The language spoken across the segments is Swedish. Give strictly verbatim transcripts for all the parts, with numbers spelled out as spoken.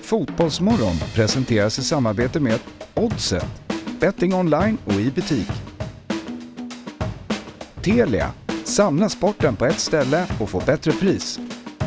Fotbollsmorgon presenteras i samarbete med Oddset, betting online och i butik. Telia, samla sporten på ett ställe och få bättre pris.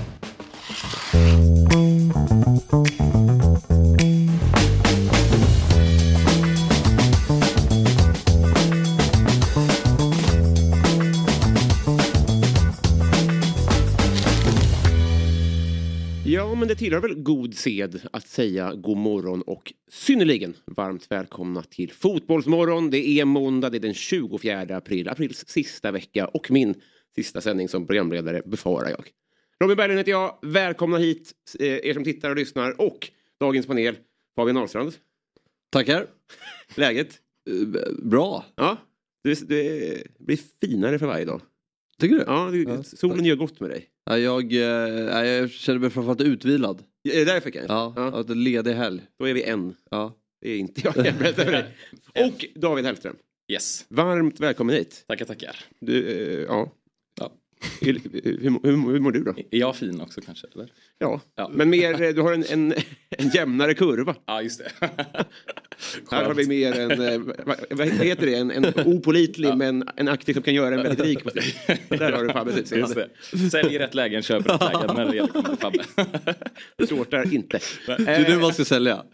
Ja, men det tillhör väl god sed att säga god morgon och synnerligen varmt välkomna till Fotbollsmorgon. Det är måndag, det är den tjugofjärde april, aprils sista vecka och min sista sändning som programledare befarar jag. Robin Berglund heter jag, välkomna hit er som tittar och lyssnar och dagens panel, Fabian Ahlstrand. Tackar. Läget? Bra. Ja, det, det blir finare för varje dag. Tycker du? Ja, det, ja. Solen gör gott med dig. Ja, jag, jag, jag känner mig framförallt utvilad. Är det därför kanske? Ja, ja. Att det är ledig helg. Då är vi en. Ja. Det är inte jag, jag berättar för dig. Och David Hellström. Yes. Varmt välkommen hit. Tackar, tackar. Du, eh, ja. Ja. Hur, hur, hur, hur mår du då? Är jag fin också kanske? Eller? Ja. Ja, men mer, du har en, en, en jämnare kurva. Ja, just det. Här har vi mer en, vad, vad heter det, en, en opolitlig ja. men en aktiv som kan göra en väldigt rik. Där har du Fabbes utseende. Sälj i rätt lägen, köp rätt lägen när det gäller kommer till Fabbe. Det svårtar inte. Det är du man ska sälja.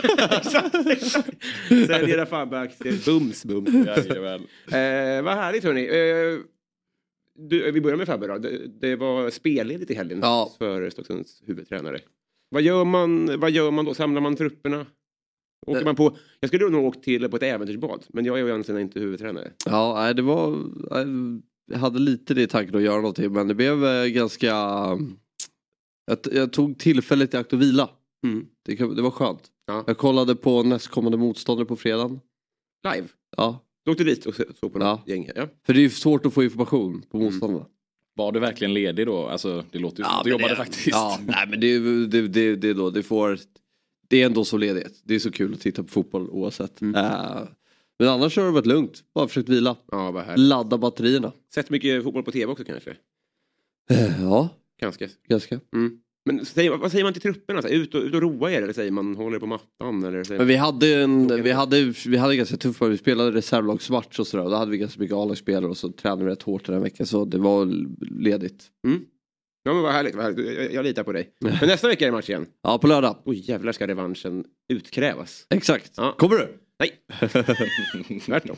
Sälj era Fabbe-aktier, bums, bums. Jajamän. Eh, vad härligt hörni. Eh, Du, vi börjar med Fabbe då. Det, det var spelledigt i helgen ja. för Stocksunds huvudtränare. Vad gör man, vad gör man då? Samlar man trupperna? Åker det... man på... Jag skulle nog åka till på ett äventyrsbad. Men jag är ju egentligen inte huvudtränare. Ja, det var... Jag hade lite det i tanken att göra någonting. Men det blev ganska... Jag, jag tog tillfället i akt att vila. Mm. Det, det var skönt. Ja. Jag kollade på nästkommande motståndare på fredagen. Live? Ja. Du åkte dit och såg på något ja. gäng. Ja. För det är ju svårt att få information på motståndarna. Mm. Var du verkligen ledig då? Alltså, det låter ju som ja, att du jobbade det, faktiskt. Ja, nej men det, det, det, det, då, det får... Det är ändå så ledigt. Det är så kul att titta på fotboll oavsett. Mm. Uh, men annars har det varit lugnt. Bara försökt vila. Ja, vad här. Ladda batterierna. Sett mycket fotboll på tv också kanske? Uh, ja. Ganska. Ganska. Mm. Men säger, vad säger man till trupperna? Så, ut, och, ut och roa er? Eller säger man håller på mattan? Eller säger men vi hade en vi hade, vi hade ganska tufft. Vi spelade reservlagsmatch och sådär. Och då hade vi ganska mycket A-lagsspelare. Och så tränade vi rätt hårt den här veckan. Så det var ledigt. Mm. Ja men vad härligt, vad härligt. Jag, jag litar på dig. Men nästa vecka är det match igen. Ja, på lördag. Oj jävlar ska revanschen utkrävas. Exakt. Ja. Kommer du? Nej. Tvärtom.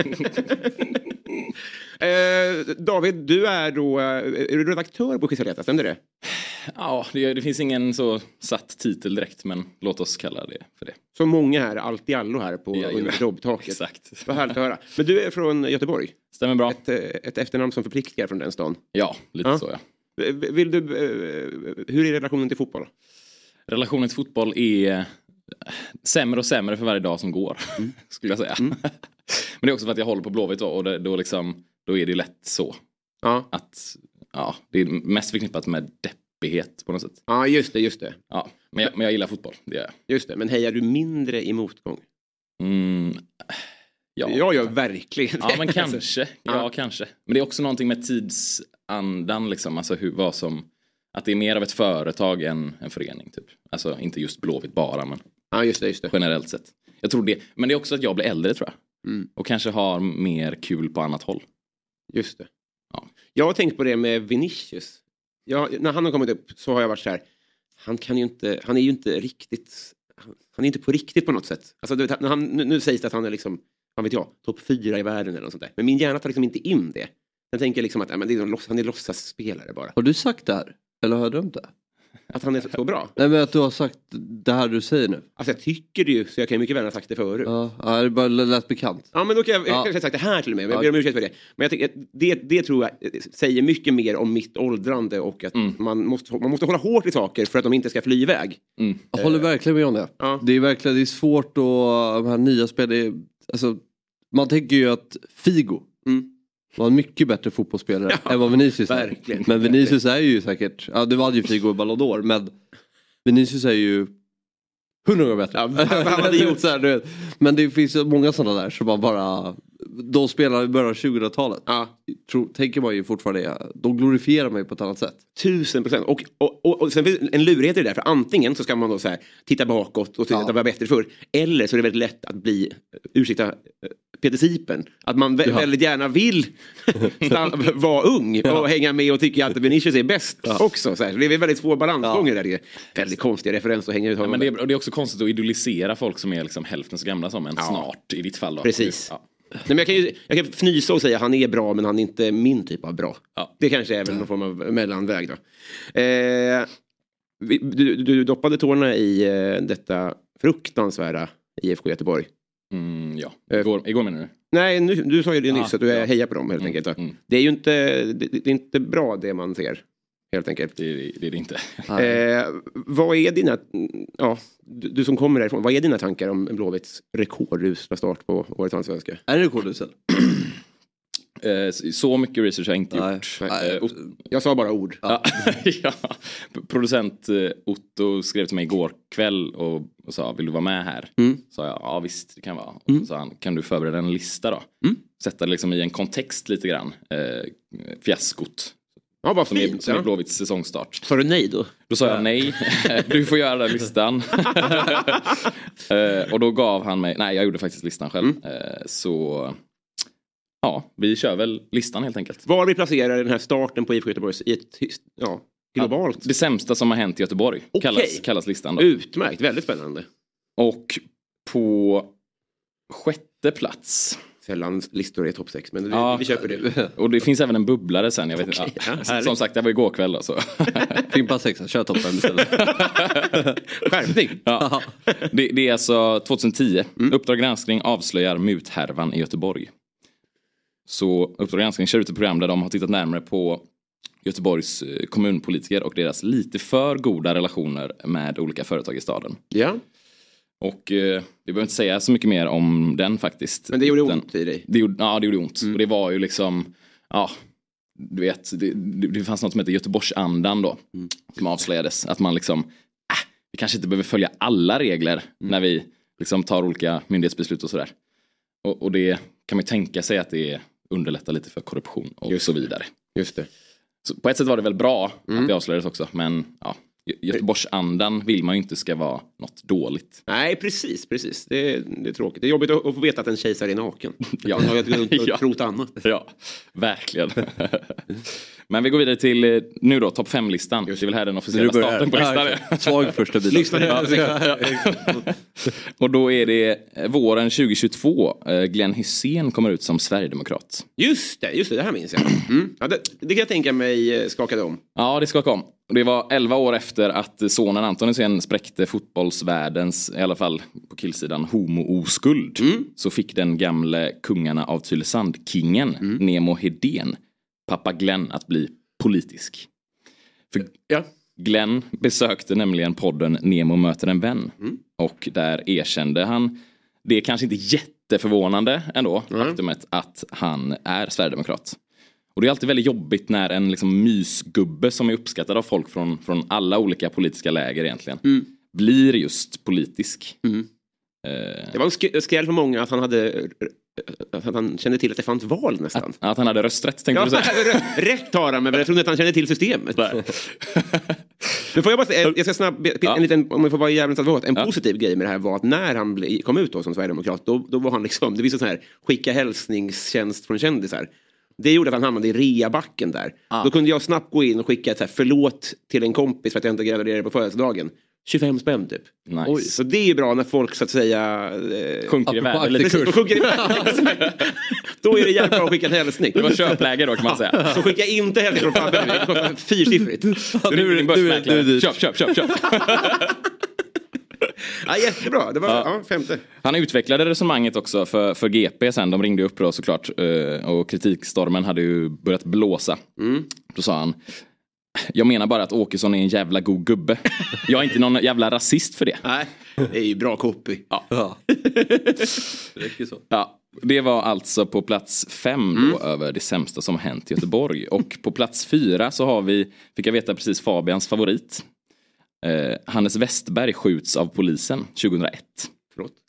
eh, David, du är då är du redaktör på Skisaleta, stämmer det? Ja, det, det finns ingen så satt titel direkt, men låt oss kalla det för det. Så många här, allt i allo här på ja, under jobbtaket. Exakt. Vad härligt att höra. Men du är från Göteborg? Stämmer bra. Ett, ett efternamn som förpliktigar från den stan? Ja, lite ja. så ja. Vill du, hur är relationen till fotboll? Relationen till fotboll är sämre och sämre för varje dag som går, mm. skulle jag säga. Mm. Men det är också för att jag håller på Blåvitt och då, då, liksom, då är det lätt så. Ja. Att ja, det är mest förknippat med deppighet på något sätt. Ja, just det, just det. Ja, men jag, men jag gillar fotboll, det gör jag. Just det, men hejar du mindre i motgång? Mm, ja. Jag gör verkligen det. Ja, men kanske. Ja, ja, kanske. Men det är också någonting med tidsandan liksom, alltså hur, vad som... Att det är mer av ett företag än en förening typ. Alltså inte just Blåvitt bara, men ja, just det, just det. Generellt sett. Jag tror det. Men det är också att jag blir äldre tror jag. Mm. Och kanske har mer kul på annat håll. Just det. Ja. Jag har tänkt på det med Vinicius. Jag, när han har kommit upp så har jag varit så här. Han kan ju inte, han är ju inte riktigt, han är inte på riktigt på något sätt. Alltså, du vet, han, nu, nu sägs det att han är liksom, vad vet jag, topp fyra i världen eller något sånt där. Men min hjärna tar liksom inte in det. Jag tänker liksom att ja, men det är, han är låtsasspelare bara. Har du sagt det här? Eller har jag drömt det? Att han är så, så bra? Nej, men att du har sagt det här du säger nu. Alltså jag tycker det ju, så jag kan mycket väl ha sagt det förut. Ja, ja det bara lät bekant. Ja, men då kan jag, jag ja. kanske ha sagt det här till och med. Jag ber om ursäkt för det. Men jag tycker, det, det tror jag säger mycket mer om mitt åldrande och att mm. man, måste, man måste hålla hårt i saker för att de inte ska fly iväg. Mm. Jag håller verkligen med om det. Ja. Det är verkligen det är svårt att de här nya spelen, alltså man tänker ju att Figo mm. var en mycket bättre fotbollsspelare ja, än vad Vinicius är. Verkligen. Men Vinicius är ju säkert, ja det var ju Figo i Ballon d'Or, men Vinicius är ju hundra gånger bättre. Ja, han hade gjort så här, du vet. Men det finns ju många sådana där som man bara de spelar i början av tjugohundratalet. Ja. Tror, tänker man ju fortfarande, de glorifierar mig på ett annat sätt. Tusen procent. Och, och, och, och sen finns en lurighet i det där. För antingen så ska man då så här, titta bakåt och titta ja. att det var bättre förr. Eller så är det väldigt lätt att bli, ursäkta, Peter Sipen. Att man vä- ja. väldigt gärna vill vara ung ja. och hänga med och tycka att Vinicius är bäst ja. också. Så här. Det är väldigt svår balansgång ja. där. Det är väldigt konstiga referenser att hänga ut. Ja, men det, är, och det är också konstigt att idolisera folk som är liksom hälften så gamla som en ja. snart i ditt fall. Då. Precis. Ja. Nej, men jag, kan ju, jag kan fnysa och säga att han är bra men han är inte min typ av bra. Ja. Det kanske är väl någon form av mellanväg då. Eh, du, du, du doppade tårna i eh, detta fruktansvärda I F K Göteborg. Mm, ja, igår, igår menar du? Nej, nu, du sa ju det nyss ah, att du är ja. hejar på dem helt mm, enkelt. Mm. Det är ju inte, det, det är inte bra det man ser. Helt enkelt. Det, det, det är det inte. eh, vad är dina, ja, du, du som kommer därifrån, vad är dina tankar om Blåvitts rekordusla start på årets allsvenska? Är det rekordusel? Eh, så mycket research har jag inte Nej. gjort. Nej. Eh, jag sa bara ord. Ja. ja. Producent eh, Otto skrev till mig igår kväll och, och sa, vill du vara med här? Mm. Sa jag, ja visst det kan vara. Mm. Och så sa han, kan du förbereda en lista då? Mm. Sätta det liksom i en kontext lite grann. Eh, fiaskot. Ja, vad som fint. Är, som ja. är Blåvitts säsongstart. Sa du nej då? Då sa jag nej. Du får göra den listan. eh, och då gav han mig, nej jag gjorde faktiskt listan själv. Mm. Eh, så... Ja, vi kör väl listan helt enkelt. Var vi placerar den här starten på I F K Göteborg i ett ja, globalt? Ja, det sämsta som har hänt i Göteborg okay. kallas, kallas listan då. Utmärkt, väldigt spännande. Och på sjätte plats. Sällan listor är topp sex, men ja, vi, vi köper det. Och det finns även en bubblare sen, jag vet okay, inte. Ja, ja, som sagt, det var igår kväll då, så. Fimpa sexa, kör topp fem istället. Skärpning. Ja. Det, det är alltså tjugohundratio. Mm. Uppdrag granskning avslöjar muthärvan i Göteborg. Så Uppdrag granskning kör ut ett program där de har tittat närmare på Göteborgs kommunpolitiker och deras lite för goda relationer med olika företag i staden. Ja. Och eh, vi behöver inte säga så mycket mer om den faktiskt. Men det gjorde den, ont i dig? Det gjorde, ja, det gjorde ont. Mm. Och det var ju liksom, ja, du vet, det, det, det fanns något som heter Göteborgsandan då. Mm. Som avslöjades. Att man liksom, äh, vi kanske inte behöver följa alla regler mm. när vi liksom tar olika myndighetsbeslut och sådär. Och, och det kan man ju tänka sig att det underlättar lite för korruption och Just så vidare. Just det. Så på ett sätt var det väl bra mm. att det avslöjades också. Men ja, Göteborgsandan vill man ju inte ska vara något dåligt. Nej, precis, precis. Det är, det är tråkigt. Det är jobbigt att, att få veta att en kejsare är naken. Ja. Man har ju ja. trott annat. Ja, verkligen. Men vi går vidare till nu då, topp fem-listan. Det är väl här den officiella starten på listan är. Svag första biten. Ja, ja. Och då är det våren tjugohundratjugotvå. Glenn Hysén kommer ut som Sverigedemokrat. Just det, just det, det här minns jag. Mm. Ja, det, det kan jag tänka mig skakade om. Ja, det skakade om. Det var elva år efter att sonen Anton Hysén spräckte fotbollsvärldens, i alla fall på killsidan, homo-oskuld. Mm. Så fick den gamle kungarna av Tylösand-kingen, mm. Nemo Hedén, pappa Glenn att bli politisk. För ja. Glenn besökte nämligen podden Nemo möter en vän. Mm. Och där erkände han, det är kanske inte jätteförvånande ändå, mm. faktumet att han är Sverigedemokrat. Och det är alltid väldigt jobbigt när en liksom mysgubbe som är uppskattad av folk från, från alla olika politiska läger egentligen mm. blir just politisk. Mm. Uh, det var en sk- skräll för många att han hade att han kände till att det fanns val nästan. Att, att han hade rösträtt, tänkte ja, du säga. Rätt har han, men jag trodde att han kände till systemet. Nu får jag bara säga, jag ska snabbt, ja. en liten, om jag får vara jävligt advokat, en ja. positiv grej med det här var att när han ble, kom ut då som Sverigedemokrat, då, då var han liksom, det visade sån här skicka hälsningstjänst från kändisar. Det gjorde att han hamnade i reabacken där. Ah. Då kunde jag snabbt gå in och skicka ett så här förlåt till en kompis för att jag inte gratulerade på födelsedagen. tjugofem spänn typ. Nice. Oj, så det är ju bra när folk så att säga eh, sjunker i värde. Precis, sjunker i värde. Då är det jävligt bra att skicka en hälsning. Det var köpläge då kan man säga. Så skicka inte hälsning från Fabbe nu. Det kostar fyrsiffrigt. Nu är din börsmäklare. Köp, köp, köp, köp. Ja, jättebra, det var ja. Ja, femte. Han utvecklade resonemanget också för, för G P sen. De ringde upp då såklart. Och kritikstormen hade ju börjat blåsa. Mm. Då sa han, jag menar bara att Åkesson är en jävla god gubbe. Jag är inte någon jävla rasist för det. Nej, det är ju bra copy. Ja. Ja. Det räcker så. Ja, det var alltså på plats fem då, mm. över det sämsta som hänt i Göteborg. Och på plats fyra så har vi, fick jag veta precis, Fabians favorit. Eh, Hannes Westberg skjuts av polisen tjugohundraett. Förlåt?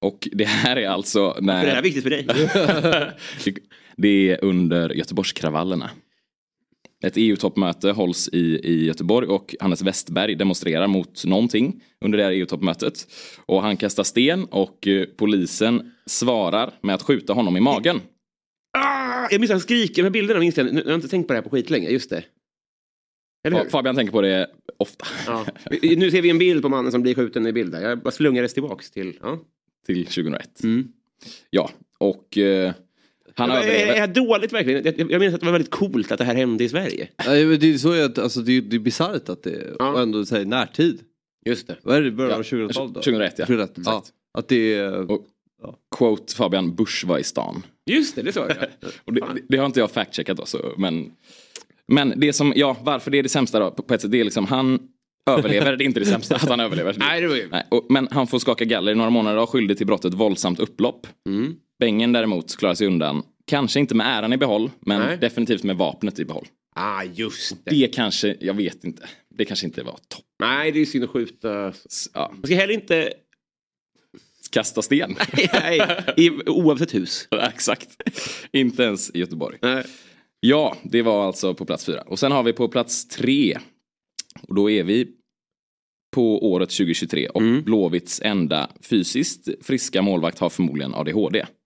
Och det här är alltså när... För det här är viktigt för dig. Det är under Göteborgskravallerna. Ett E U-toppmöte hålls i, i Göteborg och Hannes Westberg demonstrerar mot någonting under det här E U-toppmötet. Och han kastar sten och eh, polisen svarar med att skjuta honom i magen. Ah, jag minns att han skriker med bilderna, minns jag. Nu har jag inte tänkt på det här på skit länge, just det. Eller hur? Fabian tänker på det ofta. Ja. Nu ser vi en bild på mannen som blir skjuten i bilden. Jag bara slungades tillbaks till... Ja. Till tjugohundraett. Mm. Ja, och... Eh, han är, överlever. är det dåligt verkligen? Jag, jag minns att det var väldigt coolt att det här hände i Sverige. Nej, det är så att, alltså, det är, det är bisarrt att det Ja. och ändå säger närtid. Just det. Vad är det? Början av Ja, tjugohundratalet då? tjugohundraett, ja. tjugohundraett, ja. Att det är... Och, quote Fabian, Bush var i stan. Just det, det sa jag. Och det, det har inte jag fact-checkat då, så, men... Men det som, ja, varför det är det sämsta då, på, på ett sätt, det är liksom, han överlever, det är inte det sämsta att han överlever. Nej, det var ju... Nej, och, men han får skaka galler i några månader och skyldig till brottet våldsamt upplopp. Mm. Bengen däremot klarar sig undan. Kanske inte med äran i behåll, men Nej. definitivt med vapnet i behåll. Ah, just det. Det kanske, jag vet inte, det kanske inte var topp. Nej, det är synd att skjuta. Ja. Man ska heller inte... Kasta sten. Nej, i, oavsett hus. Ja, exakt. Inte ens i Göteborg. Nej. Ja, det var alltså på plats fyra. Och sen har vi på plats tre. Och då är vi på året tjugohundratjugotre. Och Mm. Blåvitts enda fysiskt friska målvakt har förmodligen A D H D.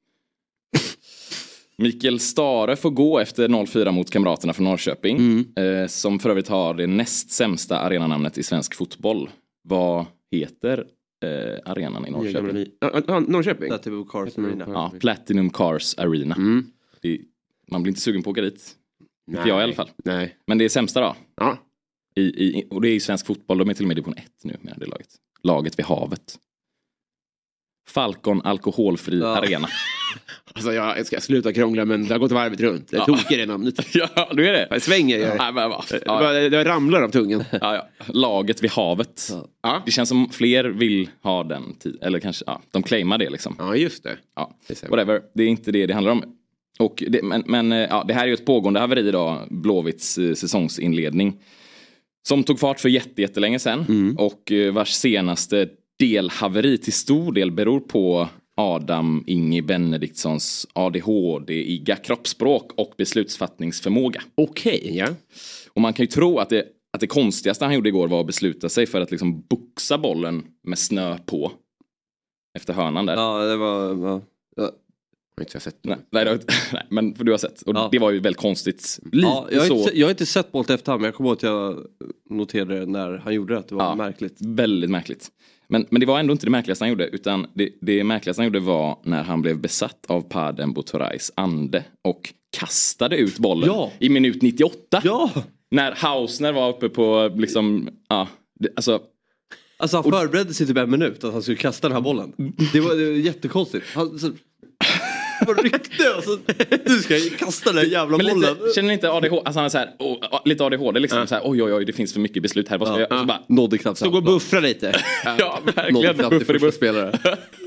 Mikael Stare får gå efter noll fyra mot kamraterna från Norrköping. Mm. Eh, som för övrigt har det näst sämsta arenanamnet i svensk fotboll. Vad heter eh, arenan i Norrköping? Ja, ja, Norrköping? Platinum Cars Arena. Ja, Platinum Cars Arena. Mm. Det, man blir inte sugen på att åka dit. Nej. Inte jag i alla fall. Nej. Men det är sämsta då. Ja. I, i, och det är i svensk fotboll. De är till och med division ett nu med det laget. Laget vid havet. Falcon alkoholfri Ja. arena. Alltså jag ska sluta krångla, men det har gått varvet runt. Det Ja. tog i det namnet. Ja, du är det. Det svänger. Ja, Ja. men, va. Det, Ja, bara- det ramlar av tungan. ja, ja. Laget vid havet. Ja. Ja, Det känns som fler vill ha den tid. Eller kanske, ja, de claimar det liksom. ja just det. Ja. Det ser man. Whatever, det är inte det det handlar om. Och det, men men eh, ja, det här är ju ett pågående haveri idag, Blåvitts eh, säsongsinledning. Som tog fart för jätte, jättelänge sedan. Mm. Och eh, vars senaste delhaveri till stor del beror på Adam Inge Benediktssons A D H D-iga kroppsspråk och beslutsfattningsförmåga. Okej, ja. Och man kan ju tro att det, att det konstigaste han gjorde igår var att besluta sig för att liksom boxa bollen med snö på. Efter hörnan där. Ja, det var... Ja. Ja. Jag har inte sett. Nej, nej, det har- nej, men för du har sett. Och Ja. det var ju väldigt konstigt. Lite Ja, jag, har så. inte, se- jag har inte sett målet efterhand, men jag kommer ihåg att jag noterade det när han gjorde det, att det var Ja. märkligt. Väldigt märkligt. Men, men det var ändå inte det märkligaste han gjorde. Utan det, det märkligaste han gjorde var när han blev besatt av Padden Botorais ande. Och kastade ut bollen Ja. i minut nittioåtta. Ja! När Hausner var uppe på liksom, ja, det, alltså. Alltså han förberedde sig typ en minut att han skulle kasta den här bollen. Det var, det var jättekonstigt. Han så, bara ryckte och så, nu ska jag kasta den här jävla Men bollen. lite, känner ni inte A D H D, alltså han är så här, oh, lite A D H D liksom, så här, oj oj oj det finns för mycket beslut här, vad ska Ja. jag, och så bara, Nådde knappt Så gå och buffra lite. ja Nådde verkligen, knappt till buffer i första buff. spelare.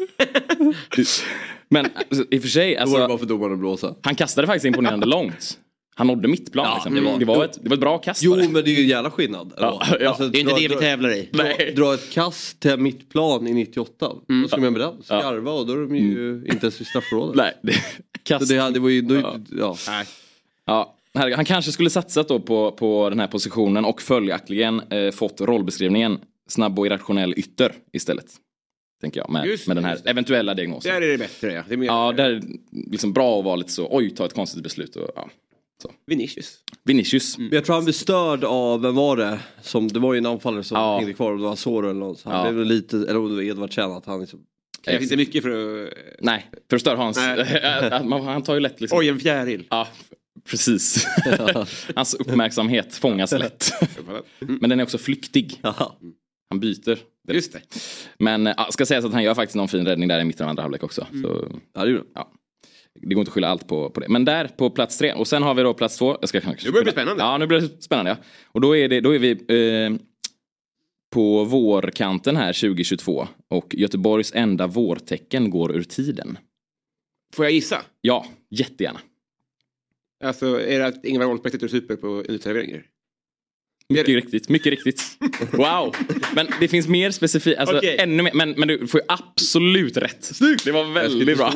Men alltså, i och för sig, Då var det alltså, bara för domaren att blåsa. han kastade faktiskt imponerande långt. Han nådde mittplan Ja, liksom. det det, var- var, det, var ett, det var ett bra kast. Jo, var det. men det är ju en jävla skillnad. Ja, ja. Alltså, Det är inte dra- det vi dra- tävlar i. Nej. Dra ett kast till mittplan i nittioåtta. Vad ska man med den? Skarva och då är de ju inte ens i straffområdet. Nej, det, Så kast. det, det var ju... Då, Ja. ja. Nej. Ja, herregud, han kanske skulle satsat då på, på den här positionen och följaktligen eh, fått rollbeskrivningen snabb och irrationell ytter istället. Tänker jag, med, Just med den det, här just det. eventuella diagnosen. Där är det bättre, ja. Det är mer Ja, där är liksom bra att vara lite så, oj, ta ett konstigt beslut och ja. Vinicius. Vinicius. Men jag tror han blev störd av, vem var det? Som, det var ju en anfallare som Ja. hängde kvar och det var Soro eller något. Så han Ja. blev lite, eller om det var Edvard Kjell, att han liksom... Det finns inte mycket för att... Nej, förstör Hans. Nej. Man- han tar ju lätt liksom. Oj, en fjäril. Ja, precis. Hans uppmärksamhet fångas lätt. Mm. Men den är också flyktig. Jaha. Han byter. Just det. Men ja, ska sägas att han gör faktiskt någon fin räddning där i mitten av andra halvlek också. Så, Ja, det gjorde han. ja. Det går inte att skylla allt på, på det. Men där på plats tre. Och sen har vi då plats två. Jag ska kanske Nu börjar det bli spännande. Ja, nu blir det spännande. Ja. Och då är, det, då är vi eh, på vårkanten här tjugohundratjugotvå. Och Göteborgs enda vårtecken går ur tiden. Får jag gissa? Ja, jättegärna. Alltså, är det att Ingvar Oldsberg sitter och super på uteserveringar? Mycket riktigt, mycket riktigt. Wow. Men det finns mer specifikt, alltså okay. ännu mer, men, men du får ju absolut rätt. Snyggt. Det var väldigt bra.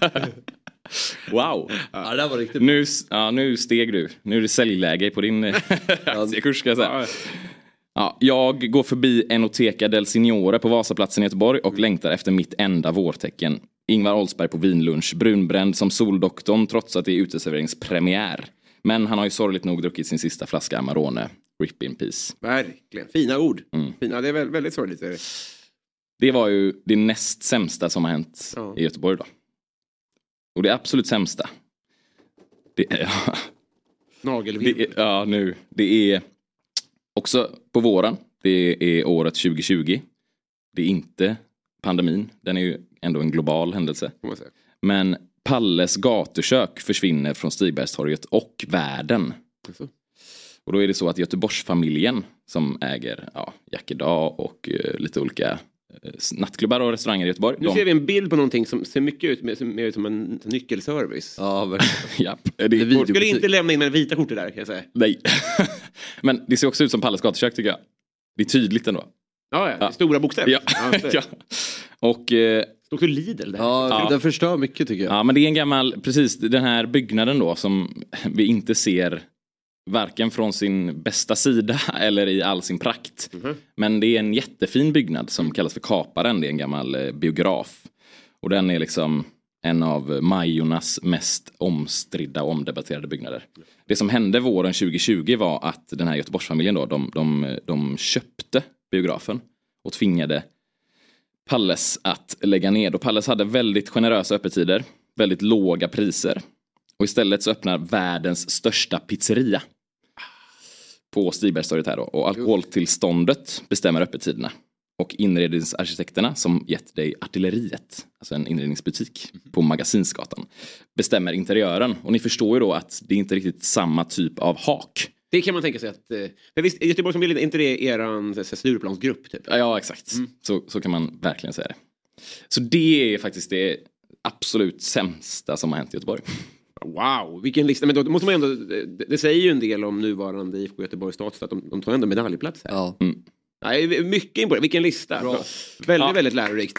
Wow. Ja, det där var riktigt nu, ja, nu steg du. Nu är det säljläge på din aktiekurs, ska jag säga. Ja, jag går förbi Enoteca del Signore på Vasaplatsen i Göteborg och mm. längtar efter mitt enda vårtecken. Ingvar Oldsberg på vinlunch, brunbränd som soldoktorn trots att det är uteserveringspremiär. Men han har ju sorgligt nog druckit sin sista flaska Amarone. Rip in peace. Verkligen, fina ord. Mm. Fina, det är väldigt, väldigt sorgligt. Det var ju det näst sämsta som har hänt ja. i Göteborg då. Och det absolut sämsta. Det är... Nagelvind. Det är, ja, nu. Det är också på våren. Det är året tjugo tjugo. Det är inte pandemin. Den är ju ändå en global händelse. Men Palles gatukök försvinner från Stigbergstorget och världen. Alltså. Och då är det så att Göteborgsfamiljen som äger ja, Jackedag och uh, lite olika uh, nattklubbar och restauranger i Göteborg. Nu de... ser vi en bild på någonting som ser mycket ut med, som, som en nyckelservice. Ja, verkligen. Japp. Det, det folk skulle inte lämna in med vita kortet där, kan jag säga. Nej. Men det ser också ut som Palles gatukök, tycker jag. Det är tydligt ändå. Ja, ja. ja. Stora bokstäver. Ja. ja. Och... Uh, Också Lidl där. Ja, ja, den förstör mycket tycker jag. Ja, men det är en gammal, precis den här byggnaden då som vi inte ser varken från sin bästa sida eller i all sin prakt. Mm-hmm. Men det är en jättefin byggnad som kallas för Kaparen. Det är en gammal eh, biograf. Och den är liksom en av Majornas mest omstridda och omdebatterade byggnader. Det som hände våren tjugo tjugo var att den här Göteborgsfamiljen då, de, de, de köpte biografen och tvingade Palles att lägga ner. Och Palles hade väldigt generösa öppettider, väldigt låga priser. Och istället så öppnar världens största pizzeria på Stigbergstorget här då. Och alkoholtillståndet bestämmer öppettiderna. Och inredningsarkitekterna som gett dig Artilleriet, alltså en inredningsbutik på Magasinsgatan, bestämmer interiören. Och ni förstår ju då att det är inte riktigt samma typ av hak. Det kan man tänka sig att... Eh, visst, Göteborg som vill inte det eran Stureplansgrupp typ? Ja, exakt. Mm. Så, så kan man verkligen säga det. Så det är faktiskt det absolut sämsta som har hänt i Göteborg. Wow, vilken lista. Men då måste man ändå... Det, det säger ju en del om nuvarande I F K Göteborgs status att de, de tar ändå medaljplats här. Ja. Mm. Nej, mycket imponerande. Vilken lista. Bra. Väldigt, ja. väldigt lärorikt.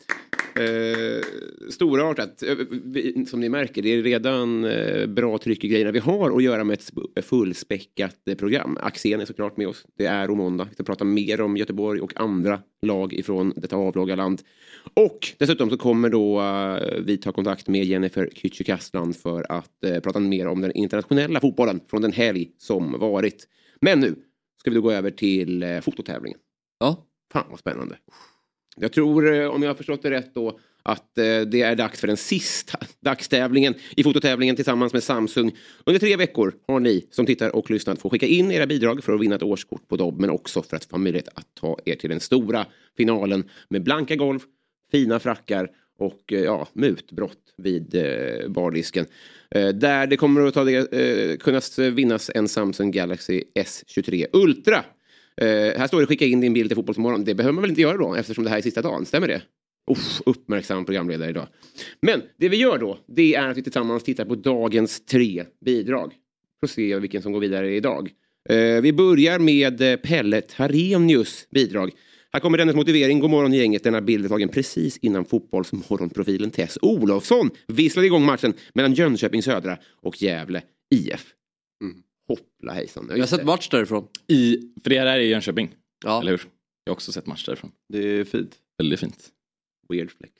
Eh, storartat, vi, som ni märker, det är redan eh, bra tryck i grejerna vi har att göra med ett fullspäckat eh, program. Axén är såklart med oss, det är om måndag. Vi ska prata mer om Göteborg och andra lag ifrån detta avlåga land. Och dessutom så kommer då eh, vi ta kontakt med Jennifer Kücükaslan för att eh, prata mer om den internationella fotbollen från den helg som varit. Men nu ska vi då gå över till eh, fototävlingen. Ja. Fan vad spännande. Jag tror, om jag har förstått det rätt då, att eh, det är dags för den sista dagstävlingen i fototävlingen tillsammans med Samsung. Under tre veckor har ni som tittar och lyssnar få skicka in era bidrag för att vinna ett årskort på Dobb, men också för att få möjlighet att ta er till den stora finalen med blanka golv, fina frackar och eh, ja, mutbrott vid eh, bardisken. Eh, där det kommer att ta det, eh, kunna vinnas en Samsung Galaxy S tjugotre Ultra. Uh, här står det skicka in din bild till Fotbollsmorgon. Det behöver man väl inte göra då eftersom det här är sista dagen, stämmer det? Uff, uppmärksam programledare idag. Men det vi gör då, det är att vi tillsammans tittar på dagens tre bidrag. För att se vilken som går vidare idag. Uh, vi börjar med Pelle Tarenius bidrag. Här kommer dennes motivering. God morgon gänget, denna bild är tagen precis innan Fotbollsmorgonprofilen Tess Olofsson visslade igång matchen mellan Jönköping Södra och Gävle I F. Mm. Hoppla hejsan. Jag har sett match därifrån. I, för det här är i Jönköping. Ja. Eller hur? Jag har också sett match därifrån. Det är fint. Väldigt fint. Weird flex.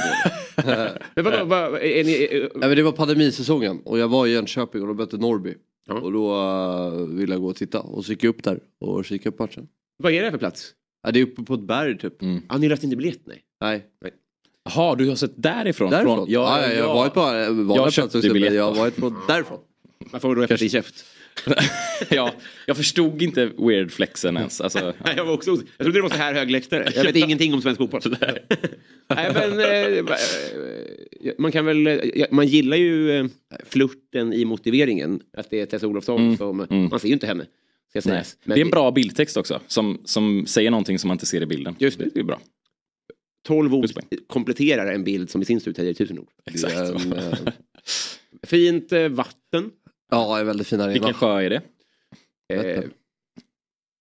Men vad, vad, är ni, är... Ja, men det var pandemisäsongen. Och jag var i Jönköping och då mötte Norrby. Ja. Och då uh, ville jag gå och titta. Och så gick jag upp där och kika upp matchen. Vad är det för plats? Ja, det är uppe på ett berg typ. Mm. Ja, ni löste inte biljett, nej? Nej. nej. Jaha, du har sett därifrån? Därifrån? Från, ja, ja, jag har varit på vanliga jag köpte platser, biljett. Jag har varit på därifrån. Varför var du efter i käft? Ja, jag förstod inte weird flexen ens. Alltså, ja. Jag var också, jag trodde det var så här hög läktare. Jag vet ingenting om svensk fotboll. Nej, men eh, man kan väl, man gillar ju flirten i motiveringen. Att det är Tessa Olofsson mm. som, mm. man ser ju inte henne. Ska jag säga. Det är en bra bildtext också. Som, som säger någonting som man inte ser i bilden. Just det. Det är bra. tolv ord kompletterar en bild som i sin tur säger tusen ord. Exakt. En, äh... Fint eh, vatten. Ja, är väldigt fina. Vilken sjö är det? Eh,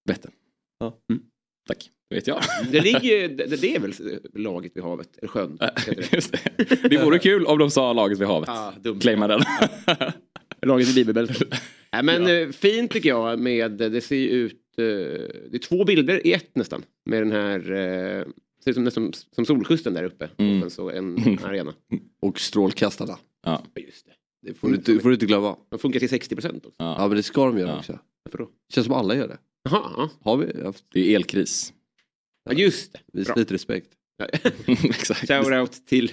Vättern. Ja. Mm. Tack, det vet jag. Det, ligger, det, det är väl laget vid havet, eller sjön. Just det. Det vore kul om de sa laget vid havet. Ah, dumt. Claima den. Laget vid bibelbältet. Nej, men ja. Fint tycker jag med, det ser ju ut, det är två bilder i ett nästan. Med den här, ser ut som, som, som Solkusten där uppe. Mm. Och så en arena. Och strålkastarna. Ja. Just det. Det får du inte, får du inte glömma. De funkar till sextio procent också. Ja. ja, men det ska de göra Ja. också. Varför då? Känns som alla gör det. Jaha, ja. Har vi haft Det är elkris. Ja, just det. Vis Bra. lite respekt. Exakt. Shout-out till...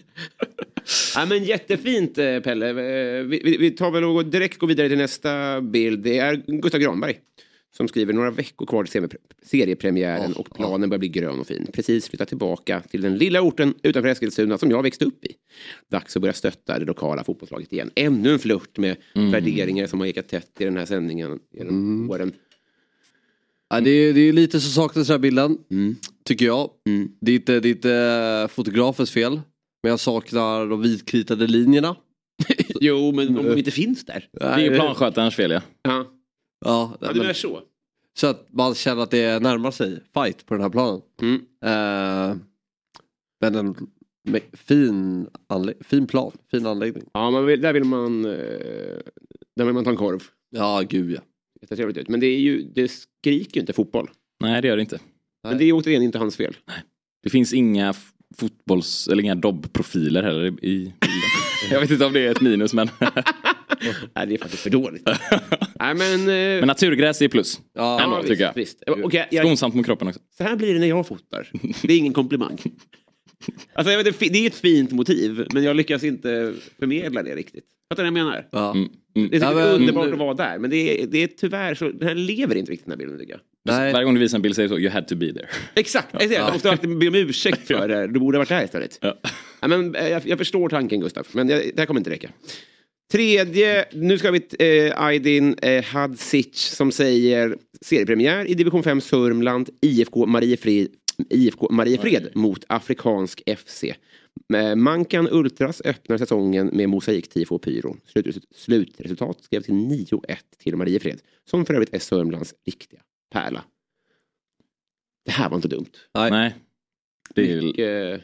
Ja, men jättefint Pelle. Vi, vi, vi tar väl och direkt går vidare till nästa bild. Det är Gustav Granberg som skriver några veckor kvar till seriepremiären oh, och planen börjar bli grön och fin. Precis flyttat tillbaka till den lilla orten utanför Eskilstuna som jag växte upp i. Dags att börja stötta det lokala fotbollslaget igen. Ännu en flört med mm. värderingar som har ekat tätt i den här sändningen genom mm. åren. Ja, det, är, det är lite så saknas den här bilden. Mm. Tycker jag. Mm. Det är inte, det är inte fotografens fel. Men jag saknar de vitkritade linjerna. Jo, men om de inte finns där. Det är ju planskötarens fel, ja. Ja, Ja, ja det är så. Så att man känner att det närmar sig fight på den här planen. Mm. Uh, men en med, fin, anle- fin plan, fin anläggning. Ja, man vill, där vill man uh, där vill man ta en korv. Ja, gud ja. Det ser trevligt ut. Men det är ju, det skriker ju inte fotboll. Nej, det gör det inte. Men det är återigen inte hans fel. Nej. Det finns inga f- fotbolls eller inga dobb-profiler heller i bilden. Jag vet inte om det är ett minus, men Nej, det är faktiskt för dåligt. Nej, men, uh... men naturgräs är plus. Ja, ändå, ja, tycker jag. visst, visst. Okay, jag... Skonsamt mot kroppen också. Så här blir det när jag fotar. Det är ingen komplimang. Alltså, jag vet, det är ett fint motiv, men jag lyckas inte förmedla det riktigt. Fattar du vad jag menar? Ja. Mm. Mm. Det är Ja, men, underbart nu... att vara där, men det är, det är tyvärr så, den här lever inte riktigt den här bilden tycker jag. Nej. Varje gång du visar en bild säger du så, you had to be there. Exakt, jag, säger, jag måste alltid be om ursäkt för det. Du borde ha varit där istället. Ja. Ja, men, jag, jag förstår tanken Gustav, men jag, det här kommer inte räcka. Tredje, nu ska vi eh, Aydin eh, Hadzic som säger seriepremiär i division fem Sörmland, I F K Mariefred, I F K Mariefred mot Afrikansk F C. Mankan Ultras öppnar säsongen med mosaik tifo och pyro. Slut, slutresultat skrev till nio ett till Mariefred, som för övrigt är Sörmlands riktiga pärla. Det här var inte dumt. Nej. Nej. Det är... Mycket...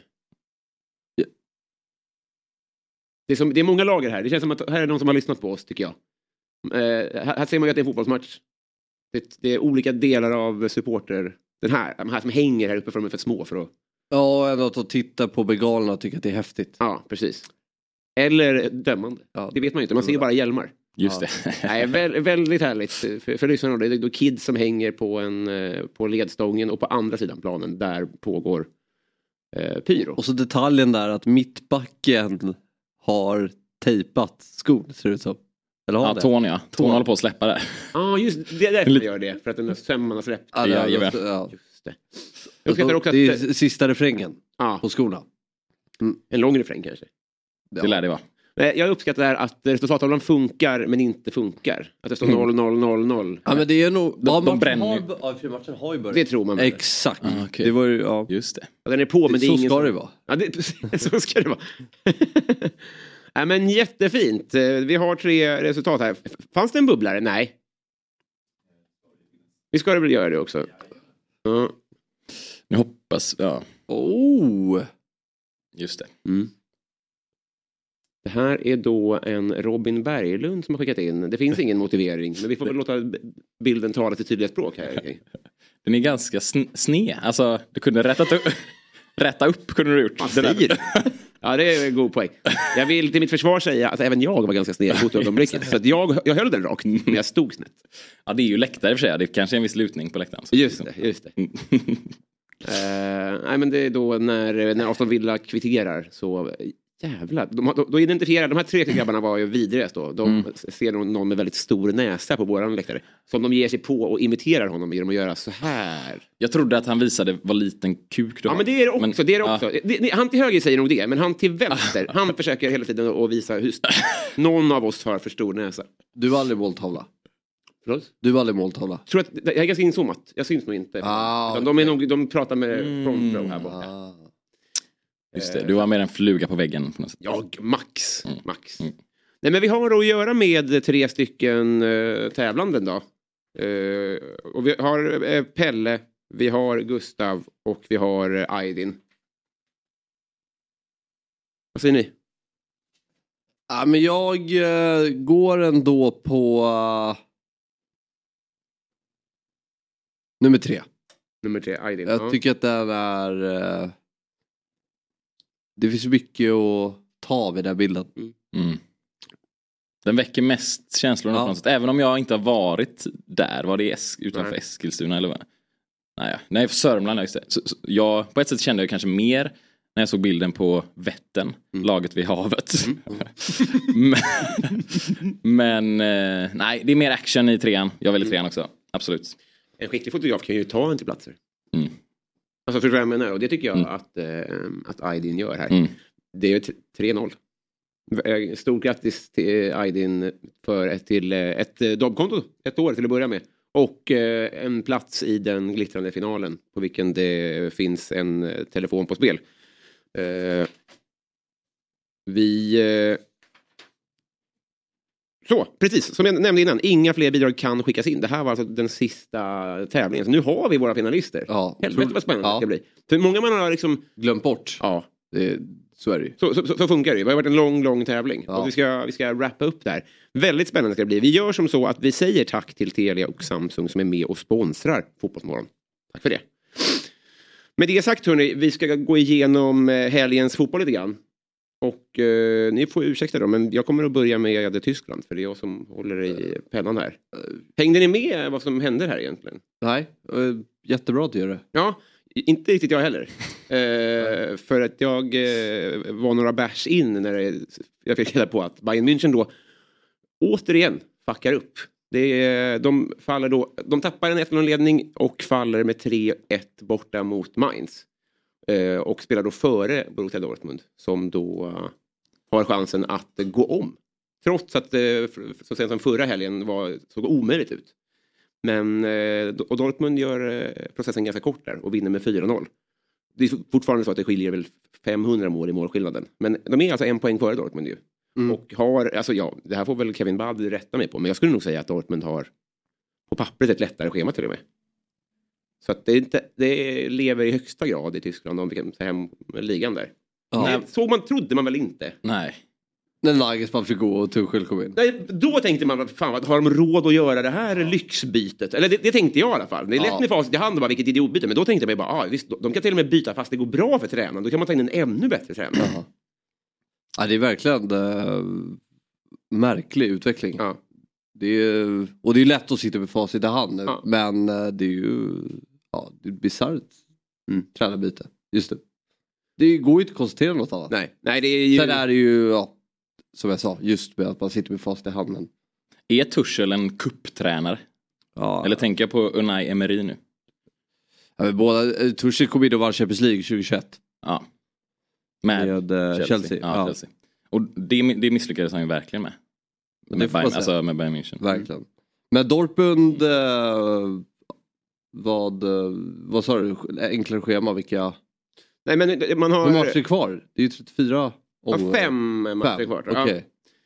Det är, som, det är många lager här. Det känns som att här är någon som har lyssnat på oss, tycker jag. Eh, här, här ser man ju att det är en fotbollsmatch. Det, det är olika delar av supporter. Den här, de här som hänger här uppe för de är för små för att... Ja, ändå att titta på bengalerna och tycka att det är häftigt. Ja, precis. Eller dömande. Ja. Det vet man ju inte. Man ser ju bara hjälmar. Just Ja. det. Nej, vä- väldigt härligt. För, för lyssnarna, det är då kids som hänger på, en, på ledstången och på andra sidan planen där pågår eh, pyro. Och så detaljen där att mittbacken har tejpat skon, ser det ut som. Eller har Ja, det? tån ja. Tån håller på att släppa där. Ja, ah, just det. är därför jag gör det. För att den här sömman har släppt. Ja, det, Ja, är- jajamän. ja. Just det. Jag uppskattar också att... det är sista refrängen Ja, på skorna. en lång refräng kanske. Ja. Det lär det vara. Nej, jag uppskattar att resultattavlan funkar men inte funkar. Att det står noll noll noll noll. Ja, men det är nog... De- ja, de matchen bränner har, ju. ja, för matchen har ju börjat. Det tror man väl. Exakt. Ah, okej. Det var ju, ja. Just det. Ja, den är på men det är Så ingen ska som... det vara. Ja, det, så ska det vara. Ja, men jättefint. Vi har tre resultat här. Fanns det en bubblare? Nej. Vi ska väl göra det också. Ja. Nu hoppas... Ja, Oh! just det. Mm. Det här är då en Robin Berglund som har skickat in. Det finns ingen motivering, men vi får väl låta bilden tala till tydliga språk här. Den är ganska sn- sned. Alltså, du kunde rätta upp... rätta upp kunde du gjort. Vad Det där. säger du? Ja, det är en god poäng. Jag vill till mitt försvar säga att även jag var ganska sned i fotoögonblicket. Så att jag, jag höll den rakt, men jag stod snett. Ja, det är ju läktare i och för sig. Det kanske är en viss lutning på läktaren. Så Just det, just det. uh, nej, men det är då när, när Aston Villa kvitterar så... Jävlar, de, då, då identifierar de här tre grabbarna var ju vidrigast då. De mm. ser någon, någon med väldigt stor näsa på våran läktare. Som de ger sig på och imiterar honom genom att göra så här. Jag trodde att han visade vad liten kuk du Ja, har. men det är det också. Men, det är det också. Ja. Det, det, han till höger säger nog det, men han till vänster, han försöker hela tiden att visa hur någon av oss har för stor näsa. Du var aldrig måltavla. Förlåt? Du var aldrig måltavla. Jag tror att jag är ganska inzoomat. Jag syns nog inte. Ah, okay. okay. De, är nog, de pratar med front row här borta. Ah. Just det, du var mer en fluga på väggen på något sätt. Ja, max. Mm. max. Mm. Nej, men vi har att göra med tre stycken uh, tävlanden då. Uh, och vi har uh, Pelle, vi har Gustav och vi har uh, Aydin. Vad säger ni? Ja, men jag uh, går ändå på uh, nummer tre. Nummer tre, Aydin. Jag ja. tycker att den är... Uh, det finns mycket att ta vid den här bilden. Mm. Den väcker mest känslorna ja. på något sätt. Även om jag inte har varit där. Var det es- utanför Nej. Eskilstuna eller vad? Nej, Nej för Sörmland. Just det. Så, så, jag, på ett sätt kände jag kanske mer när jag såg bilden på Vättern. Mm. Laget vid havet. Mm. men men eh, nej, det är mer action i trean. Jag väljer trean också. Absolut. En skicklig fotograf kan ju ta en till platser. Mm. Alltså för vad jag menar. Och det tycker jag mm. att, eh, att Aydin gör här. Mm. Det är ju tre noll. Stort grattis till Aydin för ett, till ett dobbkonto ett år till att börja med. Och eh, en plats i den glittrande finalen på vilken det finns en telefon på spel. Eh, vi... Eh, så, precis. Som jag nämnde innan, inga fler bidrag kan skickas in. Det här var alltså den sista tävlingen. Så nu har vi våra finalister. Ja, helvete vad spännande ja. det ska bli. För många man har liksom... glömt bort. Ja. Det, så är det ju. Så, så, så funkar det ju. Det har varit en lång, lång tävling. Ja. Och vi ska, vi ska wrappa upp där. Väldigt spännande ska det bli. Vi gör som så att vi säger tack till Telia och Samsung som är med och sponsrar Fotbollsmorgon. Tack för det. Med det sagt hörni, vi ska gå igenom helgens fotboll lite grann. Och eh, ni får ursäkta då, men jag kommer att börja med Tyskland. För det är jag som håller i pennan här. Hängde ni med vad som händer här egentligen? Nej, jättebra att göra det. Ja, inte riktigt jag heller. eh, för att jag eh, var några bärs in när det, jag fick reda på att Bayern München då återigen fuckar upp. Det är, de, faller då, de tappar en ett noll-ledning och faller med tre ett borta mot Mainz. Eh, och spelar då före Borussia Dortmund som då uh, har chansen att uh, gå om. Trots att uh, så sent som förra helgen var, såg omöjligt ut. Men uh, och Dortmund gör uh, processen ganska kort där och vinner med fyra noll. Det är fortfarande så att det skiljer väl femhundra mål i målskillnaden. Men de är alltså en poäng före Dortmund ju. Mm. Och har, alltså ja, det här får väl Kevin Bad rätta mig på. Men jag skulle nog säga att Dortmund har på pappret ett lättare schema till och med. Så att det, inte, det lever i högsta grad i Tyskland om vi kan ta hem ligan där. Ja. Så man trodde man väl inte. Nej. När Nagelsmann fick gå och Tuchel kom in. Nej, då tänkte man, fan, har de råd att göra det här ja. lyxbytet? Eller det, det tänkte jag i alla fall. Det är lätt ja. med facit i hand och bara vilket idiotbyte. Men då tänkte jag bara, ah, visst, de kan till och med byta fast det går bra för tränaren. Då kan man ta in en ännu bättre tränare. Ja, ja det är verkligen uh, märklig utveckling. Ja. Det är, och det är lätt att sitta med facit i hand. Ja. Men uh, det är ju ja, det är bisarrt mm. tränarbyte. Just det. Det går ju inte att konstatera något annat. Nej, Nej det är ju... Sen är det ju, ja, som jag sa, just med att man sitter med facit i handen. Är Tuchel en kupptränare? Ja. Eller tänker jag på Unai Emery nu? Ja, men båda, Tuchel kom in och vann Champions League tjugohundratjugoett. Ja. Med, med uh, Chelsea. Chelsea. Ja, ja. Chelsea. Och det, det misslyckades han ju verkligen med. Med Bayern, alltså med Bayern München. Verkligen. Men Dortmund, uh, vad, uh, vad sa du? Enklare schema, vilka... Nej, men man har... Hur matcher kvar? Det är ju trettiofyra om... Ja, fem matcher kvar. Okej. Okay.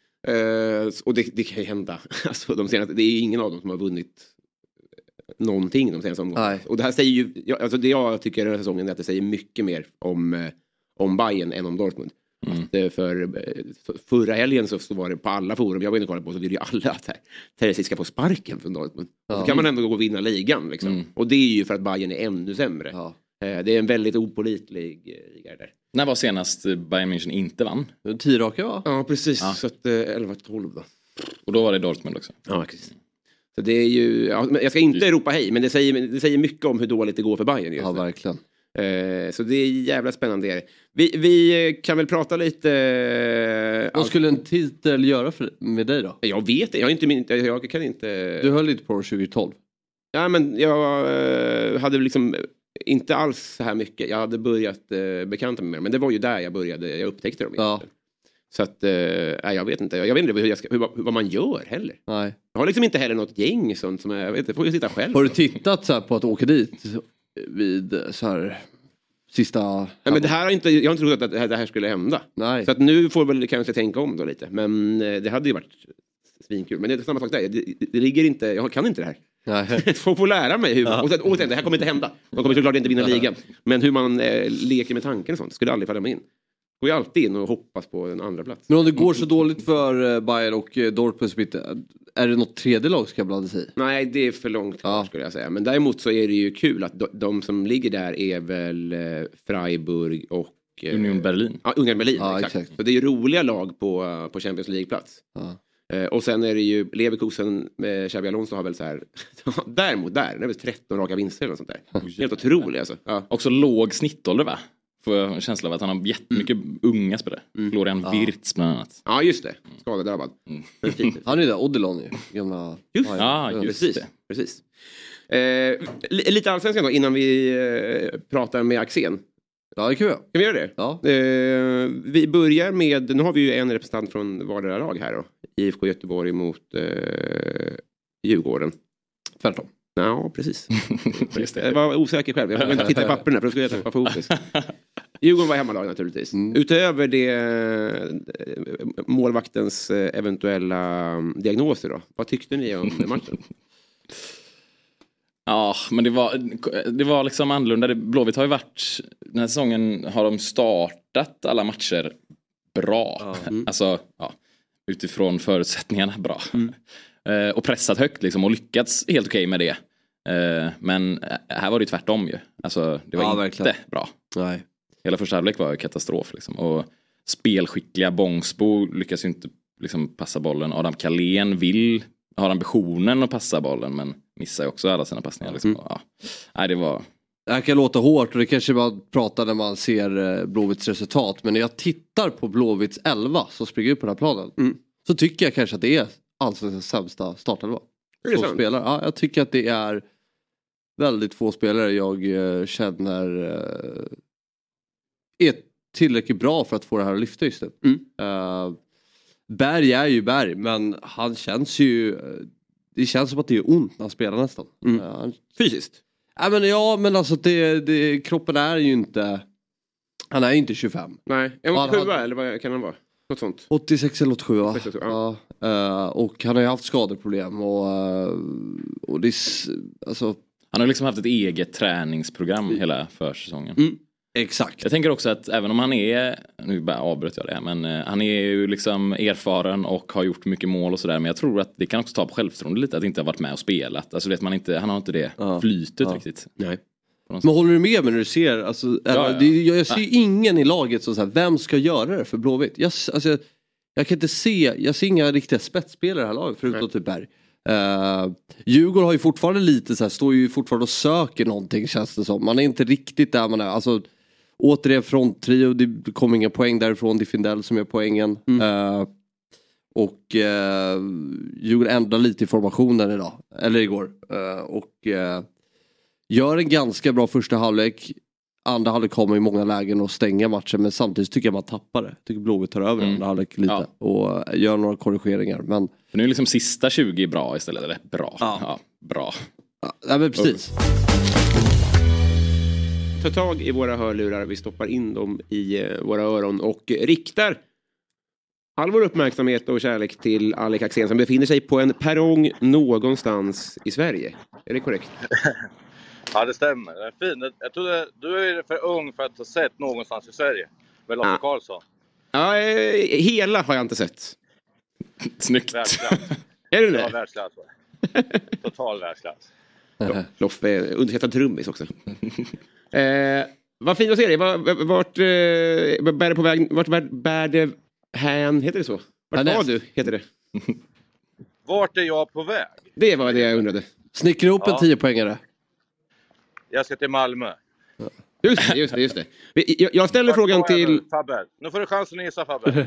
Ja. Uh, och det, det kan ju hända. Alltså, de senaste, det är ingen av dem som har vunnit någonting de senaste omgångarna. Och det här säger ju... Alltså det jag tycker den här säsongen är att det säger mycket mer om, om Bayern än om Dortmund. Mm. Att för, för förra helgen så, så var det på alla forum jag var inne och kollade på så ville ju alla att Terzic ska få sparken från Dortmund. Ja. Så kan man ändå gå och vinna ligan liksom. Mm. Och det är ju för att Bayern är ännu sämre. Ja. Det är en väldigt opålitlig liga där. När var senast Bayern München inte vann? Tio raka va? Ja precis, ja. Så att elva tolv då. Och då var det Dortmund också. Ja precis. Så det är ju, ja, jag ska inte ropa hej men det säger, det säger mycket om hur dåligt det går för Bayern just. Ja verkligen. Så det är jävla spännande. Vi, vi kan väl prata lite... Vad skulle en titel göra för, med dig då? Jag vet det, jag, är inte, jag kan inte... Du höll lite på tjugohundratolv. Ja men jag hade liksom inte alls så här mycket. Jag hade börjat bekanta mig med det. Men det var ju där jag började, jag upptäckte dem. Ja. Så att, nej jag vet inte. Jag vet inte hur jag ska, hur, vad man gör heller. Nej. Jag har liksom inte heller något gäng sånt som jag vet inte, får ju sitta själv. Har du tittat så här på att åka dit vid så här sista... Nej, men det här har inte, jag har inte trott att det här skulle hända. Nej. Så att nu får väl kanske tänka om då lite. Men det hade ju varit svinkul. Men det är samma sak där. Det, det ligger inte, jag kan inte det här. Få få lära mig hur man, och sen, återigen, det här kommer inte hända. De kommer såklart inte vinna ligan. Men hur man eh, leker med tanken och sånt skulle aldrig falla mig in. Går ju alltid in och hoppas på en andra plats. Men om det går så dåligt för Bayern och Dortmund, är det något tredje lag ska blanda sig i? Nej, det är för långt kvar, ja. skulle jag säga. Men däremot så är det ju kul att de, de som ligger där är väl eh, Freiburg och eh, Union Berlin. Ja, Union Berlin, ja, exakt. exakt. Så det är ju roliga lag på, på Champions League-plats. Ja. Eh, och sen är det ju Leverkusen med Xabi Alonso har väl så här däremot där, det är väl tretton raka vinster eller sånt där. Helt otroligt alltså. Ja. Också låg snittålder, va? Får jag en känsla av att han har jättemycket mm. unga spelare. Mm. Florian ja. Wirtz bland annat. Ja, just det. Skadedrabbad. Mm. Han är ju där, Odilon ju. Gamla... Just, ja, just precis. det. Precis. Eh, lite allsvenskan då, innan vi eh, pratar med Axén. Ja, det kan vi göra. Kan vi göra det? Ja. Eh, vi börjar med, nu har vi ju en representant från vardera lag här då. I F K Göteborg mot eh, Djurgården. Tvärtom. Ja, precis. Just det. Jag var osäker själv. Jag får inte titta i papperna för då skulle jag tappa fokus. Djurgården var hemmalag naturligtvis. Mm. Utöver det målvaktens eventuella diagnoser då. Vad tyckte ni om matchen? Ja, men det var, det var liksom annorlunda. Blåvitt har ju varit, den här säsongen har de startat alla matcher bra. Mm. Alltså, ja, utifrån förutsättningarna bra. Mm. Uh, och pressat högt liksom och lyckats helt okej med det. Uh, men här var det tvärtom ju. Alltså, det var ja, inte verkligen bra. Nej. Hela första halvlek var katastrof liksom. Och spelskickliga Bångsbo lyckas ju inte liksom passa bollen. Adam Kalén vill, har ambitionen att passa bollen men missar ju också alla sina passningar liksom. Mm. Och, ja. Nej, det var... Det här kan låta hårt och det kanske man pratar när man ser Blåvitts resultat. Men när jag tittar på Blåvitts elva som springer upp på den här planen mm. så tycker jag kanske att det är alltså den sämsta startelva. Så spelar. Ja, jag tycker att det är väldigt få spelare jag eh, känner eh, är tillräckligt bra för att få det här att lyfta just nu. Mm. Uh, Berg är ju Berg, men han känns ju, det känns som att det är ont när han spelar nästan. Mm. Uh, han, Fysiskt? Ja men, ja, men alltså det, det, kroppen är ju inte, han är ju inte tjugofem. Nej, är han åttiosju eller vad kan han vara? Något sånt. åttiosex eller åttiosju, va? åttiosju, ja. Ja, uh, och han har ju haft skadeproblem och, uh, och det är, alltså... Han har liksom haft ett eget träningsprogram mm. hela försäsongen. Mm. Exakt. Jag tänker också att även om han är, nu bara avbröt jag det, men uh, han är ju liksom erfaren och har gjort mycket mål och sådär, men jag tror att det kan också ta på självförtroende lite att inte ha varit med och spelat. Alltså vet man inte, han har inte det ja. flytet ja. riktigt. Nej. Men håller du med mig när du ser, alltså, ja, ja. Det, jag, jag ser ju ingen i laget som så här, vem ska göra det för Blåvitt? Jag, alltså, jag, jag kan inte se, jag ser inga riktiga spetsspelare i det här laget förutom typ Berg. Uh, Djurgården har ju fortfarande lite så här, står ju fortfarande och söker någonting känns det som. Man är inte riktigt där man är, alltså återigen fronttrio, det kom inga poäng därifrån, det är Findell som gör poängen. Mm. Uh, och uh, Djurgården ändrar lite i formationen idag, eller igår. Uh, och uh, gör en ganska bra första halvlek. Andra halvlek kommer i många lägen och stänga matchen. Men samtidigt tycker jag man tappar det. Jag tycker Blåvitt tar över mm. andra halvlek lite. Ja. Och gör några korrigeringar. Men... För nu är liksom sista tjugo bra istället. Eller bra. Ja. Ja, bra. Ja, men precis. Ta tag i våra hörlurar. Vi stoppar in dem i våra öron. Och riktar all vår uppmärksamhet och kärlek till Alex Axén som befinner sig på en perrong någonstans i Sverige. Är det korrekt? Ja, det stämmer. Det är fin. Jag trodde, du är för ung för att ha sett någonstans i Sverige. Väl Lasse ja. Karlsson? Ja, hela har jag inte sett. Snyggt. Världsklass. Är det det? Ja, världsklass. Total världsklass. Loffe är underskattad trummis också. eh, vad fint att se dig. Vart, vart eh, bär det på väg? Vart bär det hän? Heter det så? Vart var du? Heter det. Vart är jag på väg? Det var det jag undrade. Snickra ihop en tio poängare. Jag ska till Malmö. Just det, just det, just det. Jag, jag ställer Vart frågan till... Nu, Fabbe. Nu får du chansen att gissa, Fabbe.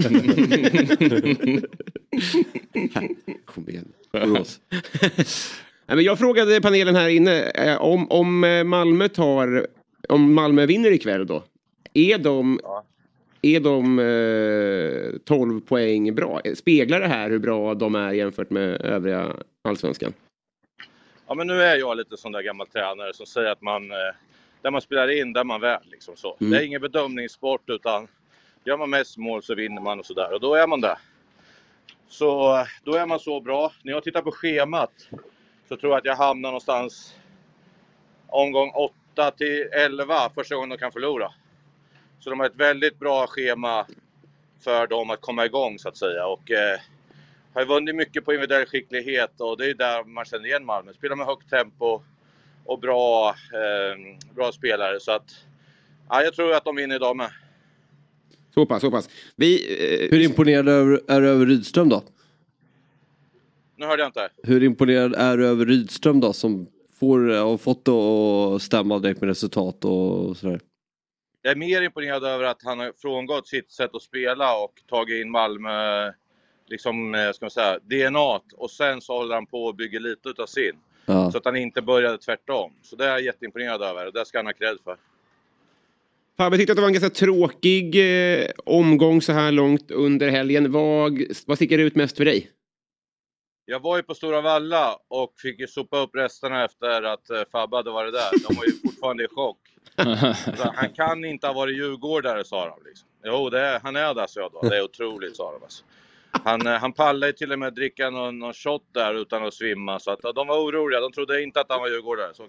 Kom igen. Nej, men jag frågade panelen här inne om, om Malmö tar... Om Malmö vinner ikväll då. Är de... Ja. Är de eh, tolv poäng bra? Speglar det här hur bra de är jämfört med övriga allsvenskan? Ja, men nu är jag lite sån där gammal tränare som säger att man, eh, där man spelar in, där man väl liksom så. Mm. Det är ingen bedömningssport utan gör man mest mål så vinner man och sådär. Och då är man där. Så då är man så bra. När jag tittar på schemat så tror jag att jag hamnar någonstans omgång åtta till elva första gången de kan förlora. Så de har ett väldigt bra schema för dem att komma igång så att säga. Och eh, har ju vunnit mycket på individuell skicklighet och det är där man känner igen Malmö. Spelar med högt tempo och bra, eh, bra spelare. Så att ja, jag tror att de vinner idag med. Så pass, så pass. Vi, eh, Hur imponerad är, är du över Rydström då? Nu hörde jag inte. Hur imponerad är du över Rydström då som får och fått det att stämma direkt med resultat och sådär? Jag är mer imponerad över att han har frångått sitt sätt att spela och tagit in Malmö liksom, ska man säga, D N A och sen så håller han på att bygga lite utav sin. Ja. Så att han inte började tvärtom. Så det är jag jätteimponerad över och det ska han ha cred för. Fabbe, tyckte att det var en ganska tråkig eh, omgång så här långt under helgen. Vad, vad sticker ut mest för dig? Jag var ju på Stora Valla och fick ju sopa upp resterna efter att eh, Fabbe hade varit där. De var ju fortfarande i chock. Så, han kan inte ha varit djurgårdare, sa de. Liksom. Jo, det är, han är där, så jag då. Det är otroligt, sa de. Alltså. Han, han pallade till och med att dricka någon, någon shot där utan att svimma. Så att, de var oroliga. De trodde inte att han var djurgårdare. Så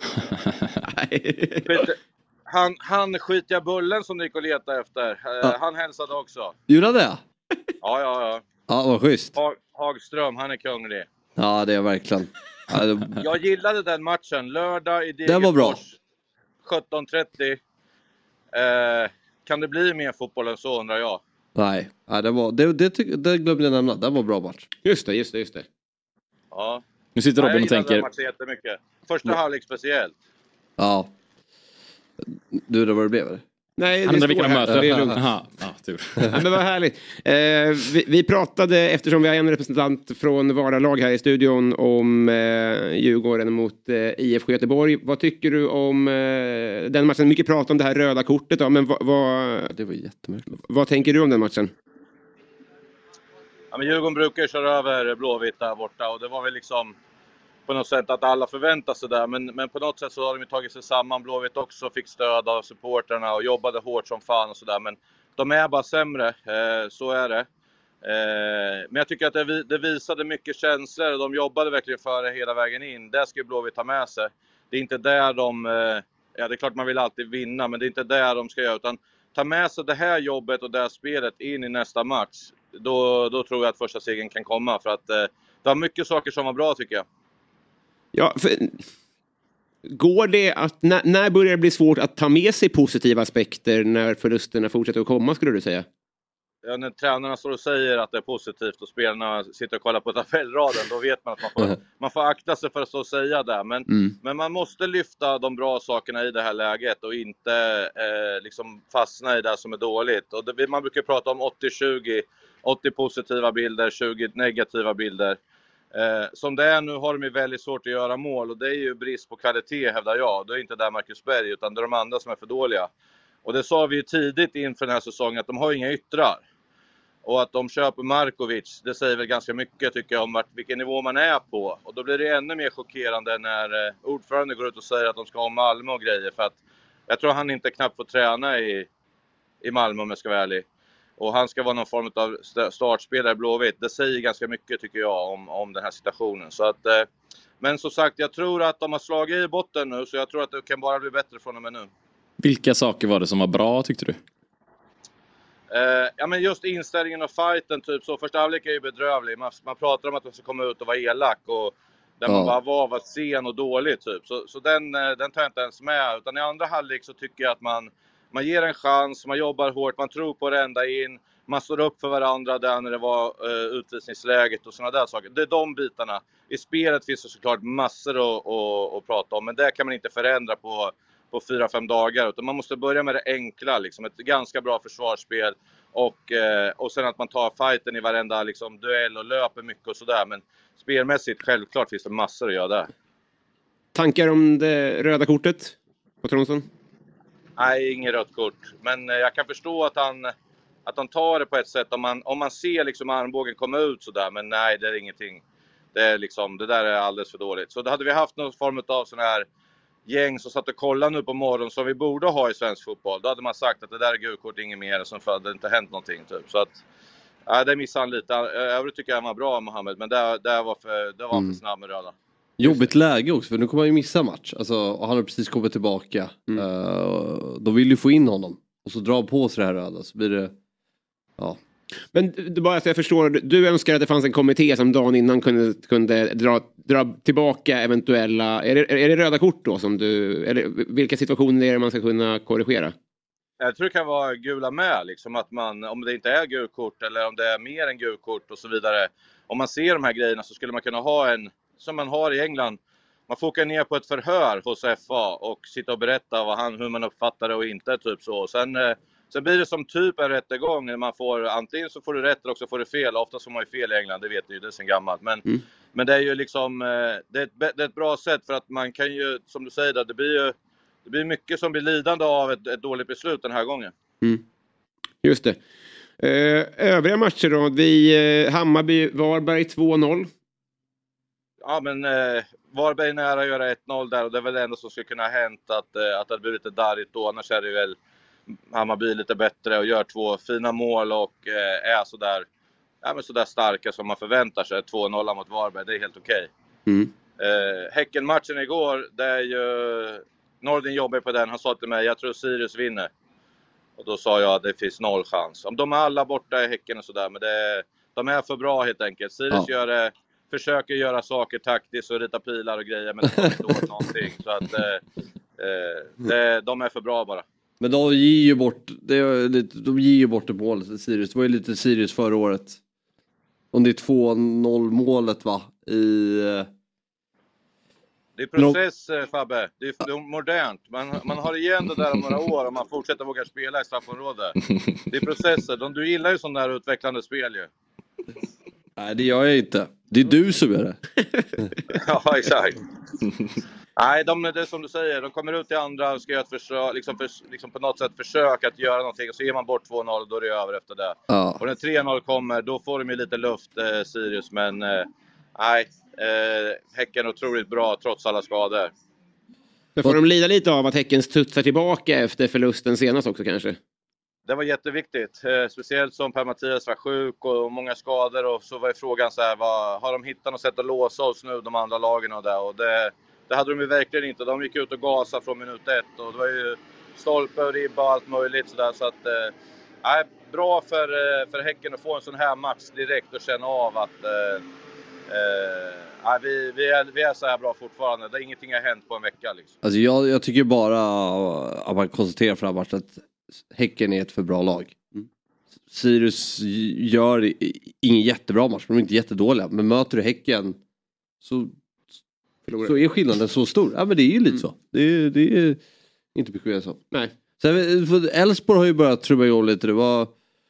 han, han skitiga bullen som Nico letade efter. Ja. Han hälsade också. Gjorde det? Ja, ja, ja. Ja, vad schysst. Hag, Hagström, han är kunglig. Ja, det är verkligen. Ja, det... Jag gillade den matchen. Lördag i Den var bra. sjutton trettio. Eh, kan det bli mer fotboll än så, undrar jag? Nej, ja, det, var, det, det, det, det glömde jag nämna. Det var en bra match. Just det, just det, just det. Ja. Nu sitter Robin ja, och tänker... Jag gillade den matchen jättemycket. Första ja. halvlek speciellt. Ja. Du, det var det blev, eller? Nej, Andra vilka de möter. Det är lugnt. Aha, ja, tur. Ja, men vad härligt. Eh, vi, vi pratade, eftersom vi har en representant från Varalag här i studion, om eh, Djurgården mot eh, I F K Göteborg. Vad tycker du om eh, den matchen? Mycket prat om det här röda kortet då, men vad, vad, det var jättemärkligt. Vad tänker du om den matchen? Ja, men Djurgården brukar köra över Blåvitt där borta och det var väl liksom på något sätt att alla förväntar sig där. Men, men på något sätt så har de ju tagit sig samman. Blåvitt också fick stöd av supporterna och jobbade hårt som fan och sådär. Men de är bara sämre, eh, så är det. Eh, men jag tycker att det, det visade mycket känslor och de jobbade verkligen för det hela vägen in. Det ska ju Blåvitt ta med sig. Det är inte där de, eh, ja det är klart man vill alltid vinna, men det är inte där de ska göra. Utan ta med sig det här jobbet och det här spelet in i nästa match. Då, då tror jag att första segern kan komma. För att eh, det var mycket saker som var bra, tycker jag. Ja, för, går det att, när, när börjar det bli svårt att ta med sig positiva aspekter när förlusterna fortsätter att komma, skulle du säga? Ja, när tränarna står och säger att det är positivt och spelarna sitter och kollar på tabellraden, då vet man att man får, mm. man får akta sig för att stå och säga det. Men, mm. men man måste lyfta de bra sakerna i det här läget och inte eh, liksom fastna i det som är dåligt. Och det, man brukar prata om åttio tjugo, åttio positiva bilder, tjugo negativa bilder. Eh, som det är nu har de ju väldigt svårt att göra mål och det är ju brist på kvalitet, hävdar jag. Det är inte där Marcus Berg utan det är de andra som är för dåliga. Och det sa vi ju tidigt inför den här säsongen att de har inga yttrar. Och att de köper Markovic, det säger väl ganska mycket tycker jag om vart, vilken nivå man är på. Och då blir det ännu mer chockerande när eh, ordförande går ut och säger att de ska ha Malmö och grejer. För att jag tror han inte knappt får träna i, i Malmö om jag ska vara ärlig. Och han ska vara någon form av startspelare i Blåvitt. Det säger ganska mycket tycker jag om, om den här situationen. Så att, eh, men som sagt, jag tror att de har slagit i botten nu. Så jag tror att det kan bara bli bättre från och med nu. Vilka saker var det som var bra, tyckte du? Eh, ja, men just inställningen och fighten. Typ, så första halvlek är ju bedrövlig. Man, man pratar om att man ska komma ut och vara elak. Och där ja. man bara var, var sen och dålig. Typ. Så, så den, den tar jag inte ens med. Utan i andra halvlek så tycker jag att man... Man ger en chans, man jobbar hårt, man tror på det ända in. Man står upp för varandra där när det var uh, utvisningsläget och sådana där saker. Det är de bitarna. I spelet finns det såklart massor att, att, att prata om. Men det kan man inte förändra på, på fyra, fem dagar. Utan man måste börja med det enkla. Liksom. Ett ganska bra försvarsspel. Och, uh, och sen att man tar fighten i varenda liksom, duell och löper mycket och sådär. Men spelmässigt självklart finns det massor att göra där. Tankar om det röda kortet på Tronsson? Nej, ingen rött kort. Men jag kan förstå att han, att han tar det på ett sätt. Om man, om man ser liksom armbågen komma ut sådär. Men nej, det är ingenting. Det, är liksom, det där är alldeles för dåligt. Så då hade vi haft någon form av sån här gäng som satt och kollade nu på morgonen som vi borde ha i svensk fotboll. Då hade man sagt att det där är gult kort, inget mer. Som för att det inte hänt någonting. Typ. Så att, ja, det missade han lite. Övrigt tycker jag han var bra, Mohammed. Men det, det var för, det var mm. för snabb med röda. Jobbigt läge också, för nu kommer han ju missa match. Alltså, han har precis kommit tillbaka. Mm. Uh, de vill ju få in honom. Och så dra på sig det här röda, så blir det... Ja. Men det bara så jag förstår, du önskar att det fanns en kommitté som dagen innan kunde, kunde dra, dra tillbaka eventuella... Är det, är det röda kort då som du... Eller vilka situationer är det man ska kunna korrigera? Jag tror det kan vara gula med, liksom att man, om det inte är gult kort eller om det är mer än gult kort och så vidare. Om man ser de här grejerna så skulle man kunna ha en, som man har i England. Man får åka ner på ett förhör hos F A och sitta och berätta vad han, hur man uppfattar det och inte, typ så. Sen, sen blir det som typ en rättegång när man får, antingen så får du rätt eller också får du fel. Ofta får man ju fel i England, det vet ni ju, det är sen gammalt. Men, mm. men det är ju liksom, det är, ett, det är ett bra sätt för att man kan ju, som du säger, det blir ju det blir mycket som blir lidande av ett, ett dåligt beslut den här gången. Mm. Just det. Eh, övriga matcher då, vi, eh, Hammarby, Varberg två noll. Ja, men eh, Varberg är nära att göra ett noll där och det är väl det enda som skulle kunna ha hänt att, eh, att det blir lite darrigt då. Annars är det väl Hammarby lite bättre och gör två fina mål och eh, är sådär, ja, men sådär starka som man förväntar sig. två noll mot Varberg, det är helt okej. Okay. Mm. Eh, Häcken-matchen igår, det är ju... Nordin jobbar på den, han sa till mig, jag tror Sirius vinner. Och då sa jag att det finns noll chans. Om de är alla borta i Häcken och sådär, men det, de är för bra helt enkelt. Sirius ja. gör det, försöker göra saker taktiskt och rita pilar och grejer, men de har inte åt någonting. Så att eh, det, de är för bra bara. Men de ger ju bort, det är lite, de ger ju bort det målet, Sirius. Det var ju lite Sirius förra året. Om det är två noll målet va, i... Det är process, Fabbe. Det är, det är modernt. Man, man har igen det där om några år och man fortsätter våga spela i straffområdet. Det är processer. De, du gillar ju sån där utvecklande spel ju. Nej, det gör jag inte. Det är du som gör det. Ja, exakt. Nej, de, det är som du säger. De kommer ut i andra och ska göra ett försök, liksom, för, liksom på något sätt försöka att göra någonting. Och så ger man bort två noll och då är det över efter det. Ja. Och när tre noll kommer, då får de ju lite luft, eh, Sirius. Men eh, nej... Eh, Häcken är otroligt bra trots alla skador. Men får de lida lite av att Häcken studsar tillbaka efter förlusten senast också kanske? Det var jätteviktigt. Eh, speciellt som Per-Mattias var sjuk och många skador. Och så var ju frågan så här, vad, har de hittat något sätt att låsa oss nu, de andra lagen och det? Och det, det hade de ju verkligen inte. De gick ut och gasade från minut ett. Och det var ju stolpe och ribba och allt möjligt. Så, där, så att, eh, bra för, för Häcken att få en sån här match direkt och känna av att... Eh, Uh, vi, vi, är, vi är så här bra fortfarande. Det, ingenting har hänt på en vecka liksom. Alltså jag, jag tycker bara att man konstaterar framåt att Häcken är ett för bra lag. Mm. Sirius gör ingen jättebra match, men de är inte jättedåliga. Men möter du Häcken så, så är skillnaden så stor. Ja, men det är ju lite mm. så. Det är, det är inte mycket så. Nej. Elfsborg har ju börjat trubba igång lite. Det var...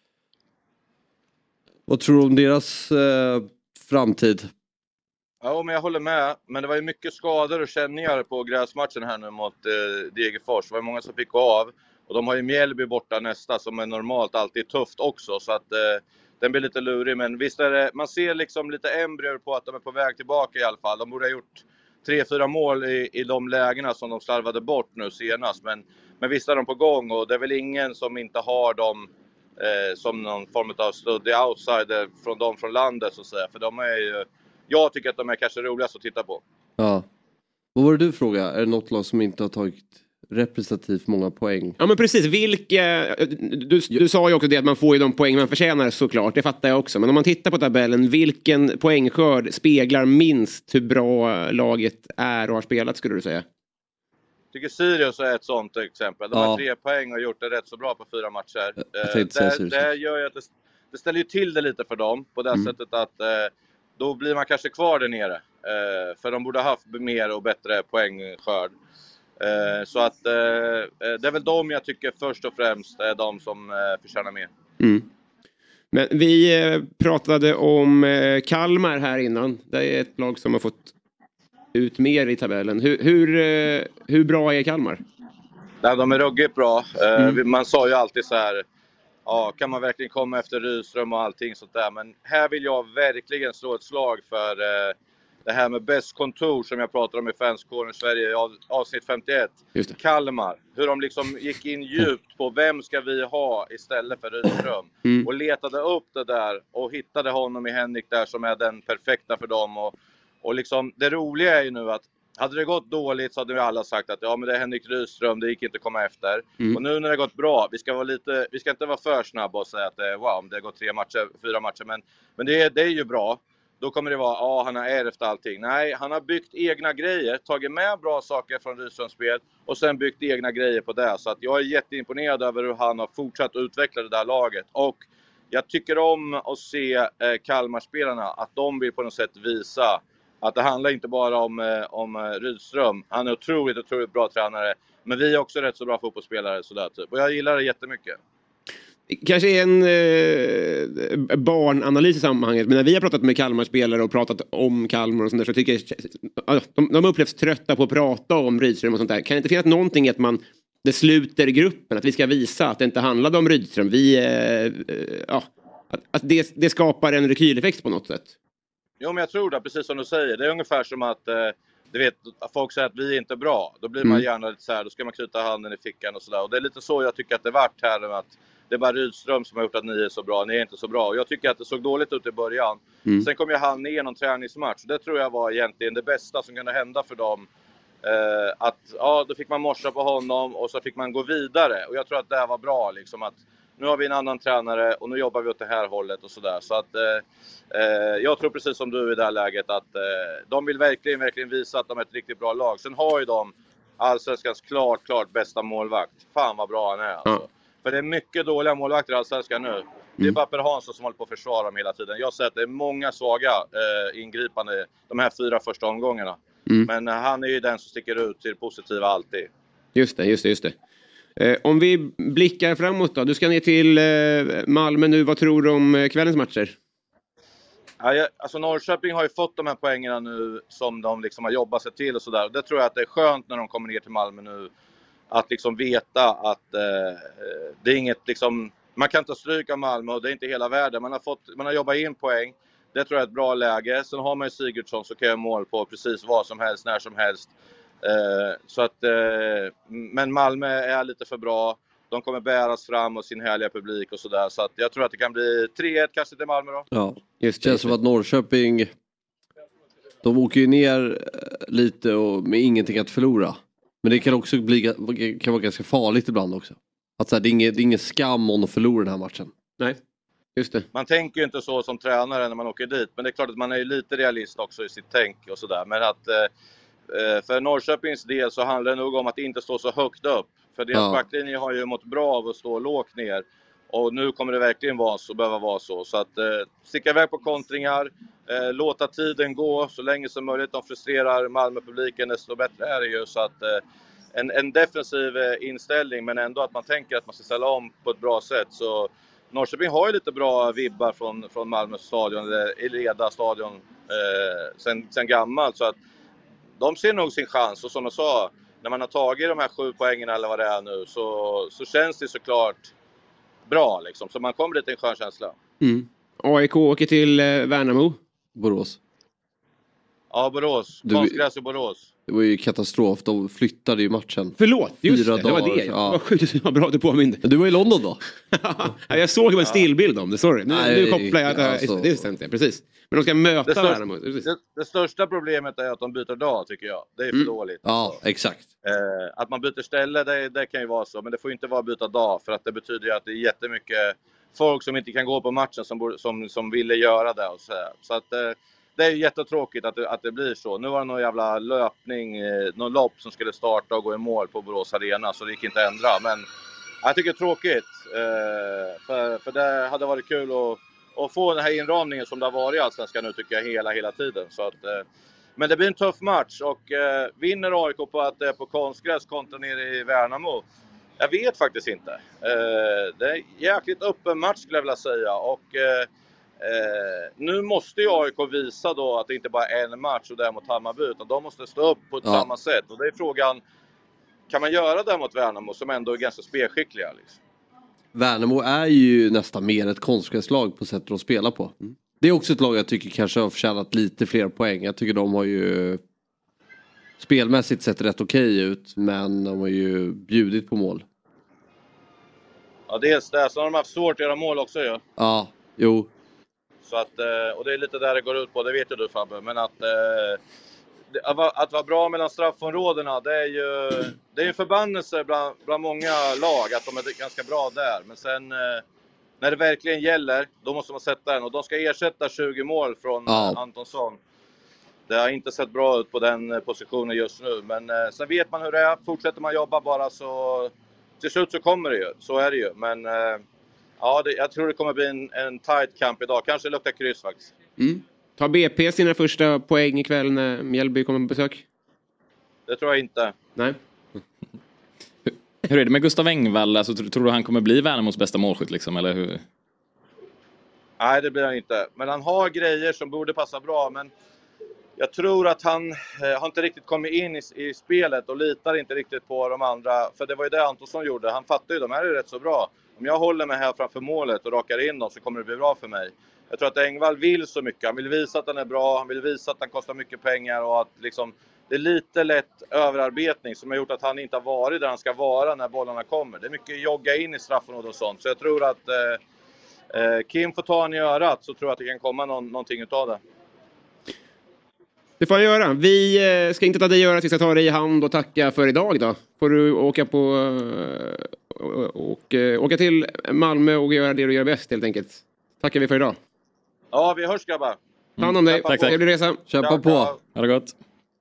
Vad tror du om deras... Eh, framtid? Ja, men jag håller med. Men det var ju mycket skador och känningar på gräsmatchen här nu mot eh, Degerfors. Det var många som fick gå av. Och de har ju Mjällby borta nästa som är normalt alltid tufft också. Så att eh, den blir lite lurig. Men visst är det, man ser liksom lite embryor på att de är på väg tillbaka i alla fall. De borde ha gjort tre, fyra mål i, i de lägena som de slarvade bort nu senast. Men, men visst är de på gång och det är väl ingen som inte har dem Eh, som någon form av studie outsider från dem från landet så att säga. För de är ju, jag tycker att de är kanske roligast att titta på. Ja. Vad var det du frågade? Är det något lag som inte har tagit representativt många poäng? Ja men precis, vilka du, du sa ju också det att man får ju de poäng man förtjänar såklart, det fattar jag också. Men om man tittar på tabellen, vilken poängskörd speglar minst hur bra laget är och har spelat skulle du säga? Jag tycker Sirius är ett sånt exempel. De ja. har tre poäng och gjort det rätt så bra på fyra matcher. Eh, det, det gör ju att det, det ställer ju till det lite för dem. På det mm. sättet att eh, då blir man kanske kvar där nere. Eh, för de borde ha haft mer och bättre poängskörd. Eh, så att eh, det är väl de jag tycker först och främst är de som eh, förtjänar mer. Mm. Men vi eh, pratade om eh, Kalmar här innan. Det är ett lag som har fått ut mer i tabellen. Hur, hur, hur bra är Kalmar? Nej, de är ruggigt bra. Mm. Man sa ju alltid så här, ja, kan man verkligen komma efter Rydström och allting sånt där. Men här vill jag verkligen slå ett slag för det här med bäst kontor som jag pratade om i fanskåren i Sverige i avsnitt femtioett. Kalmar. Hur de liksom gick in djupt på vem ska vi ha istället för Rydström. Mm. Och letade upp det där och hittade honom i Henrik där som är den perfekta för dem. Och Och liksom, det roliga är ju nu att hade det gått dåligt så hade vi alla sagt att ja, men det är Henrik Rydström, det gick inte att komma efter. Mm. Och nu när det gått bra, vi ska vara lite, vi ska inte vara för snabba och säga att det, wow, det har gått tre matcher, fyra matcher, men, men det, det är ju bra. Då kommer det vara, ja, han har ärvt allting. Nej, han har byggt egna grejer, tagit med bra saker från Rydströms spel och sen byggt egna grejer på det. Så att jag är jätteimponerad över hur han har fortsatt utveckla det där laget. Och jag tycker om att se eh, Kalmar-spelarna, att de vill på något sätt visa att det handlar inte bara om, eh, om Rydström. Han är otroligt, otroligt bra tränare. Men vi är också rätt så bra fotbollsspelare. Sådär, typ. Och jag gillar det jättemycket. Kanske en eh, barnanalys i sammanhanget. Men när vi har pratat med Kalmar-spelare och pratat om Kalmar och sånt där, så tycker jag de, de upplevs trötta på att prata om Rydström och sånt där. Kan det inte finnas någonting att man det sluter gruppen? Att vi ska visa att det inte handlade om Rydström. Vi, eh, eh, ja, att, att det, det skapar en rekyleffekt på något sätt. Jo, men jag tror det, precis som du säger. Det är ungefär som att eh, du vet, folk säger att vi är inte bra. Då blir man mm. gärna lite så här, då ska man knyta handen i fickan och sådär. Och det är lite så jag tycker att det varit här med att det är bara Rydström som har gjort att ni är så bra. Ni är inte så bra. Och jag tycker att det såg dåligt ut i början. Mm. Sen kom ju han ner någon träningsmatch. Det tror jag var egentligen det bästa som kunde hända för dem. Eh, att ja, då fick man morsa på honom och så fick man gå vidare. Och jag tror att det var bra liksom, att nu har vi en annan tränare och nu jobbar vi åt det här hållet och sådär. Så att eh, eh, jag tror precis som du i det här läget att eh, de vill verkligen, verkligen visa att de är ett riktigt bra lag. Sen har ju de Allsvenskans klart, klart bästa målvakt. Fan vad bra han är alltså. Mm. För det är mycket dåliga målvakter i Allsvenskan nu. Mm. Det är bara Per Hansson som håller på att försvara dem hela tiden. Jag har sett att det är många svaga eh, ingripande de här fyra första omgångarna. Mm. Men eh, han är ju den som sticker ut till det positiva alltid. Just det, just det, just det. Eh, om vi blickar framåt då. Du ska ner till eh, Malmö nu. Vad tror du om eh, kvällens matcher? Ja, jag, alltså Norrköping har ju fått de här poängerna nu som de liksom har jobbat sig till och sådär. Det tror jag att det är skönt när de kommer ner till Malmö nu. Att liksom veta att eh, det är inget liksom, man kan inte stryka Malmö och det är inte hela världen. Man har, fått, man har jobbat in poäng. Det tror jag är ett bra läge. Sen har man ju Sigurdsson så kan jag mål på precis vad som helst, när som helst. Eh, så att, eh, men Malmö är lite för bra. De kommer bäras fram och sin härliga publik och sådär. Så att jag tror att det kan bli tre ett kanske till Malmö då. Ja, just det känns som att Norrköping, de åker ju ner lite och med ingenting att förlora. Men det kan också bli, kan vara ganska farligt ibland också. Att så här, det, är ingen, det är ingen skam om att förlora den här matchen. Nej, just det. Man tänker ju inte så som tränare när man åker dit. Men det är klart att man är ju lite realist också i sitt tänk och sådär. Men att eh, för Norrköpings del så handlar det nog om att inte stå så högt upp. För deras ja. backlinje har ju mått bra av att stå lågt ner. Och nu kommer det verkligen vara så, behöva vara så. Så att eh, sticka iväg på kontringar. Eh, låta tiden gå så länge som möjligt. De frustrerar Malmö-publiken, desto bättre är det ju. Så att eh, en, en defensiv eh, inställning, men ändå att man tänker att man ska ställa om på ett bra sätt. Så Norrköping har ju lite bra vibbar från, från Malmö stadion, eller Eleda stadion eh, sen, sen gammalt. Så att de ser nog sin chans. Och som jag sa, när man har tagit de här sju poängen eller vad det är nu, så, så känns det såklart bra liksom. Så man kommer lite en skön känsla. Mm. A I K åker till eh, Värnamo. Borås. Ja, Borås. Konstgräs i Borås. Det var ju katastrof. De flyttade ju matchen. Förlåt, just Fyra det. dagar. Det var det. Ja. Vad sjukt, vad bra du påminner. Du var i London då? Jag såg en stillbild om det, sorry. Nu, Nej, nu kopplar jag att alltså... det är inte, precis. Men de ska möta det största, Värnamo. Det, det största problemet är att de byter dag, tycker jag. Det är för mm. dåligt. Ja, så. exakt. Eh, att man byter ställe, det, det kan ju vara så. Men det får inte vara byta dag. För att det betyder ju att det är jättemycket folk som inte kan gå på matchen som, som, som ville göra det. Och så så att, eh, det är jättetråkigt att det, att det blir så. Nu var det någon jävla löpning, eh, någon lopp som skulle starta och gå i mål på Borås Arena. Så det gick inte att ändra. Men jag tycker det är tråkigt. Eh, för, för det hade varit kul att och få den här inramningen som det har varit i Allsvenskan nu, tycker jag, hela, hela tiden. Så att, eh, men det blir en tuff match. Och eh, vinner A I K på att det är på konstgräs kontra nere i Värnamo? Jag vet faktiskt inte. Eh, det är en jäkligt öppen match, skulle jag vilja säga. Och eh, eh, nu måste ju A I K visa då att det inte bara är en match och det är mot Hammarby. Utan de måste stå upp på ett ja. samma sätt. Och det är frågan, kan man göra det mot Värnamo som ändå är ganska spelskickliga liksom? Värnamo är ju nästan mer ett konstgräslag på sättet att spela på. Mm. Det är också ett lag jag tycker kanske har förtjänat lite fler poäng. Jag tycker de har ju spelmässigt sett rätt okej ut, men de har ju bjudit på mål. Ja, dels det. Så har de haft svårt att göra mål också ju. Ja. ja, jo. Så att, och det är lite där det går ut på, det vet ju du Fabbe. Men att, att, vara, att vara bra mellan straffområdena, det är ju det är en förbannelse bland, bland många lag att de är ganska bra där. Men sen när det verkligen gäller, då måste man sätta den. Och de ska ersätta tjugo mål från ja. Antonsson. Det har inte sett bra ut på den positionen just nu. Men eh, sen vet man hur det är. Fortsätter man jobba bara så... Till slut så kommer det ju. Så är det ju. Men eh, ja, det, jag tror det kommer bli en, en tight kamp idag. Kanske luktar kryss faktiskt. Mm. Tar B P sina första poäng ikväll när Mjällby kommer på besök? Det tror jag inte. Nej. Hur är det med Gustav Engvall? Alltså, tror du han kommer bli Värnamos bästa målskytt liksom? Eller hur? Nej, det blir han inte. Men han har grejer som borde passa bra. Men... Jag tror att han eh, har inte riktigt kommit in i, i spelet och litar inte riktigt på de andra. För det var ju det Antonsson gjorde. Han fattar ju, de här är rätt så bra. Om jag håller mig här framför målet och rakar in dem så kommer det bli bra för mig. Jag tror att Engvall vill så mycket. Han vill visa att han är bra. Han vill visa att han kostar mycket pengar. Och att liksom, det är lite lätt överarbetning som har gjort att han inte har varit där han ska vara när bollarna kommer. Det är mycket jogga in i straffområdet och sånt. Så jag tror att eh, eh, Kim får ta han i örat, så tror jag att det kan komma någon, någonting utav det. Det får jag göra. Vi ska inte ta dig i örat, vi ska ta dig i hand och tacka för idag då. Får du åka på och, åka till Malmö och göra det du gör bäst helt enkelt. Tackar vi för idag. Ja, vi hörs grabbar. Ta hand om dig. Tack, tack. Trevlig resa. Kämpa på. Ha det gott.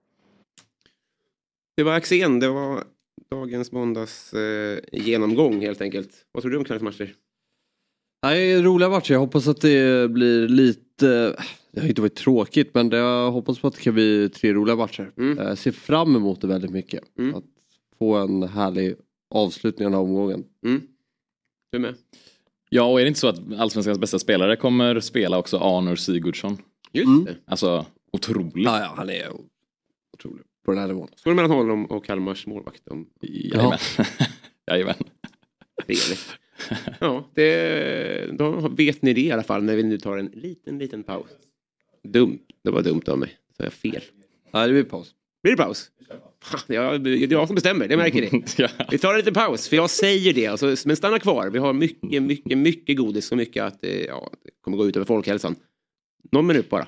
Det var Axén. Det var dagens måndags eh, genomgång helt enkelt. Vad tror du om kvällsmatcher? Nej, roliga matcher. Jag hoppas att det blir lite... Det har inte varit tråkigt, men det, jag hoppas på att det kan bli tre roliga matcher. Mm. Jag ser fram emot det väldigt mycket. Mm. Att få en härlig avslutning av omgången. Mm. Du med? Ja, och är det inte så att Allsvenskans bästa spelare kommer spela också Arnor Sigurdsson? Just mm. det. Alltså, otroligt. Ja, ja, han är otrolig på den här nivån. Står det mellan honom och Kalmars målvakt? Om... Jajamän. Jajamän. Trevligt. Ja, det, då vet ni det i alla fall när vi nu tar en liten, liten paus. Dumt, det var dumt av mig. Så jag fel. Nej, det blir paus. Blir det paus? Ja, det är jag som bestämmer, det märker ni. Ja. Vi tar en liten paus, för jag säger det. Alltså, men stanna kvar, vi har mycket, mycket, mycket godis. Så mycket att ja, det kommer gå ut över folkhälsan. Någon minut bara.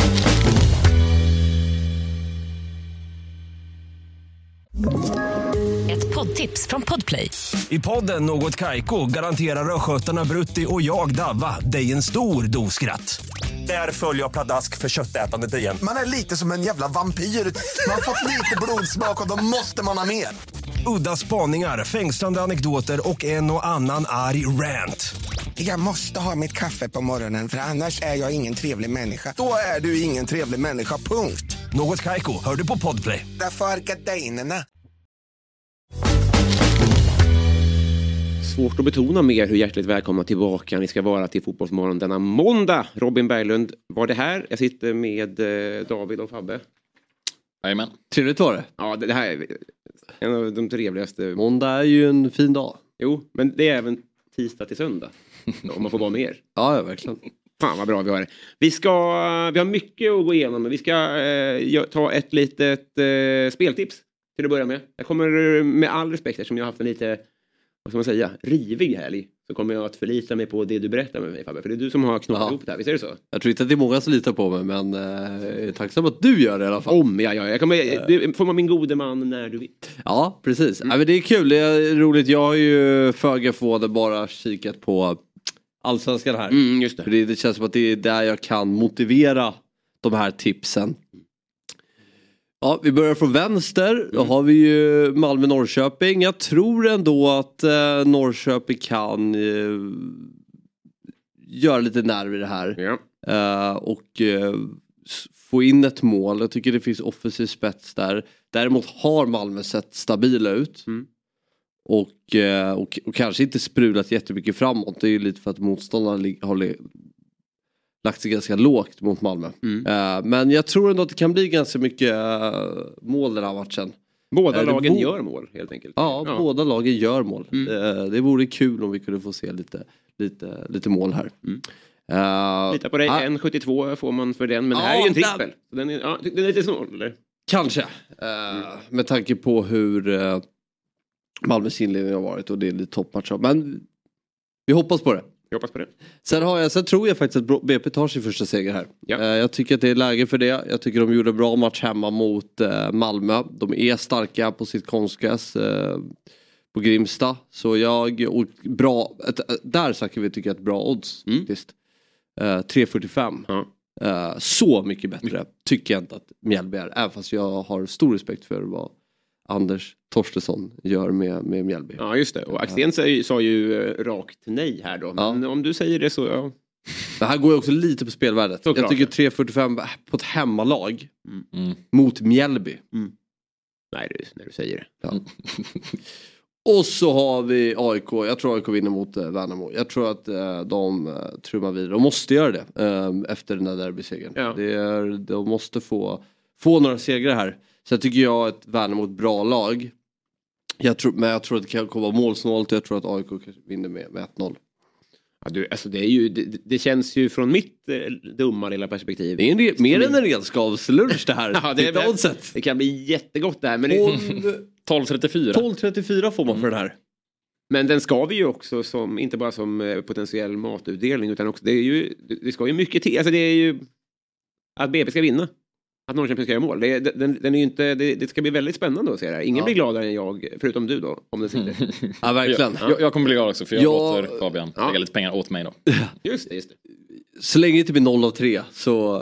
Ett poddtips från Podplay. I podden Något Kaiko garanterar röskötarna Brutti och jag Davva dig en stor doskratt. Där följer jag pladask för köttätandet igen. Man är lite som en jävla vampyr. Man har fått lite blodsmak och då måste man ha mer. Udda spaningar, fängslande anekdoter och en och annan arg rant. Jag måste ha mitt kaffe på morgonen, för annars är jag ingen trevlig människa. Då är du ingen trevlig människa, punkt. Något Kaiko, hör du på Podplay. Därför är gardinerna. Svårt att betona mer hur hjärtligt välkomna tillbaka ni ska vara till Fotbollsmorgon denna måndag. Robin Berglund var det här. Jag sitter med David och Fabbe. Jajamän. Trevligt var det. Ja, det här är en av de trevligaste. Måndag är ju en fin dag. Jo, men det är även tisdag till söndag. Om man får vara med er. Ja, ja, verkligen. Fan vad bra vi har det. Vi, ska, vi har mycket att gå igenom. Men vi ska eh, ta ett litet eh, speltips till att börja med. Jag kommer med all respekt, eftersom jag har haft en lite... vad ska man säga, rivig helg, så kommer jag att förlita mig på det du berättar med mig, Fabbe. För det är du som har knoppat ihop det här, visst är det så? Jag tror inte att det är många som litar på mig, men eh, jag är tacksam att du gör det i alla fall. Om, ja, ja. Jag kommer, du får man min gode man när du vill. Ja, precis. Mm. Ja, men det är kul, det är roligt. Jag har ju föga förvånande bara kikat på Allsvenskan här. Mm, just det. För det, det känns som att det är där jag kan motivera de här tipsen. Ja, vi börjar från vänster. Mm. Då har vi ju Malmö-Norrköping. Jag tror ändå att eh, Norrköping kan eh, göra lite nerv i det här. Ja. Eh, och eh, få in ett mål. Jag tycker det finns offensiv spets där. Däremot har Malmö sett stabila ut. Mm. Och, eh, och, och kanske inte sprulat jättemycket framåt. Det är ju lite för att motståndarna li- har li- lagt sig ganska lågt mot Malmö. Mm. Uh, men jag tror ändå att det kan bli ganska mycket uh, mål den här matchen. Båda uh, lagen bo- gör mål helt enkelt. Ja, ja. båda lagen gör mål. Mm. Uh, det vore kul om vi kunde få se lite, lite, lite mål här. Mm. Uh, Lita på dig, uh, en komma sjuttiotvå får man för den. Men det här är ju en trippel. Den är, ja, den är lite snål, eller? Kanske. Uh, mm. Med tanke på hur uh, Malmös inledning har varit. Och det är lite toppmatch. Men vi hoppas på det. Jag hoppas på det. Sen, har jag, sen tror jag faktiskt att B P tar sin första seger här. Ja. Jag tycker att det är läge för det. Jag tycker de gjorde en bra match hemma mot Malmö. De är starka på sitt konstgräs på Grimsta. Så jag, och bra, där snackar vi tycker jag ett bra odds mm. faktiskt. tre fyrtiofem. Ja. Så mycket bättre tycker jag inte att Mjällby är. Även fast jag har stor respekt för vad Anders Torstensson gör med, med Mjällby. Ja just det, och Axén sa ju, sa ju rakt nej här då. Men ja. Om du säger det så ja. Det här går ju också lite på spelvärdet. Så jag klart. Tycker tre fyrtiofem på ett hemmalag mm. mot Mjällby. Mm. Nej, det, när du säger det. Ja. Och så har vi A I K. Jag tror A I K vinner mot eh, Värnamo. Jag tror att eh, de eh, trummar vidare. De måste göra det eh, efter den där derbysegern. Ja. Det är, de måste få, få några segrar här. Så tycker jag att Värnamo är ett bra lag. Jag tror, men jag tror att det kan komma målsnålt. Jag tror att A I K vinner med, med ett noll. Ja, du, alltså det, är ju, det, det känns ju från mitt eh, dumma lilla perspektiv. Det är en re, mer än en redskapslunch det här. Ja, det, det, det kan bli jättegott det här. Men tolv trettiofyra. tolv trettiofyra får man mm. för den här. Men den ska vi ju också som, inte bara som potentiell matutdelning utan också, det är ju, det ska ju mycket till. Alltså det är ju att B B ska vinna. Att Norrköping ska göra mål. Det, den, den är ju inte, det, det ska bli väldigt spännande att se det här. Ingen ja. blir gladare än jag, förutom du då, om det sitter. Ja, verkligen. Ja. Jag, jag kommer bli glad också, för jag ja. låter Fabian ja. lägga lite pengar åt mig då. Just det, just det. Så länge det inte blir noll av tre, så...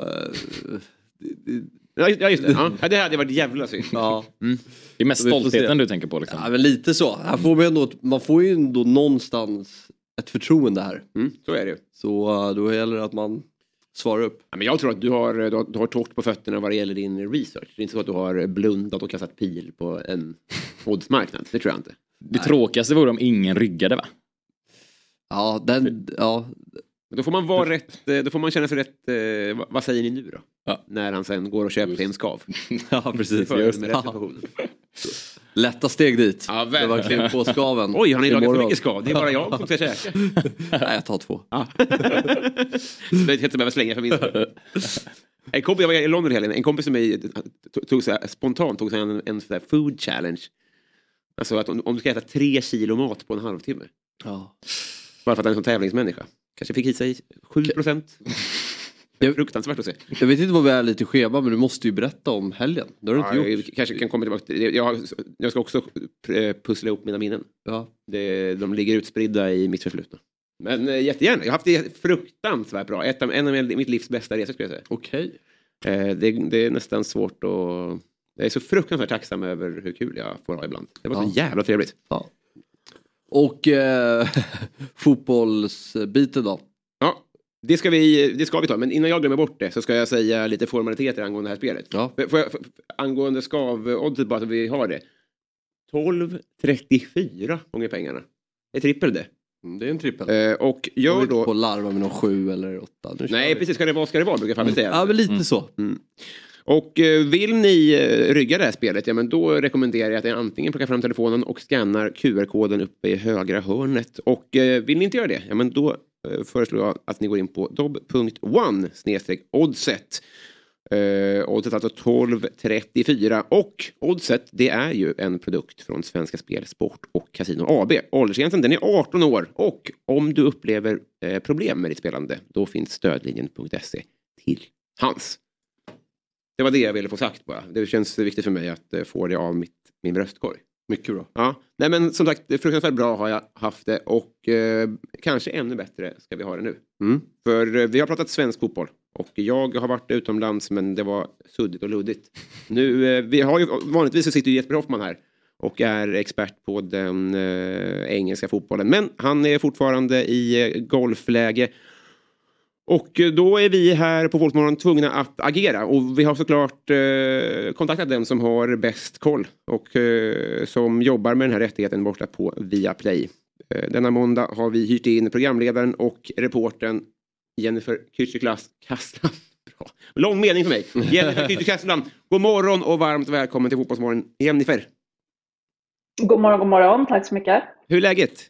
Ja, just det. Ja, det hade varit jävla synd. Ja. Mm. Det är mest stoltheten du tänker på liksom. Ja, men lite så. Här får man, ändå, man får ju ändå någonstans ett förtroende här. Mm, så är det. Så då gäller det att man... svara upp. Ja, men jag tror att du har, du har, du har torrt på fötterna vad det gäller din research. Det är inte så att du har blundat och kastat pil på en oddsmarknad. Det tror jag inte. Det Nej. tråkigaste vore om ingen ryggade, va? Ja, den... Ja. Då får man vara rätt... Då får man känna sig rätt... Eh, vad säger ni nu då? Ja. När han sen går och köper en skav. Ja, precis. Just. Med rätt lätta steg dit. Ja, det var klippt på skaven. Oj, har ni lagat för mycket skav? Det är bara jag som ska käka. Nej, jag tar två. Ja. Det är inte behöva slänga för min. En kompis, jag var i London helgen. En kompis som mig tog, tog så här, spontant tog så en, en så här food challenge. Alltså att om, om du ska äta tre kilo mat på en halvtimme. Ja. Bara för att han är en sån tävlingsmänniska. Kanske fick i sig sju procent. Det är fruktansvärt att se. Jag vet inte vad vi är lite skeva, men du måste ju berätta om helgen. Det har du inte ja, gjort. Jag kanske kan komma tillbaka. Jag, jag ska också pussla ihop mina minnen. Ja. Det, de ligger utspridda i mitt förflutna. Men äh, jättegärna. Jag har haft det fruktansvärt bra. Ett av, en av mitt livs bästa resor skulle jag säga. Okej. Okay. Eh, det, det är nästan svårt att... Jag är så fruktansvärt tacksam över hur kul jag får ha ibland. Det var ja. så jävla trevligt. Ja. Och eh, fotbollsbiten då? Ja. Det ska, vi, det ska vi ta, men innan jag glömmer bort det så ska jag säga lite formaliteter angående det här spelet. Ja. Får jag, för, angående skav-oddset bara så vi har det. tolv trettiofyra gånger pengarna. Det är trippel det. Mm, det är en trippel. Eh, och gör då... på larva med någon sju eller åtta. Nej, precis. Ska det vara, ska det vara, brukar jag säga. Ja, men lite mm. så. Mm. Och eh, vill ni eh, rygga det här spelet, ja men då rekommenderar jag att ni antingen plockar fram telefonen och scannar Q R-koden uppe i högra hörnet. Och eh, vill ni inte göra det, ja men då föreslår jag att ni går in på dobb punkt one snedstreck oddset. Uh, oddset alltså tolv trettiofyra. Och oddset, det är ju en produkt från Svenska Spel, Sport och Casino A B. Åldersgränsen, den är arton år. Och om du upplever uh, problem med ditt spelande, då finns stödlinjen punkt se till hands. Det var det jag ville få sagt bara. Det känns viktigt för mig att uh, få det av mitt, min bröstkorg. Mycket bra. Ja, nej men som sagt, fruktansvärt bra har jag haft det och eh, kanske ännu bättre ska vi ha det nu. Mm. För eh, vi har pratat svensk fotboll och jag har varit utomlands men det var suddigt och luddigt. Nu, eh, vi har ju, vanligtvis så sitter ju Jesper Hoffman här och är expert på den eh, engelska fotbollen. Men han är fortfarande i eh, golfläge. Och då är vi här på Fotbollsmorgon tvungna att agera. Och vi har såklart eh, kontaktat den som har bäst koll. Och eh, som jobbar med den här rättigheten borta på Viaplay. Eh, denna måndag har vi hyrt in programledaren och reportern Jennifer Kücüklas. Bra. Lång mening för mig. Jennifer Kücüklas. God morgon och varmt välkommen till Fotbollsmorgon, Jennifer. God morgon, god morgon. Tack så mycket. Hur är läget?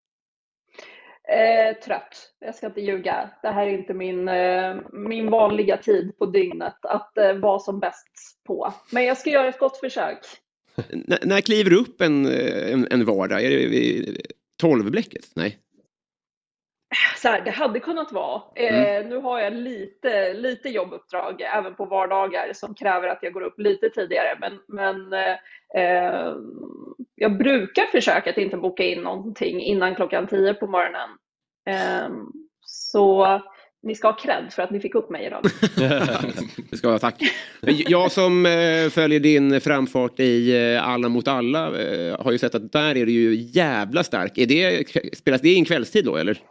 Eh, trött. Jag ska inte ljuga. Det här är inte min, eh, min vanliga tid på dygnet att eh, vara som bäst på. Men jag ska göra ett gott försök. N- när kliver du upp en, en, en vardag? Är det tolvblecket? Nej. så här, det hade kunnat vara. Mm. Eh, nu har jag lite, lite jobbuppdrag även på vardagar som kräver att jag går upp lite tidigare. Men, men eh, jag brukar försöka att inte boka in någonting innan klockan tio på morgonen. Eh, så ni ska ha cred för att ni fick upp mig idag. Det ska jag, tack. Jag som eh, följer din framfart i eh, Alla mot alla eh, har ju sett att där är du ju jävla stark. Är det, spelas det i en kvällstid då, eller?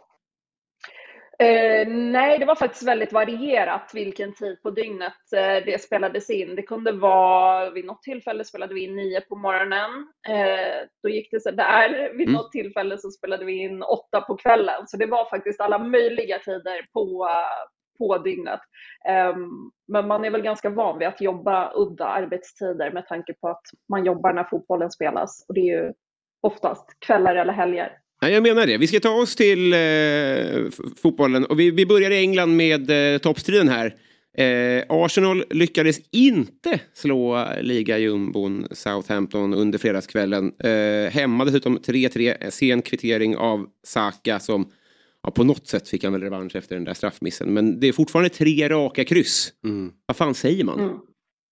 Eh, nej, det var faktiskt väldigt varierat vilken tid på dygnet eh, det spelades in. Det kunde vara, vid något tillfälle spelade vi in nio på morgonen. Eh, då gick det så där. Vid mm. något tillfälle så spelade vi in åtta på kvällen. Så det var faktiskt alla möjliga tider på, på dygnet. Eh, men man är väl ganska van vid att jobba udda arbetstider med tanke på att man jobbar när fotbollen spelas. Och det är ju oftast kvällar eller helger. Ja, jag menar det. Vi ska ta oss till eh, fotbollen. Och vi, vi börjar i England med eh, toppstriden här. Eh, Arsenal lyckades inte slå ligajumbon Southampton under fredagskvällen. Eh, hemma dessutom tre tre. Sen kvittering av Saka som ja, på något sätt fick han väl revansch efter den där straffmissen. Men det är fortfarande tre raka kryss. Mm. Vad fan säger man? Mm.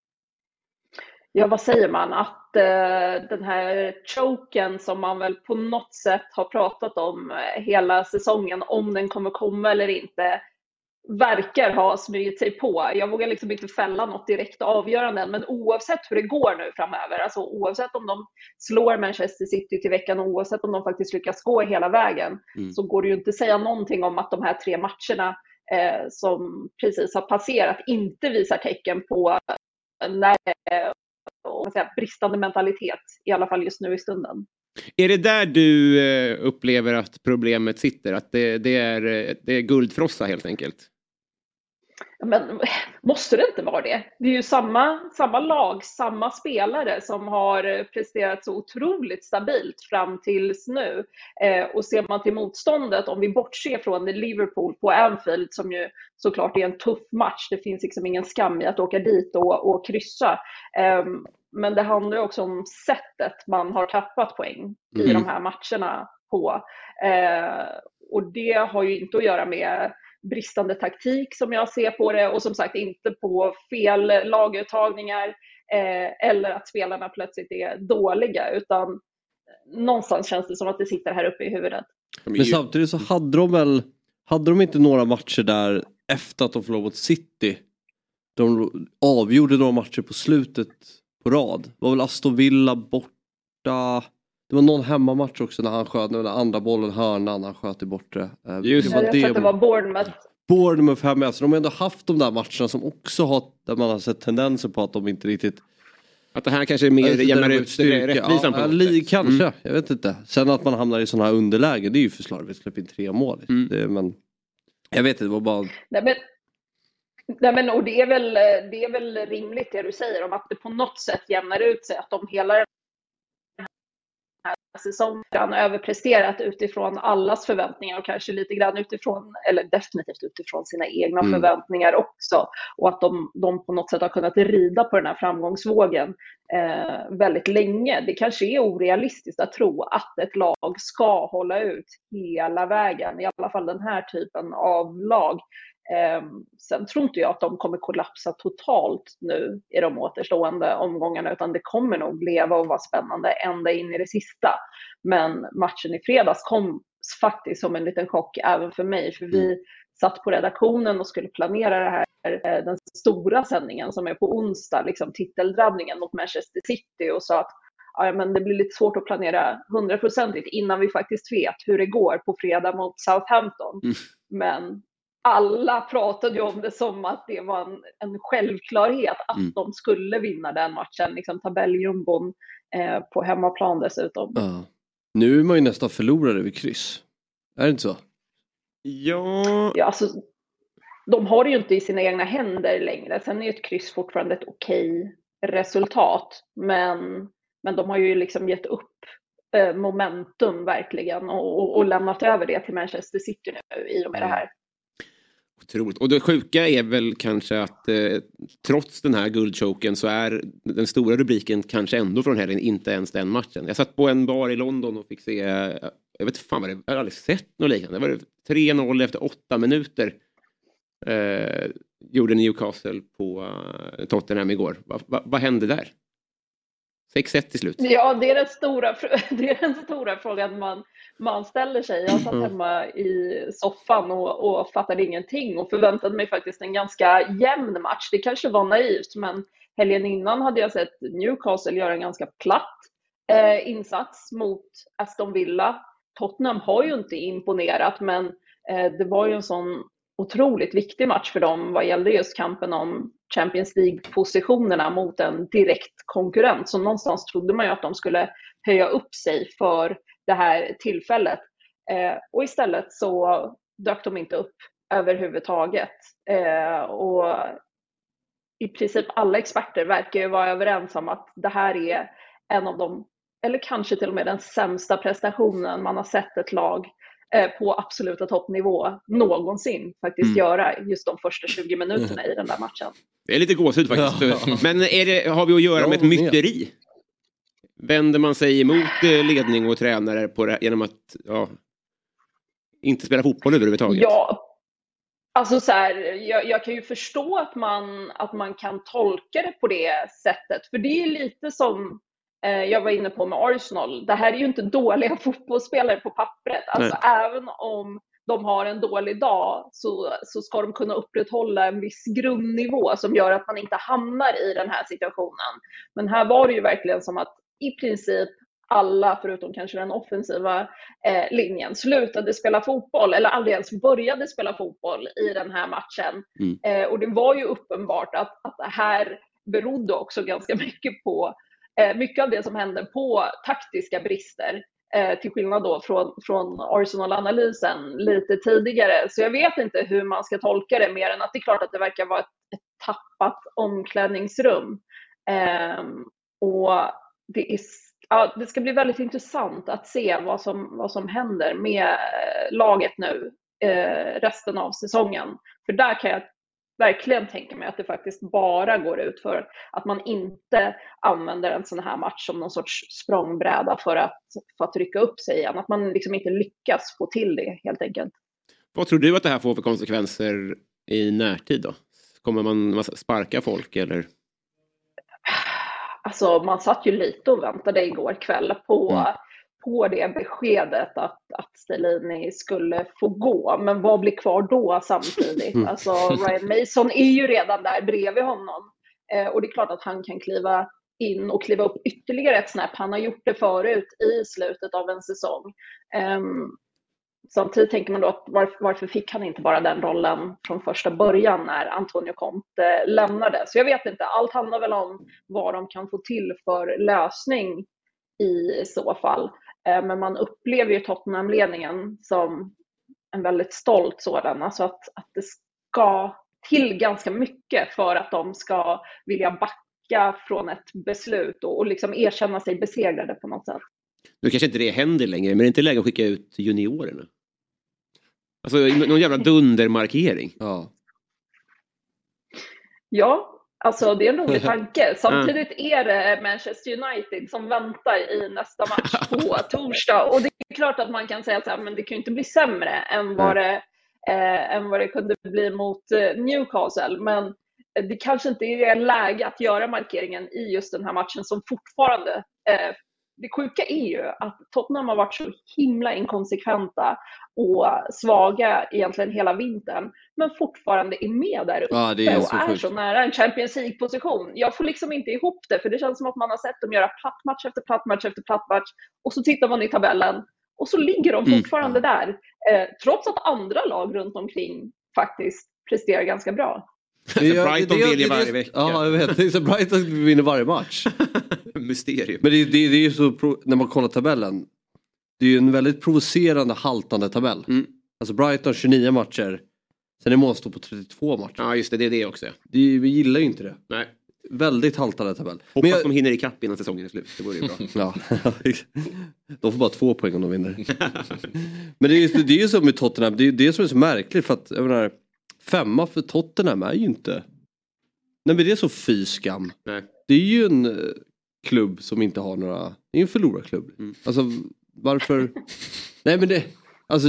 Ja, vad säger man? Att eh, den här choken som man väl på något sätt har pratat om eh, hela säsongen, om den kommer komma eller inte, verkar ha smugit sig på. Jag vågar liksom inte fälla något direkt avgörande, men oavsett hur det går nu framöver, alltså oavsett om de slår Manchester City till veckan och oavsett om de faktiskt lyckas gå hela vägen, mm. så går det ju inte säga någonting om att de här tre matcherna eh, som precis har passerat inte visar tecken på när och säga, bristande mentalitet, i alla fall just nu i stunden. Är det där du eh, upplever att problemet sitter? Att det, det, är, det är guldfrossa helt enkelt? Men måste det inte vara det? Det är ju samma, samma lag, samma spelare som har presterat så otroligt stabilt fram tills nu. Eh, och ser man till motståndet, om vi bortser från Liverpool på Anfield som ju såklart är en tuff match. Det finns liksom ingen skam i att åka dit och, och kryssa. Eh, men det handlar också om sättet man har tappat poäng i mm. de här matcherna på. Eh, och det har ju inte att göra med bristande taktik som jag ser på det, och som sagt inte på fel laguttagningar eh, eller att spelarna plötsligt är dåliga, utan någonstans känns det som att det sitter här uppe i huvudet. Men samtidigt så hade de väl hade de inte några matcher där efter att de förlorade mot City, de avgjorde några matcher på slutet på rad. Det var väl Aston Villa borta. Det var någon hemmamatch också när han sköt den andra bollen hörnan, han sköt i bortre. Just det. Var jag det. Att det var Bournemouth. Bournemouth hemma. Så de har ändå haft de där matcherna som också har, där man har sett tendenser på att de inte riktigt... Att det här kanske är mer jämnar ut rättvisan på ja, li, kanske, mm. jag vet inte. Sen att man hamnar i sådana här underläge, det är ju förslag. Vi släpper in tre mål. Mm. Det, men jag vet inte, det var bara... Nej, men... Nej, men, och det är, väl, det är väl rimligt det du säger om att det på något sätt jämnar ut sig, att de hela den här säsongen har överpresterat utifrån allas förväntningar och kanske lite grann utifrån, eller definitivt utifrån sina egna mm. förväntningar också, och att de, de på något sätt har kunnat rida på den här framgångsvågen eh, väldigt länge. Det kanske är orealistiskt att tro att ett lag ska hålla ut hela vägen, i alla fall den här typen av lag. Eh, sen tror inte jag att de kommer kollapsa totalt nu i de återstående omgångarna, utan det kommer nog leva och vara spännande ända in i det sista. Men matchen i fredags kom faktiskt som en liten chock även för mig, för vi satt på redaktionen och skulle planera det här, eh, den stora sändningen som är på onsdag, liksom titeldrabbningen mot Manchester City, och sa att ja, men det blir lite svårt att planera hundraprocentigt innan vi faktiskt vet hur det går på fredag mot Southampton. Mm. Men alla pratade ju om det som att det var en, en självklarhet att mm. de skulle vinna den matchen. Liksom tabelljumbon eh, på hemmaplan dessutom. Ja. Nu är man ju nästan förlorare vid kryss. Är det inte så? Ja. Ja, alltså, de har det ju inte i sina egna händer längre. Sen är ju ett kryss fortfarande ett okej resultat. Men, men de har ju liksom gett upp eh, momentum verkligen. Och, och, och lämnat över det till Manchester City nu i och med mm. det här. Otroligt. Och det sjuka är väl kanske att eh, trots den här guldchoken så är den stora rubriken kanske ändå från helgen inte ens den matchen. Jag satt på en bar i London och fick se Jag vet fan vad det, jag har aldrig sett något liknande. Det var tre noll efter åtta minuter. Eh, gjorde Newcastle på uh, Tottenham igår. Va, va, vad hände där? sex ett till slut. Ja, det är den stora, det är den stora frågan man, man ställer sig. Jag satt hemma i soffan och, och fattade ingenting och förväntade mig faktiskt en ganska jämn match. Det kanske var naivt, men helgen innan hade jag sett Newcastle göra en ganska platt eh, insats mot Aston Villa. Tottenham har ju inte imponerat, men eh, det var ju en sån otroligt viktig match för dem vad gällde just kampen om Champions League-positionerna mot en direkt konkurrent. Så någonstans trodde man ju att de skulle höja upp sig för det här tillfället. Eh, och istället så dök de inte upp överhuvudtaget. Eh, och i princip alla experter verkar ju vara överens om att det här är en av de, eller kanske till och med den sämsta prestationen man har sett ett lag på absoluta toppnivå någonsin faktiskt mm. göra just de första tjugo minuterna i den där matchen. Det är lite gåshud faktiskt. Ja. Men är det, har vi att göra med ett myteri? Vänder man sig emot ledning och tränare på det, genom att ja, inte spela fotboll överhuvudtaget? Ja, alltså så här, jag, jag kan ju förstå att man, att man kan tolka det på det sättet. För det är lite som jag var inne på med Arsenal. Det här är ju inte dåliga fotbollsspelare på pappret. Alltså även om de har en dålig dag så, så ska de kunna upprätthålla en viss grundnivå som gör att man inte hamnar i den här situationen. Men här var det ju verkligen som att i princip alla, förutom kanske den offensiva eh, linjen, slutade spela fotboll eller aldrig ens började spela fotboll i den här matchen. Mm. Eh, och det var ju uppenbart att, att det här berodde också ganska mycket på mycket av det som hände på taktiska brister, eh, till skillnad då från, från Arsenal-analysen lite tidigare. Så jag vet inte hur man ska tolka det mer än att det är klart att det verkar vara ett, ett tappat omklädningsrum. Eh, och det, är, ja, det ska bli väldigt intressant att se vad som, vad som händer med laget nu eh, resten av säsongen. För där kan jag verkligen tänker mig att det faktiskt bara går ut för att man inte använder en sån här match som någon sorts språngbräda för att, för att rycka upp sig igen. Att man liksom inte lyckas få till det helt enkelt. Vad tror du att det här får för konsekvenser i närtid då? Kommer man sparka folk eller? Alltså man satt ju lite och väntade igår kväll på... Mm. på det beskedet att, att Stellini skulle få gå. Men vad blir kvar då samtidigt? Mm. Alltså Ryan Mason är ju redan där bredvid honom. Eh, och det är klart att han kan kliva in och kliva upp ytterligare ett snäpp. Han har gjort det förut i slutet av en säsong. Eh, samtidigt tänker man då att varför, varför fick han inte bara den rollen från första början när Antonio Conte lämnade? Så jag vet inte, allt handlar väl om vad de kan få till för lösning i så fall. Men man upplever ju Tottenham-ledningen som en väldigt stolt sådan. Alltså att, att det ska till ganska mycket för att de ska vilja backa från ett beslut och, och liksom erkänna sig besegrade på något sätt. Nu kanske inte det händer längre, men det är inte läge att skicka ut juniorerna. Alltså någon jävla dundermarkering. Ja. Ja. Alltså det är en rolig tanke. Samtidigt är det Manchester United som väntar i nästa match på torsdag. Och det är klart att man kan säga så här, men det kan ju inte bli sämre än vad det, eh, än vad det kunde bli mot eh, Newcastle. Men det kanske inte är läge att göra markeringen i just den här matchen som fortfarande... Eh, det sjuka är ju att Tottenham har varit så himla inkonsekventa och svaga egentligen hela vintern, men fortfarande är med där uppe ja, det är och så är sjukt. så nära en Champions League-position. Jag får liksom inte ihop det, för det känns som att man har sett dem göra platt match efter platt match efter platt match, och så tittar man i tabellen och så ligger de fortfarande mm. där, eh, trots att andra lag runt omkring faktiskt presterar ganska bra. Det är, Brighton det, det, vinner varje vecka. Ja, jag vet. Det är så Brighton vinner varje match. Mysterium. Men det, det, det är ju så, när man kollar tabellen, det är ju en väldigt provocerande haltande tabell. Mm. Alltså Brighton tjugonio matcher, sen är mål stå på trettiotvå matcher. Ja just det, det är det också. Det, vi gillar ju inte det. Nej. Väldigt haltande tabell. Hoppas jag, de hinner i kapp innan säsongen är slut. Det vore ju bra. Ja. De får bara två poäng om de vinner. Men det är ju, det är ju så med Tottenham, det är ju det som är så märkligt, för att jag menar, femma för Tottenham är ju inte... Nej, men det är så fy skam. Nej. Det är ju en klubb som inte har några... Det är en förlorarklubb. Mm. Alltså, Varför? Nej men det, alltså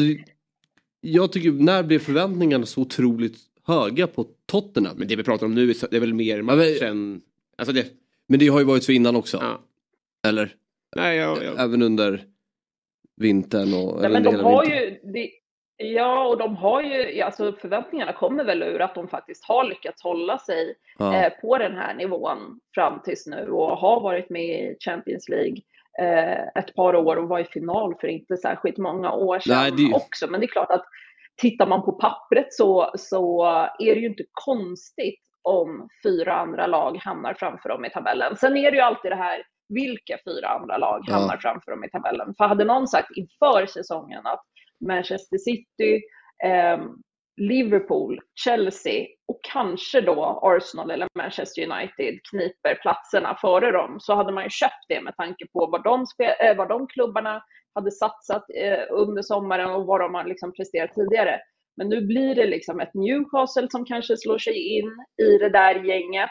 jag tycker, när blev förväntningarna så otroligt höga på Tottenham? Men det vi pratar om nu är, det är väl mer matchen. Alltså det... Men det har ju varit så innan också. Ja. Eller? Nej, ja, ja. Även under vintern och... Nej, men de har ju... Det, ja, och de har ju... Alltså förväntningarna kommer väl ur att de faktiskt har lyckats hålla sig ja. eh, på den här nivån fram tills nu. Och har varit med i Champions League eh, ett par år och var i final för inte särskilt många år sedan. Nej, det... också. Men det är klart att tittar man på pappret så, så är det ju inte konstigt om fyra andra lag hamnar framför dem i tabellen. Sen är det ju alltid det här, vilka fyra andra lag ja. hamnar framför dem i tabellen. För hade någon sagt inför säsongen att Manchester City, eh, Liverpool, Chelsea och kanske då Arsenal eller Manchester United kniper platserna före dem, så hade man ju köpt det med tanke på vad de, spe- äh, vad de klubbarna hade satsat eh, under sommaren och vad de har liksom presterat tidigare. Men nu blir det liksom ett Newcastle som kanske slår sig in i det där gänget.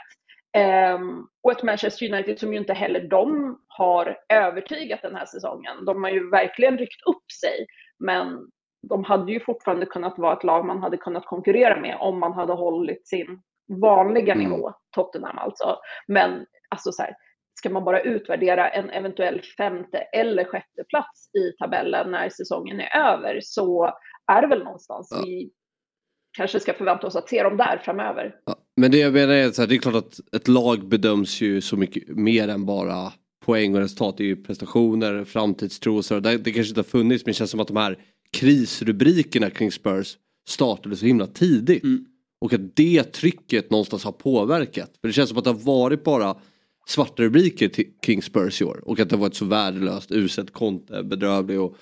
Um, och ett Manchester United som ju inte heller de har övertygat den här säsongen. De har ju verkligen ryckt upp sig. Men de hade ju fortfarande kunnat vara ett lag man hade kunnat konkurrera med om man hade hållit sin vanliga mm. nivå, Tottenham alltså. Men alltså så här, ska man bara utvärdera en eventuell femte eller sjätte plats i tabellen när säsongen är över, så är det väl någonstans ja. vi kanske ska förvänta oss att se dem där framöver. Ja, men det jag menar är att det är klart att ett lag bedöms ju så mycket mer än bara poäng och resultat. Det är ju prestationer, framtidstro och så. Det, det kanske inte har funnits, men det känns som att de här krisrubrikerna kring Spurs startade så himla tidigt. Mm. Och att det trycket någonstans har påverkat. För det känns som att det har varit bara svarta rubriker till King Spurs i år. Och att det har varit så värdelöst. Uselt Conte, bedrövlig och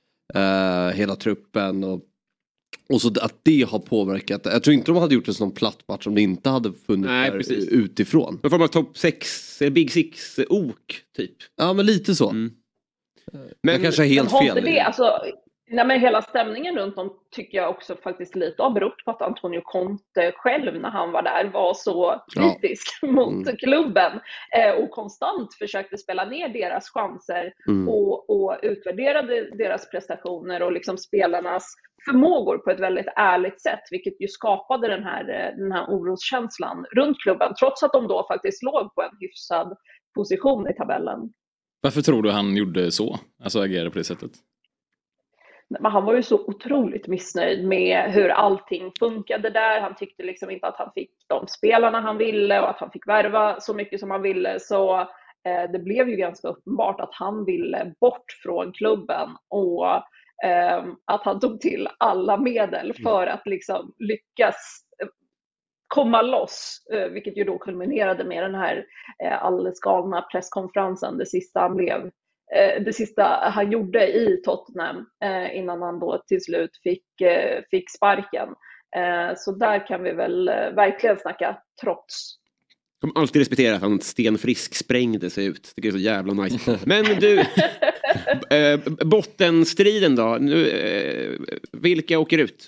uh, hela truppen. Och, och så att det har påverkat. Jag tror inte de hade gjort en sån platt match om det inte hade funnits Nej, där precis. utifrån. Någon form av topp sex, Big Six-ok typ. Ja, men lite så. Mm. Men jag kanske är helt fel. Det, alltså, nej, men hela stämningen runt om tycker jag också faktiskt lite har berott på att Antonio Conte själv när han var där var så kritisk ja. mot mm. klubben eh, och konstant försökte spela ner deras chanser mm. och, och utvärderade deras prestationer och liksom spelarnas förmågor på ett väldigt ärligt sätt, vilket ju skapade den här, den här oroskänslan runt klubben, trots att de då faktiskt låg på en hyfsad position i tabellen. Varför tror du han gjorde så? Alltså agerade på det sättet? Men han var ju så otroligt missnöjd med hur allting funkade där. Han tyckte liksom inte att han fick de spelarna han ville och att han fick värva så mycket som han ville. Så eh, det blev ju ganska uppenbart att han ville bort från klubben och eh, att han tog till alla medel för att liksom lyckas komma loss. Eh, vilket ju då kulminerade med den här eh, alldeles galna presskonferensen, det sista han blev. Det sista han gjorde i Tottenham eh, innan han då till slut fick, eh, fick sparken. Eh, så där kan vi väl eh, verkligen snacka trots. Jag kommer alltid respektera att han stenfrisk sprängde sig ut. Det är så jävla nice. Men du, eh, bottenstriden då. Nu, eh, vilka åker ut?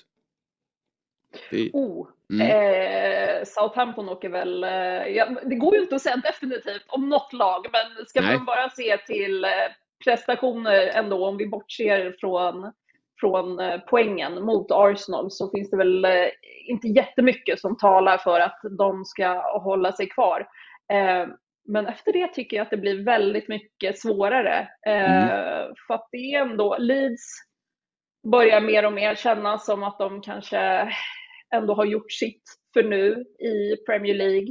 Det... Oh. Mm. Eh, Southampton åker väl, eh, ja, det går ju inte att säga definitivt om något lag, men ska Nej. man bara se till eh, prestationer ändå, om vi bortser från, från eh, poängen mot Arsenal, så finns det väl eh, inte jättemycket som talar för att de ska hålla sig kvar. Eh, men efter det tycker jag att det blir väldigt mycket svårare. Eh, mm. För att det är ändå, Leeds börjar mer och mer kännas som att de kanske ändå har gjort sitt för nu i Premier League.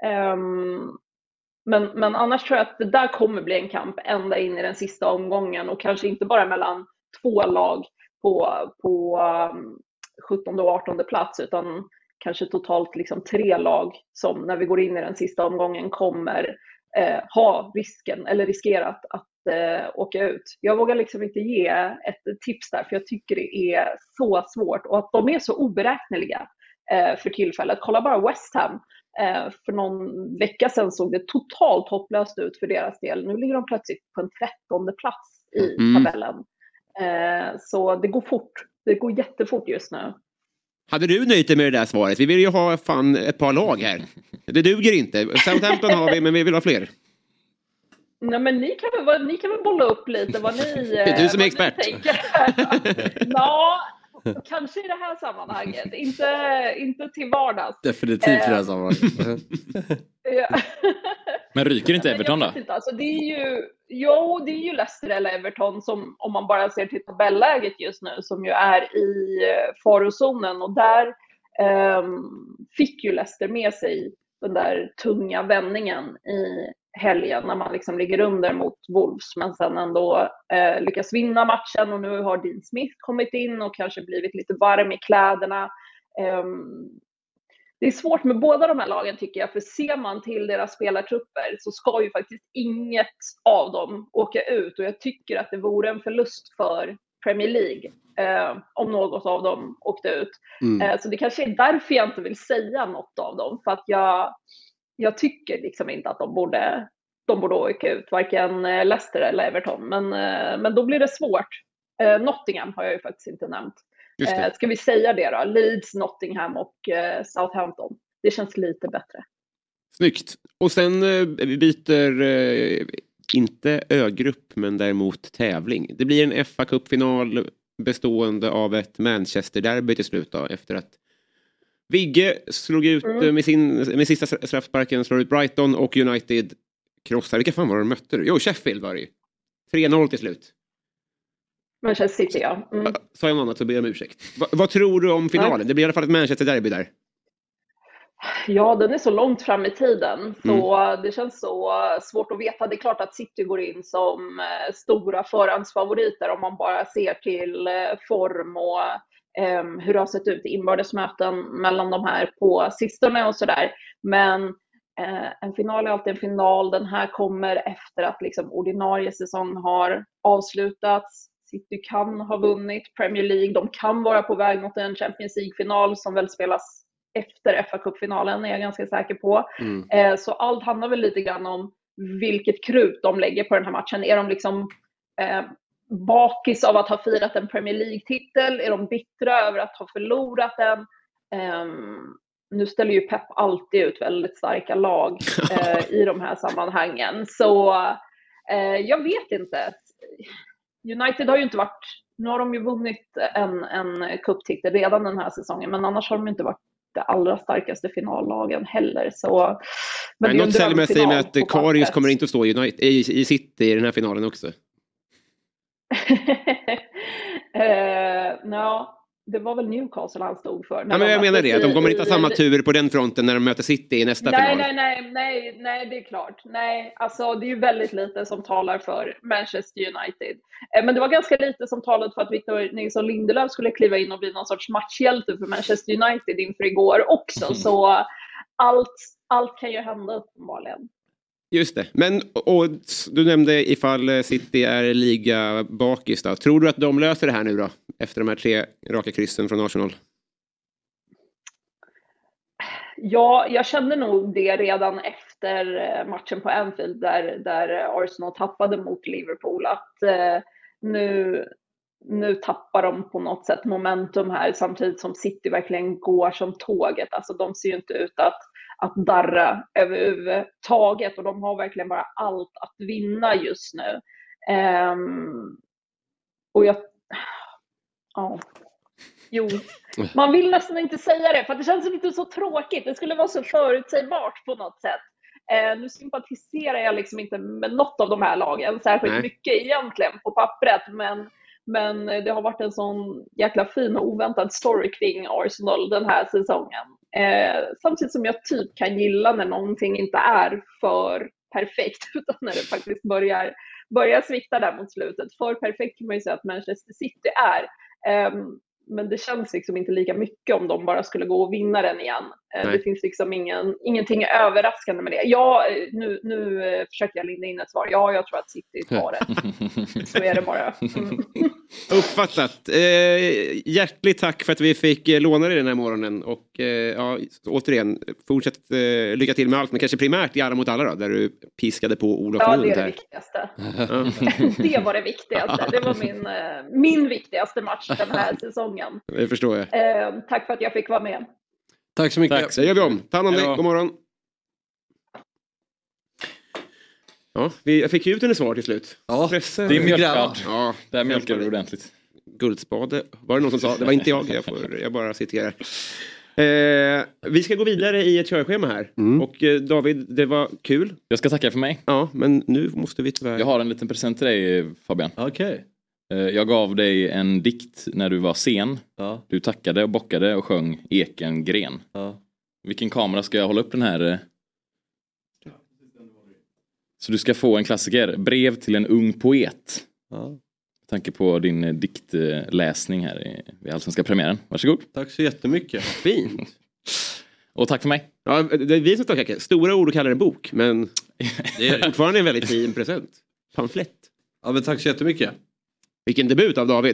Um, men, men annars tror jag att det där kommer bli en kamp ända in i den sista omgången, och kanske inte bara mellan två lag på, på um, sjuttonde och artonde plats, utan kanske totalt liksom tre lag som när vi går in i den sista omgången kommer eh, ha risken eller riskerat att eh, åka ut. Jag vågar liksom inte ge ett tips där, för jag tycker det är så svårt, och att de är så oberäkneliga eh, för tillfället. Kolla bara West Ham. Eh, för någon vecka sedan såg det totalt hopplöst ut för deras del. Nu ligger de plötsligt på en trettonde plats i mm. tabellen. Eh, så det går fort. Det går jättefort just nu. Hade du nöjt dig med det där svaret? Vi vill ju ha fan ett par lag här. Det duger inte. Southampton har vi, men vi vill ha fler. Nej, men ni kan väl, ni kan väl bolla upp lite vad ni... Det är du som är expert. Ja, kanske i det här sammanhanget. Inte, inte till vardags. Definitivt i det här sammanhanget. Men ryker inte Everton då? Inte. Alltså, det är ju, jo, det är ju Leicester eller Everton som, om man bara ser till tabelläget just nu, som ju är i farozonen. Och där um, fick ju Leicester med sig den där tunga vändningen i helgen när man liksom ligger under mot Wolves, men sen ändå eh, lyckas vinna matchen, och nu har Dean Smith kommit in och kanske blivit lite varm i kläderna. Um, det är svårt med båda de här lagen tycker jag, för ser man till deras spelartrupper så ska ju faktiskt inget av dem åka ut, och jag tycker att det vore en förlust för Premier League eh, om något av dem åkte ut. Mm. Eh, så det kanske är därför jag inte vill säga något av dem, för att jag Jag tycker liksom inte att de borde, de borde åka ut, varken Leicester eller Everton. Men, men då blir det svårt. Eh, Nottingham har jag ju faktiskt inte nämnt. Eh, ska vi säga det då? Leeds, Nottingham och eh, Southampton. Det känns lite bättre. Snyggt. Och sen eh, vi byter eh, inte ögrupp men däremot tävling. Det blir en F A-cupfinal bestående av ett Manchester-derby till slut då, efter att Vigge slog ut mm. med sin med sista straffsparken, slår ut Brighton, och United krossar. Vilka fan var de mötte du? Jo, Sheffield var det ju. tre noll till slut. Manchester City, ja. Mm. Sa jag något annat så ber jag om ursäkt. Va, vad tror du om finalen? Nej. Det blir i alla fall ett Manchester-derby där. Ja, den är så långt fram i tiden. Så mm. det känns så svårt att veta. Det är klart att City går in som stora förhandsfavoriter om man bara ser till form och Um, hur det har sett ut i inbördesmöten mellan de här på sistone och sådär. Men uh, en final är alltid en final. Den här kommer efter att liksom ordinarie säsong har avslutats. City kan ha vunnit Premier League. De kan vara på väg mot en Champions League-final som väl spelas efter F A-cupfinalen, är jag ganska säker på. Mm. Uh, så allt handlar väl lite grann om vilket krut de lägger på den här matchen. Är de liksom... Uh, bakis av att ha firat en Premier League-titel? Är de bittra över att ha förlorat den? Um, nu ställer ju Pep alltid ut väldigt starka lag uh, i de här sammanhangen. Så uh, jag vet inte. United har ju inte varit... Nu har de ju vunnit en, en cuptitel redan den här säsongen, men annars har de inte varit det allra starkaste finallagen heller. Så, men något säljer med sig med att Karius kommer inte att stå i, United, i, i City i den här finalen också. uh, no, det var väl Newcastle han stod för. Ja, men jag menar det, att de kommer inte ha samma tur på den fronten när de möter City i nästa nej, final. Nej, nej, nej, nej, det är klart. Nej, alltså det är ju väldigt lite som talar för Manchester United. Uh, men det var ganska lite som talade för att Victor Nilsson Lindelöf skulle kliva in och bli någon sorts matchhjälte för Manchester United inför igår också. Mm. Så allt, allt kan ju hända uppenbarligen. Just det. Men och, du nämnde ifall City är liga bakis då. Tror du att de löser det här nu då? Efter de här tre raka kryssen från Arsenal? Ja, jag kände nog det redan efter matchen på Anfield där, där Arsenal tappade mot Liverpool. Att eh, nu, nu tappar de på något sätt momentum här samtidigt som City verkligen går som tåget. Alltså de ser ju inte ut att att darra överhuvudtaget, och de har verkligen bara allt att vinna just nu. Um, och jag... Ja. Jo. Man vill nästan inte säga det, för det känns lite så tråkigt. Det skulle vara så förutsägbart på något sätt. Uh, nu sympatiserar jag liksom inte med något av de här lagen särskilt Nej. mycket egentligen på pappret, men Men det har varit en sån jäkla fin och oväntad story kring Arsenal den här säsongen. Eh, samtidigt som jag typ kan gilla när någonting inte är för perfekt, utan när det faktiskt börjar, börjar svikta där mot slutet. För perfekt kan man ju säga att Manchester City är. Eh, men det känns liksom inte lika mycket om de bara skulle gå och vinna den igen. Eh, det finns liksom ingen, ingenting överraskande med det. Ja, nu, nu eh, försöker jag linda in ett svar. Ja, jag tror att City tar det. Så är det bara. Mm. Uppfattat. Eh, hjärtligt tack för att vi fick eh, låna dig den här morgonen. Och eh, ja, återigen, fortsätt eh, lycka till med allt. Men kanske primärt i alla mot alla då, där du piskade på Olof Ja, Lund. det är det viktigaste. Det var det viktigaste. Det var min, eh, min viktigaste match den här säsongen. Det förstår jag. Eh, tack för att jag fick vara med. Tack så mycket. Tack, så gör vi om. Ta hand om dig. God morgon. Ja, vi, jag fick ju ut en svar till slut. Ja, Pressa, det är mjölkad. Ja, där mjölkade du ordentligt. Guldspade, var det någon som sa? Det var inte jag, jag, får, jag bara citerar. Eh, vi ska gå vidare i ett körschema här. Mm. Och eh, David, det var kul. Jag ska tacka för mig. Ja, men nu måste vi tyvärr... Jag har en liten present till dig, Fabian. Okej. Okay. Eh, jag gav dig en dikt när du var sen. Ja. Du tackade och bockade och sjöng Eken gren. Ja. Vilken kamera ska jag hålla upp den här? Eh? Så du ska få en klassiker. Brev till en ung poet. Ja. Tanke på din eh, diktläsning här i, vid Allsvenska premiären. Varsågod. Tack så jättemycket. Fint. Och tack för mig. Ja, det är vi som tackar. Stora ord och kallar det bok, men det är fortfarande en väldigt fin present. Pamflett. Ja, men tack så jättemycket. Vilken debut av David.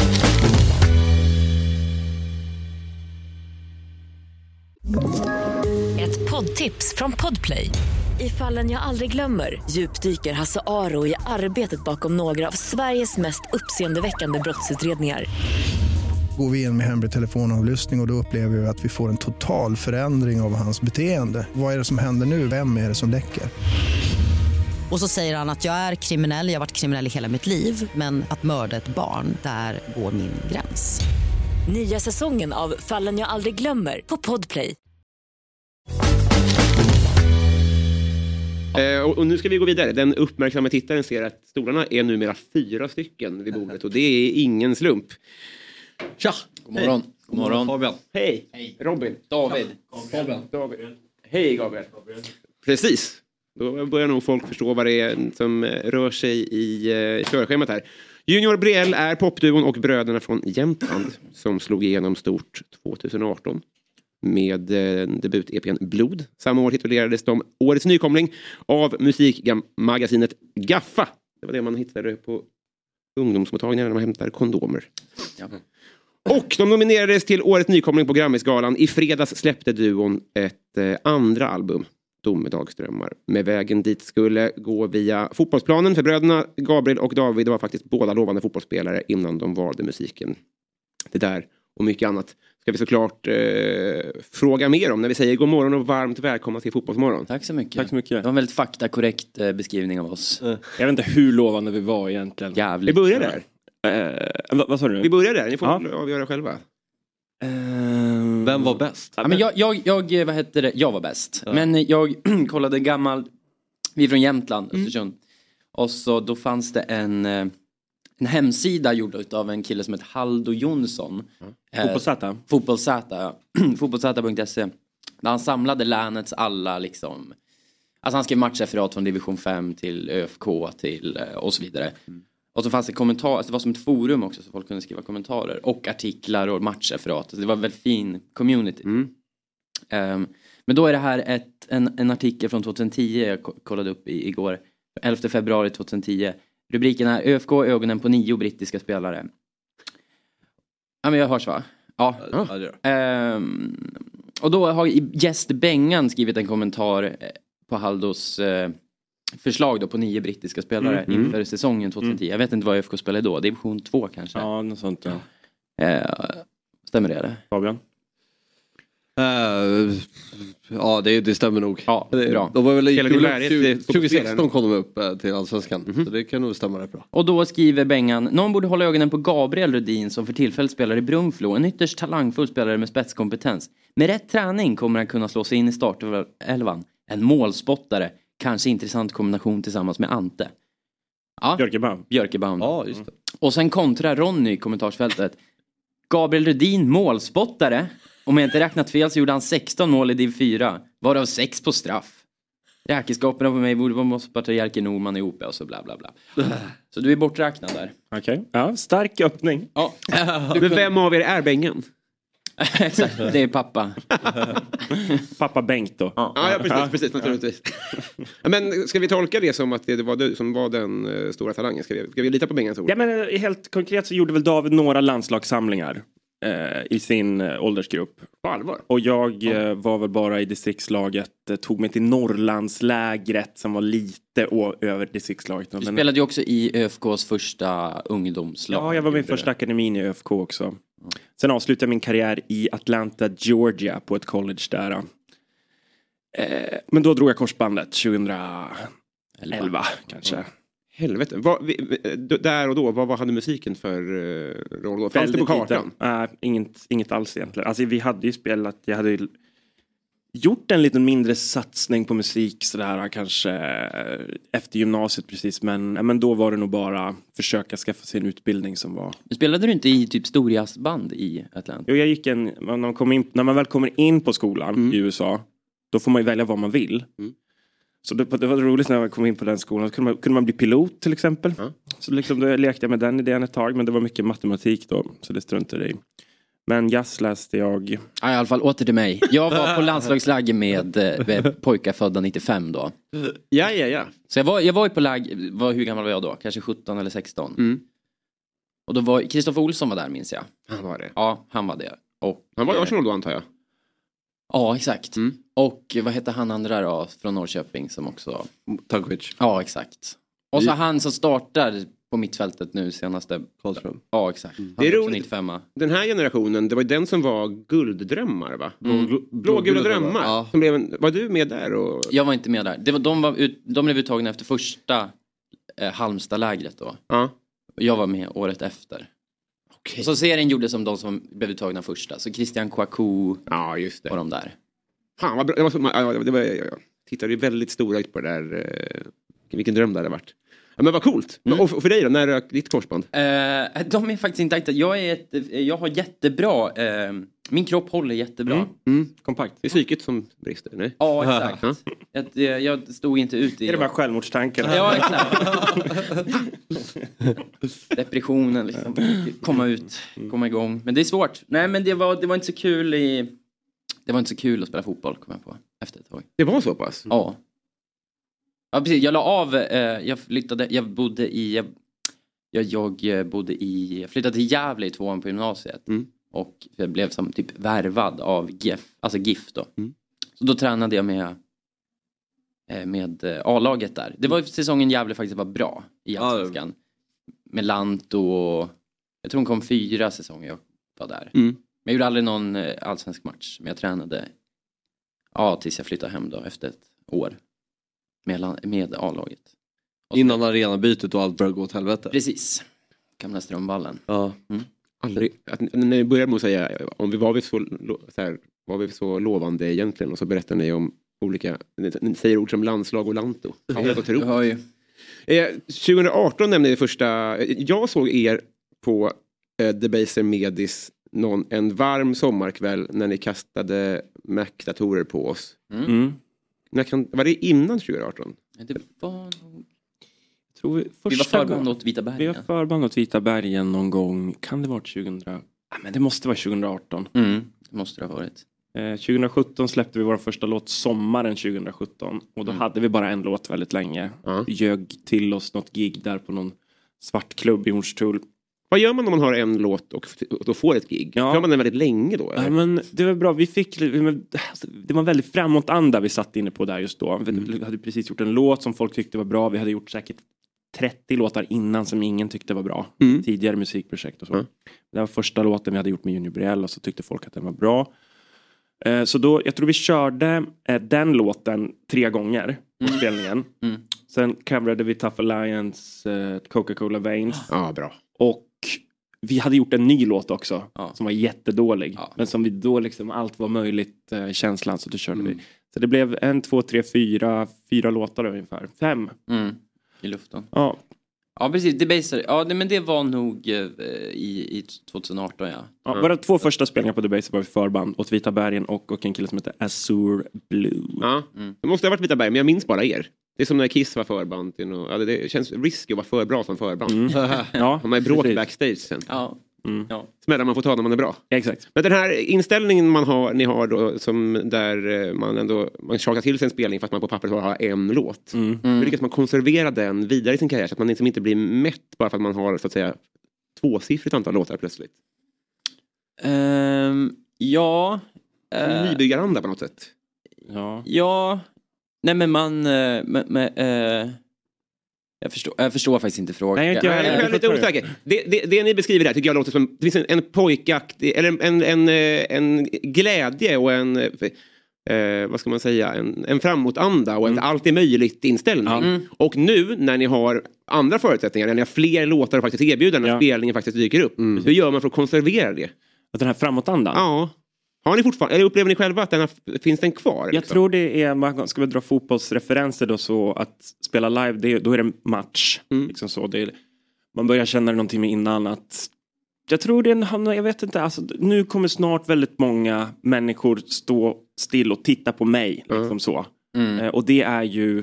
Ett poddtips från Podplay. I Fallen jag aldrig glömmer djupdyker Hasse Aro i arbetet bakom några av Sveriges mest uppseendeväckande brottsutredningar. Går vi in med hemlig telefonavlyssning och, och då upplever vi att vi får en total förändring av hans beteende. Vad är det som händer nu? Vem är det som läcker? Och så säger han att jag är kriminell, jag har varit kriminell i hela mitt liv. Men att mörda ett barn, där går min gräns. Nya säsongen av Fallen jag aldrig glömmer på Podplay. Eh, och, och nu ska vi gå vidare. Den uppmärksamma tittaren ser att stolarna är numera fyra stycken vid bordet. Och det är ingen slump. Tja! God morgon. Hej. God morgon Fabian. Hej. Hej. Robin. David. Fabian. David. Hej Gabriel. Gabriel. Precis. Då börjar nog folk förstå vad det är som rör sig i uh, körschemat här. Junior Brielle är popduon och bröderna från Jämtland som slog igenom stort tjugo arton. Med uh, debut-E P:n Blod. Samma år titulerades de Årets nykomling av musikmagasinet Gaffa. Det var det man hittade på ungdomsmottagningar när man hämtade kondomer. Ja. Och de nominerades till Årets nykomling på Grammisgalan. I fredags släppte duon ett uh, andra album. Domedagsdrömmar. Med vägen dit skulle gå via fotbollsplanen för bröderna Gabriel och David var faktiskt båda lovande fotbollsspelare innan de valde musiken. Det där och mycket annat ska vi såklart eh, fråga mer om när vi säger god morgon och varmt välkomna till Fotbollsmorgon. Tack så mycket. Tack så mycket. Det var en väldigt faktakorrekt eh, beskrivning av oss. Jag vet inte hur lovande vi var egentligen. Jävligt. Vi börjar där. Eh, vad, vad sa du? Vi börjar där. Ni får ja. avgöra själva. Uh, Vem var bäst? Ja, men jag, jag, jag, vad heter det? Jag var bäst. Ja. Men jag kollade gammal. Vi är från Jämtland, mm. Östersund. Och så då fanns det en en hemsida gjord av en kille som heter Haldo Jonsson. Mm. Fotbollssäta. Fotbollssäta, ja. Fotbollssäta punkt se. Där han samlade länets alla liksom. Alltså han skrev matchreferat från division fem till ÖFK till och så vidare. Mm. Och så fanns det kommentarer, alltså det var som ett forum också så folk kunde skriva kommentarer och artiklar och matchreferat. Alltså det var en väldigt fin community. Mm. Um, men då är det här ett, en, en artikel från tjugohundratio jag kollade upp i, igår. elfte februari tjugohundratio. Rubriken är ÖFK ögonen på nio brittiska spelare. Ja men jag hörs va? Ja. ja. Um, och då har Gäst Bengan skrivit en kommentar på Haldos... Uh, förslag då på nio brittiska spelare mm, inför mm. säsongen tjugohundratio. Mm. Jag vet inte vad ÖFK spelade då. Division två kanske. Ja, något sånt. Ja. Eh, stämmer det eller? Fabian? Uh, ja, det, det stämmer nog. Ja, det, bra. De var väl i tjugohundrasexton kom de upp uh, till Allsvenskan. Mm-hmm. Så det kan nog stämma rätt bra. Och då skriver Bengan, någon borde hålla ögonen på Gabriel Rudin som för tillfället spelar i Brunflo. En ytterst talangfull spelare med spetskompetens. Med rätt träning kommer han kunna slå sig in i startelvan. En målspottare. Kanske intressant kombination tillsammans med Ante. Ja. Björkebaum. Björkebaum. Ja, just det. Och sen kontrar Ronny i kommentarsfältet. Gabriel Rudin, målspottare. Om jag inte räknat fel så gjorde han sexton mål i div fyra. Varav sex på straff. Räkenskaperna på mig borde vara målspottare Jerker Norman ihop och så bla bla bla. Så du är borträknad där. Okej. Okay. Ja, stark öppning. Ja. Men vem av er är Bengen? Exakt, det är pappa. Pappa Bengt då. Ja, ja precis, precis naturligtvis. Men ska vi tolka det som att det var du som var den uh, stora talangen? Ska vi, ska vi lita på Bengens ord? Ja, men helt konkret så gjorde väl David några landslagssamlingar uh, i sin uh, åldersgrupp. På allvar? Och jag uh, var väl bara i distriktslaget, uh, tog mig till Norrlandslägret som var lite å- över distriktslaget. Du men... spelade ju också i ÖFKs första ungdomslag. Ja, jag var med i första akademin i ÖFK också. Mm. Sen avslutade jag min karriär i Atlanta, Georgia på ett college där. Eh, men då drog jag korsbandet tjugohundraelva elva kanske. Mm. Helvete. Vad, vi, där och då, vad, vad hade musiken för uh, roll då? Fanns det på kartan? Nej, uh, inget, inget alls egentligen. Alltså vi hade ju spelat, jag hade ju gjort en liten mindre satsning på musik sådär kanske efter gymnasiet precis. Men, men då var det nog bara försöka skaffa sig en utbildning som var... Spelade du inte i typ storjazzband i Atlanta? Jo, jag gick en... När man, kom in, när man väl kommer in på skolan mm. i U S A, då får man ju välja vad man vill. Mm. Så det, det var roligt när man kom in på den skolan. Så kunde man, kunde man bli pilot till exempel. Mm. Så liksom då lekte jag med den idén ett tag. Men det var mycket matematik då. Så det struntade i. Men jazz läste jag. Ja, i alla fall åter till mig. Jag var på landslagsläger med, med pojkar födda nittiofem då. Ja, ja, ja. Så jag var, jag var ju på läger. Var, hur gammal var jag då? Kanske sjutton eller sexton. Mm. Och då var Kristoffer Olsson var där, minns jag. Han var det? Ja, han var det. Och, han var i Arsenal då, antar jag. Ja, exakt. Mm. Och vad heter han andra då från Norrköping som också... Tankovic. Ja, exakt. Och så han som startar på mittfältet nu senaste... Karlström. Ja, exakt. Mm. Det är roligt. nittiofem. Den här generationen, det var ju den som var gulddrömmar, va? Mm. Blå, blågula drömmar. Ja. Som blev en, var du med där? Och... Jag var inte med där. Det var, de, var ut, de blev uttagna efter första eh, Halmstad-lägret då. Ja. Och jag var med året efter. Okay. Så serien gjorde som de som blev uttagna första. Så Christian Kouakou ja, just det. Och de där. Fan, vad bra. Det var så, ja, det var, jag tittade ju väldigt stora ut på det där. Eh, vilken dröm det hade varit. Ja, men vad coolt. Mm. Och för dig då, när rök ditt korsband? Eh, de är faktiskt inte akta. Jag, är ett, jag har jättebra... Eh, min kropp håller jättebra. Mm. Mm. Kompakt. Det är psyket som brister, nej? Ja, exakt. jag, jag stod inte ut i... Är det bara självmordstanken? Ja, exakt. Depressionen, liksom. Komma ut, komma igång. Men det är svårt. Nej, men det var, det var inte så kul i... Det var inte så kul att spela fotboll, kom jag på. Efter ett tag. Det var så pass? Ja. Ja, precis. Jag la av, eh, jag flyttade, jag bodde i, jag, jag, jag bodde i, jag flyttade till Gävle i tvåan på gymnasiet. Mm. Och jag blev som typ värvad av G I F, alltså G I F då. Mm. Så då tränade jag med, med A-laget där. Det var säsongen Gävle faktiskt var bra i Allsvenskan. Ja. Med Lanto och, jag tror hon kom fyra säsonger jag var där. Mm. Men jag gjorde aldrig någon allsvensk match, men jag tränade, ja, tills jag flyttade hem då efter ett år. Med, med A-laget. Innan arenabytet och allt började gå åt helvete. Precis. Gamla Strömballen. Ja. Mm. Aldrig, att, när ni började med att säga om vi var vi så, så här, var vi så lovande egentligen, och så berättar ni om olika, ni säger ord som landslag och Lanto. Ja, jag tror. Ja, ju. Eh, tjugo arton nämnde ni det första, jag såg er på eh, Debaser Medis någon, en varm sommarkväll när ni kastade Mac-datorer på oss. Mm. Mm. När kan, var det innan tjugo arton? Det var nog... Tror vi, vi var förband åt Vita bergen. Vi var förband åt Vita bergen någon gång. Kan det vara tjugo... Ja, men det måste vara tjugo arton. Mm, det måste det ha varit. Eh, tjugo sjutton släppte vi vår första låt sommaren tjugo sjutton. Och då mm. hade vi bara en låt väldigt länge. Mm. Ljög till oss något gig där på någon svartklubb i Hornstull. Vad gör man om man har en låt och då får ett gig? Ja. Gör man den väldigt länge då? Eller? Ja, men det var bra. Vi fick, det var väldigt framåtanda vi satt inne på där just då. Vi mm. hade precis gjort en låt som folk tyckte var bra. Vi hade gjort säkert trettio låtar innan som ingen tyckte var bra. Mm. Tidigare musikprojekt och så. Mm. Det var första låten vi hade gjort med Junior Brielle, och så tyckte folk att den var bra. Eh, så då, jag tror vi körde eh, den låten tre gånger på mm. spelningen. Mm. Sen coverade vi Tough Alliance, eh, Coca-Cola Veins. Ja, bra. Och vi hade gjort en ny låt också, ja. som var jättedålig. Ja. Men som vi då liksom, allt var möjligt eh, känslan, så då körde mm. vi. Så det blev en, två, tre, fyra, fyra låtar ungefär. Fem. Mm. I luften. Ja. Ja, precis. Debaser. Ja, det, men det var nog eh, i, i tjugo arton, ja. Ja, våra två första spelningar på Debaser var vi förband åt Vita bergen och, och en kille som heter Azure Blue. Ja, mm. det måste ha varit Vita bergen, men jag minns bara er. Det är som när Kiss var förband. Till något, ja, det känns risky att vara för bra som förband. Mm. Ja, man är bråk backstage sen. Ja. Mm. Ja. Smällar man får ta när man är bra. Ja, exakt. Men den här inställningen man har, ni har då, som där man ändå man tjaggar till sig en spelning fast man på pappret har en låt. Mm. Hur lyckas man konservera den vidare i sin karriär så att man liksom inte blir mätt bara för att man har så att säga tvåsiffrigt antal låtar plötsligt? Um, ja. Uh, Nybyggaranda på något sätt. Ja. Ja. Nej, men man... Uh, med, med, uh, jag, förstår, jag förstår faktiskt inte frågan. Nej, jag, jag, jag är lite osäker. Det, det, det ni beskriver här tycker jag låter som... Det finns en, en pojkaktig... Eller en, en, en, en glädje och en... eh, vad ska man säga, en, en framåtanda och en mm. allt är möjligt inställning. Mm. Och nu när ni har andra förutsättningar, när ni har fler låtar att faktiskt erbjuda när ja. spelningen faktiskt dyker upp. Mm. Hur gör man för att konservera det? Att den här framåtandan? Ja. Har ni fortfarande, eller upplever ni själva att den har, finns den kvar? Jag liksom? tror det är, man ska väl dra fotbollsreferenser då, så att spela live, det, då är det match. Mm. Liksom så. Det är, man börjar känna någonting med innan att jag tror det är en, jag vet inte, alltså, nu kommer snart väldigt många människor stå still och titta på mig. Liksom mm. så. Mm. Eh, och det är ju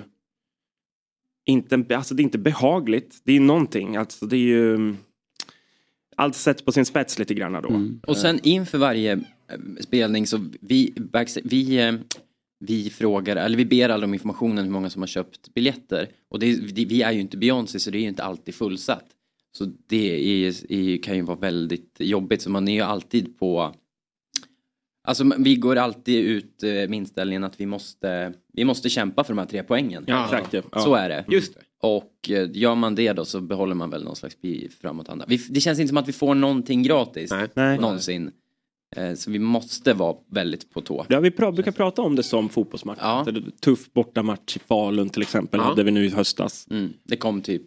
inte, alltså det är inte behagligt. Det är någonting, alltså det är ju allt sätts på sin spets lite grann då. Mm. Och sen inför varje spelning så vi, vi, vi frågar, eller vi ber alla om informationen hur många som har köpt biljetter. Och det, vi är ju inte Beyoncé, så det är ju inte alltid fullsatt. Så det är, är, kan ju vara väldigt jobbigt. Så man är ju alltid på... Alltså vi går alltid ut med inställningen att vi måste, vi måste kämpa för de här tre poängen. Ja, exakt. Ja. Så är det. Just det. Och gör man det då så behåller man väl någon slags framåtanda. Vi, det känns inte som att vi får någonting gratis. Nej. Någonsin. Så vi måste vara väldigt på tå. Ja, vi pra- brukar prata om det som fotbollsmatch. Ja. Tuff bortamatch i Falun till exempel. Ja. Hade vi nu i höstas. Mm. Det kom typ...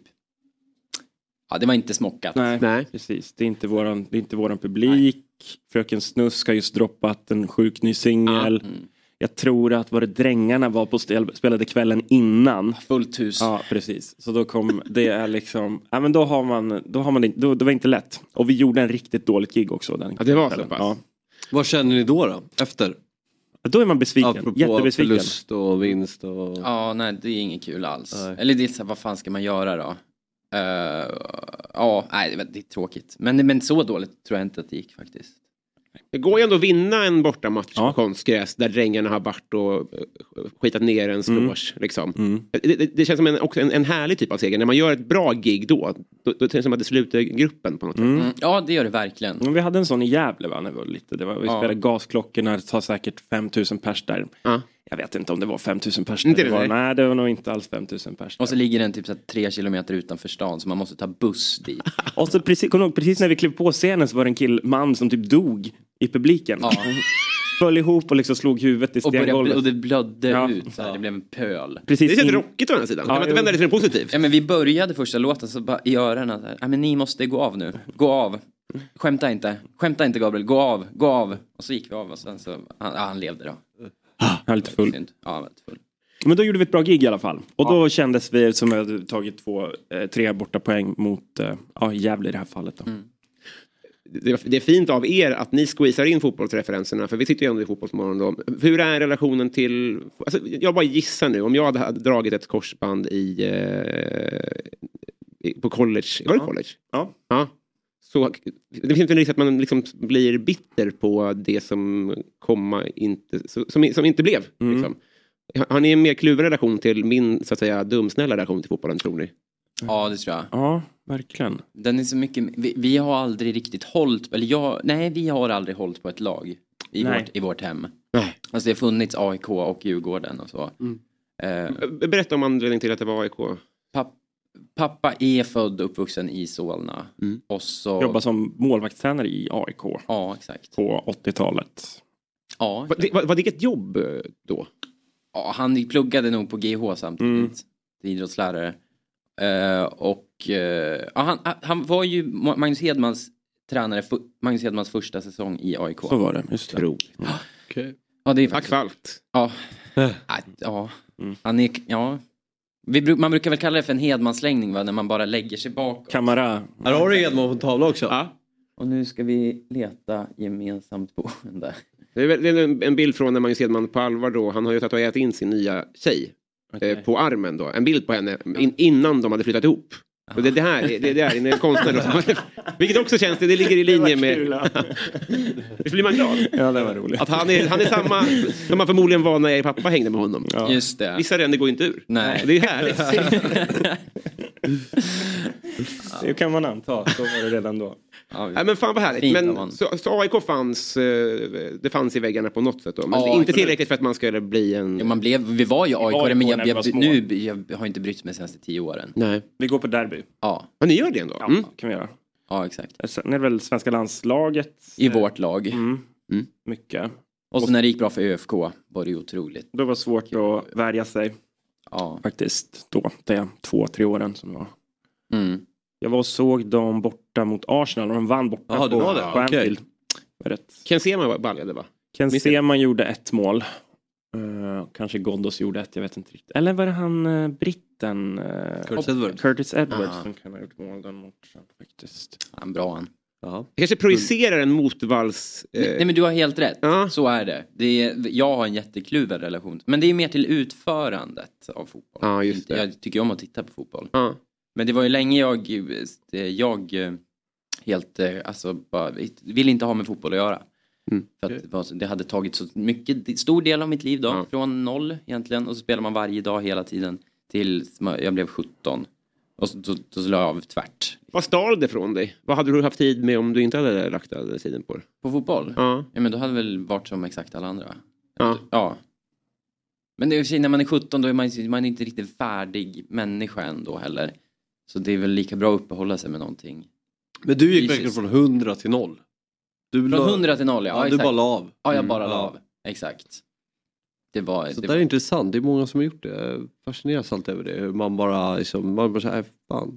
Ja, det var inte smockat. Nej, Nej. precis. Det är inte våran, det är inte våran publik. Nej. Fröken Snusk har just droppat en sjuk ny singel. Ja. Mm. Jag tror att var det Drängarna var på stel, spelade kvällen innan. Fullt hus. Ja, precis. Så då kom det är liksom, ja men då har man då har man det, då, det var inte lätt. Och vi gjorde en riktigt dåligt gig också den. Ja, det var så pass. Ja. Vad känner ni då då efter? Ja, då är man besviken. Apropå jättebesviken. Förlust och vinst och... Ja, nej, det är inget kul alls. Nej. Eller det är så här, vad fan ska man göra då? Uh, ja, nej, det är tråkigt. Men, men så dåligt tror jag inte att det gick faktiskt. Det går ju ändå att vinna en bortamatch ja. på konstgräs där Drängarna har varit och skitat ner en slås. Mm. Liksom. Mm. Det, det, det känns som en, också en, en härlig typ av seger. När man gör ett bra gig då, då, då känns det som att det sluter gruppen på något sätt. Mm. Ja, det gör det verkligen. Men vi hade en sån i Gävle, va? Det var lite, det var, vi ja. spelade Gasklockorna, det tar säkert fem tusen pers där. Ja. Jag vet inte om det var fem tusen pers där. Inte det, det var, nej. nej, det var nog inte alls fem tusen pers där. Och så ligger den typ så här, tre kilometer utanför stan, så man måste ta buss dit. Och så precis, kom ihåg, precis när vi klev på scenen så var det en kill, man som typ dog i publiken. Ja. Föll ihop och liksom slog huvudet i stengolvet. Och det blödde ja. ut så här, det blev en pöl. Precis. Det känns rockigt å den sidan. Ja, kan man inte vända det till en positiv? Ja, men vi började första låten så bara i öronen så här, ja men ni måste gå av nu. Gå av. Skämta inte. Skämta inte Gabriel. Gå av. Gå av. Och så gick vi av och sen så han, ja, han levde då. Han är lite full. Ja, han var lite full. Men då gjorde vi ett bra gig i alla fall. Och ja. då kändes vi som att vi hade tagit två, eh, tre borta poäng mot eh, ja, Gävle i det här fallet då. Mm. Det är fint av er att ni squeezar in fotbollsreferenserna, för vi sitter ju ändå i Fotbollsmorgon då. Hur är relationen till, alltså, jag bara gissar nu, om jag hade dragit ett korsband i, eh, på college, var det college? Ja. Ja. Så det finns en risk att man liksom blir bitter på det som komma inte, som, som inte blev. Mm. Liksom. Har ni en mer kluven relation till min, så att säga, dumsnälla relation till fotbollen, tror ni? Ja, det tror jag. Ja, verkligen. Den är så mycket, vi, vi har aldrig riktigt hållit, eller jag, nej vi har aldrig hållit på ett lag i, vårt, i vårt hem. Nej. Alltså det har funnits A I K och Djurgården och så. Mm. Eh. Berätta om anledningen till att det var A I K. Papp, pappa är född och uppvuxen i Solna. Mm. Och så... Jobbar som målvaktstränare i A I K. Ja, exakt. På åttiotalet. Ja. Var det, var, var det ett jobb då? Ja, han pluggade nog på G H samtidigt. Mm. Till idrottslärare. Uh, och uh, ja, han, han var ju Magnus Hedmans tränare för, Magnus Hedmans första säsong i A I K. Så var det, just det. Mm. Okay. Ja, det är Tack för allt. Ja. Äh. Ja. Mm. Han är, ja. Vi, man brukar väl kalla det för en Hedmanslängning, va? När man bara lägger sig bak. Kamera. Här har du Hedman på tavla också. Ja. Och nu ska vi leta gemensamt boende. Det är, det är en, en bild från när Magnus Hedman på allvar då. Han har ju tatuerat in sin nya tjej. Okay. På armen då. En bild på henne in, innan de hade flyttat ihop. Och det, det här det, det är en konstnär då, som, vilket också känns det, det ligger i linje med det blir man glad. Ja, det var roligt. Att han är, han är samma som man förmodligen var när jag pappa hängde med honom. Ja. Just det. Vissa ränder går inte ur. Nej. Det är härligt. Det kan man anta, så var det redan då. Ja, ja, men fan vad härligt. Men så, så A I K fanns, det fanns i väggarna på något sätt då. Men ja, inte tillräckligt för att man skulle bli en... Ja, man blev, vi var ju A I K, men jag, jag, nu jag har inte brytt mig de senaste tio åren. Nej. Vi går på derby. Ja. Ja, ni gör det ändå? Ja, mm. kan vi göra. Ja, exakt. Sen är det väl svenska landslaget. I vårt lag. Mm. Mm. Mycket. Och så när det gick bra för Ö F K var det otroligt. Det var svårt att värja sig. Ja. Faktiskt då, det två, tre åren som var. Mm. Jag var och såg dem borta mot Arsenal och de vann borta Aha, på, det var det. på Anfield. Okay. Ken Sema baljade va? Ken Sema gjorde ett mål. Uh, kanske Ghoddos gjorde ett, jag vet inte riktigt. Eller var det han uh, britten? Uh, Curtis Edwards. Curtis Edwards som kan ha gjort mål den matchen faktiskt. Han bra han. Jag kanske projicerar en motvalls... Eh... Nej, nej men du har helt rätt. Ja. Så är det. det är, jag har en jättekluvad relation. Men det är mer till utförandet av fotboll. Ja, just det. Jag tycker om att titta på fotboll. Ja. Men det var ju länge jag... Jag helt... Alltså bara... Vill inte ha med fotboll att göra. Mm. För att det, var, det hade tagit så mycket... Stor del av mitt liv då. Ja. Från noll egentligen. Och så spelar man varje dag hela tiden. Tills jag blev sjutton. Och så, då, då la jag av tvärt. Vad stal det från dig? Vad hade du haft tid med om du inte hade lagt den tiden på det? På fotboll? Ja. Ja men då hade det väl varit som exakt alla andra. Ja. Ja. Men det är, när man är sjutton då är man, man är inte riktigt färdig människa ändå heller. Så det är väl lika bra att uppehålla sig med någonting. Men du gick verkligen från hundra till noll. Du från la... hundra till noll, ja. ja exakt. du bara la av. Ja, jag bara mm. la av. Exakt. Det var, så det det var... är intressant. Det är många som har gjort det. Jag fascineras allt över det. Hur man bara liksom, man bara säger fan.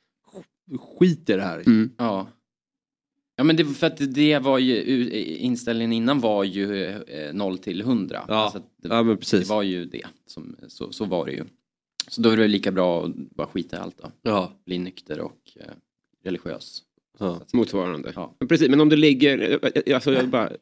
Skit i det här. Mm. Ja. Ja men det för att det var ju inställningen innan var ju eh, noll till hundra. Ja. Alltså det, ja men precis. Det var ju det som så, så var det ju. Så då är det lika bra att bara skita i allt då. Ja. Bli nykter och eh, religiös. Ja. Motsvarande. Ja. Men precis, men om du ligger alltså jag bara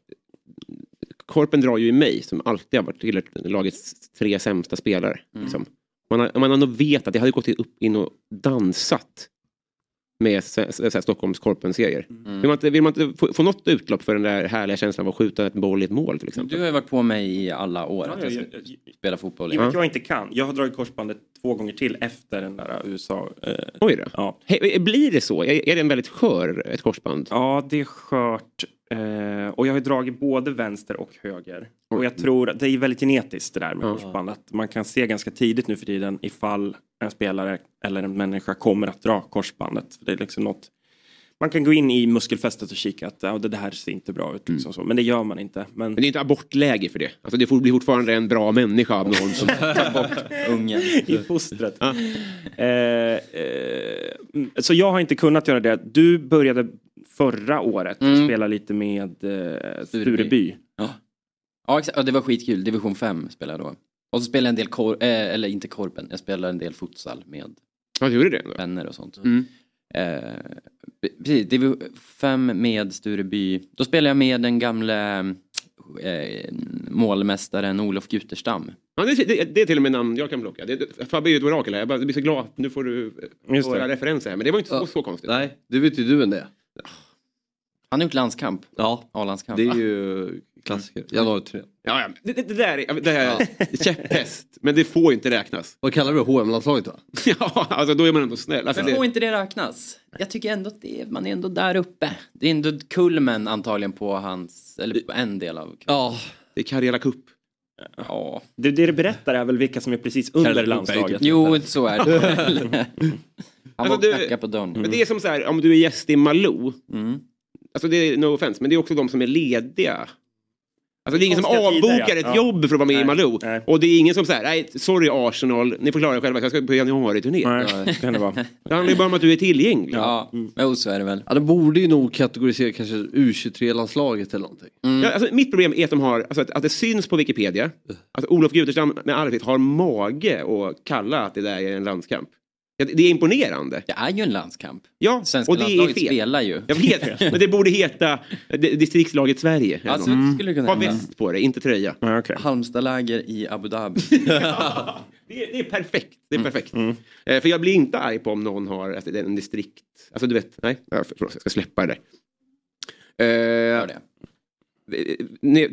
Korpen drar ju i mig som alltid har varit till lagets tre sämsta spelare. Mm. Liksom. Man har, man har nog vet att jag hade gått upp in och dansat med Stockholms Korpen-serier. Mm. Vill man inte, vill man inte få, få något utlopp för den där härliga känslan av att skjuta ett boll i ett mål till exempel? Du har ju varit på mig i alla år ja, att jag, jag, jag spela fotboll. I och med att jag inte kan. Jag har dragit korsbandet två gånger till efter den där U S A. Eh, Oj då. Ja. Hey, blir det så? Är, är det en väldigt skör ett korsband? Ja, det är skört. Eh, och jag har dragit både vänster och höger. Och jag tror att det är väldigt genetiskt det där med ja. korsband. Att man kan se ganska tidigt nu för tiden ifall en spelare eller en människa kommer att dra korsbandet. För det är liksom något... Man kan gå in i muskelfästet och kika att ja, det här ser inte bra ut. Liksom mm. så. Men det gör man inte. Men... men det är inte abortläge för det. Alltså det får bli fortfarande en bra människa av någon som tar bort ungen. I fostret. Ja. Eh, eh, så jag har inte kunnat göra det. Du började förra året mm. spela lite med eh, Stureby. Ja. Ja, exakt. Ja, det var skitkul. Division fem spelade jag då. Och så spelade jag en del, kor- äh, eller inte korpen, jag spelade en del futsal med ja, du gjorde det då? Vänner och sånt. Mm. Eh, precis, Division fem med Stureby. Då spelade jag med den gamla eh, målmästaren Olof Guterstam. Ja, det, det, det är till och med namn jag kan plocka. Det, Fabio är ett orakel här. Jag bara, blir så glad. Nu får du några referenser här. Men det var inte ja. så, så konstigt. Nej, det vet ju du än det. Han har gjort landskamp. Ja, A-landskamp. Det är ju klassiker. Januari tre. Ja, ja. Det, det, det där är, det här är käpphäst. Men det får inte räknas. Vad kallar du H M-landslaget då? Ja, alltså då är man ändå snäll. Alltså, det får inte det räknas. Jag tycker ändå att det är, man är ändå där uppe. Det är ändå kulmen antagligen på hans, eller på en del av. Ja, det är Karjala Cup. Ja. Det, det du berättar är väl vilka som är precis under Karjala landslaget. Jo, så är det. Han var alltså, knacka på dörren. Men det är som så här, om du är gäst i Malou. Mm. Alltså det är no offense, men det är också de som är lediga. Alltså det är ingen som avbokar tider, ja. ett jobb för att vara med nej, i Malou. Nej. Och det är ingen som säger, nej, sorry Arsenal, ni får klara er själva, jag ska på januari-turné. Nej, kan det vara. Det handlar ju bara om att du är tillgänglig. Ja, mm. Jo, så är det väl. Ja, de borde ju nog kategorisera kanske U tjugotre-landslaget eller någonting. Mm. Ja, alltså, mitt problem är att de har, alltså, att, att det syns på Wikipedia att Olof Guterstam med arbete har mage att kalla att det där är en landskamp. Det är imponerande. Det är ju en landskamp. Ja, svenska och det är fel. Spelar ju. Jag vet, men det borde heta distriktslaget Sverige. Alltså, mm. skulle kunna ha väst på det, inte tröja. Ja, okay. Halmstadläger i Abu Dhabi. Ja, det, är, det är perfekt. Det är mm. perfekt. Mm. Eh, för jag blir inte arg på om någon har alltså, en distrikt. Alltså du vet, nej, jag, förlåt, jag ska släppa det där. Eh, Gör det. Nu,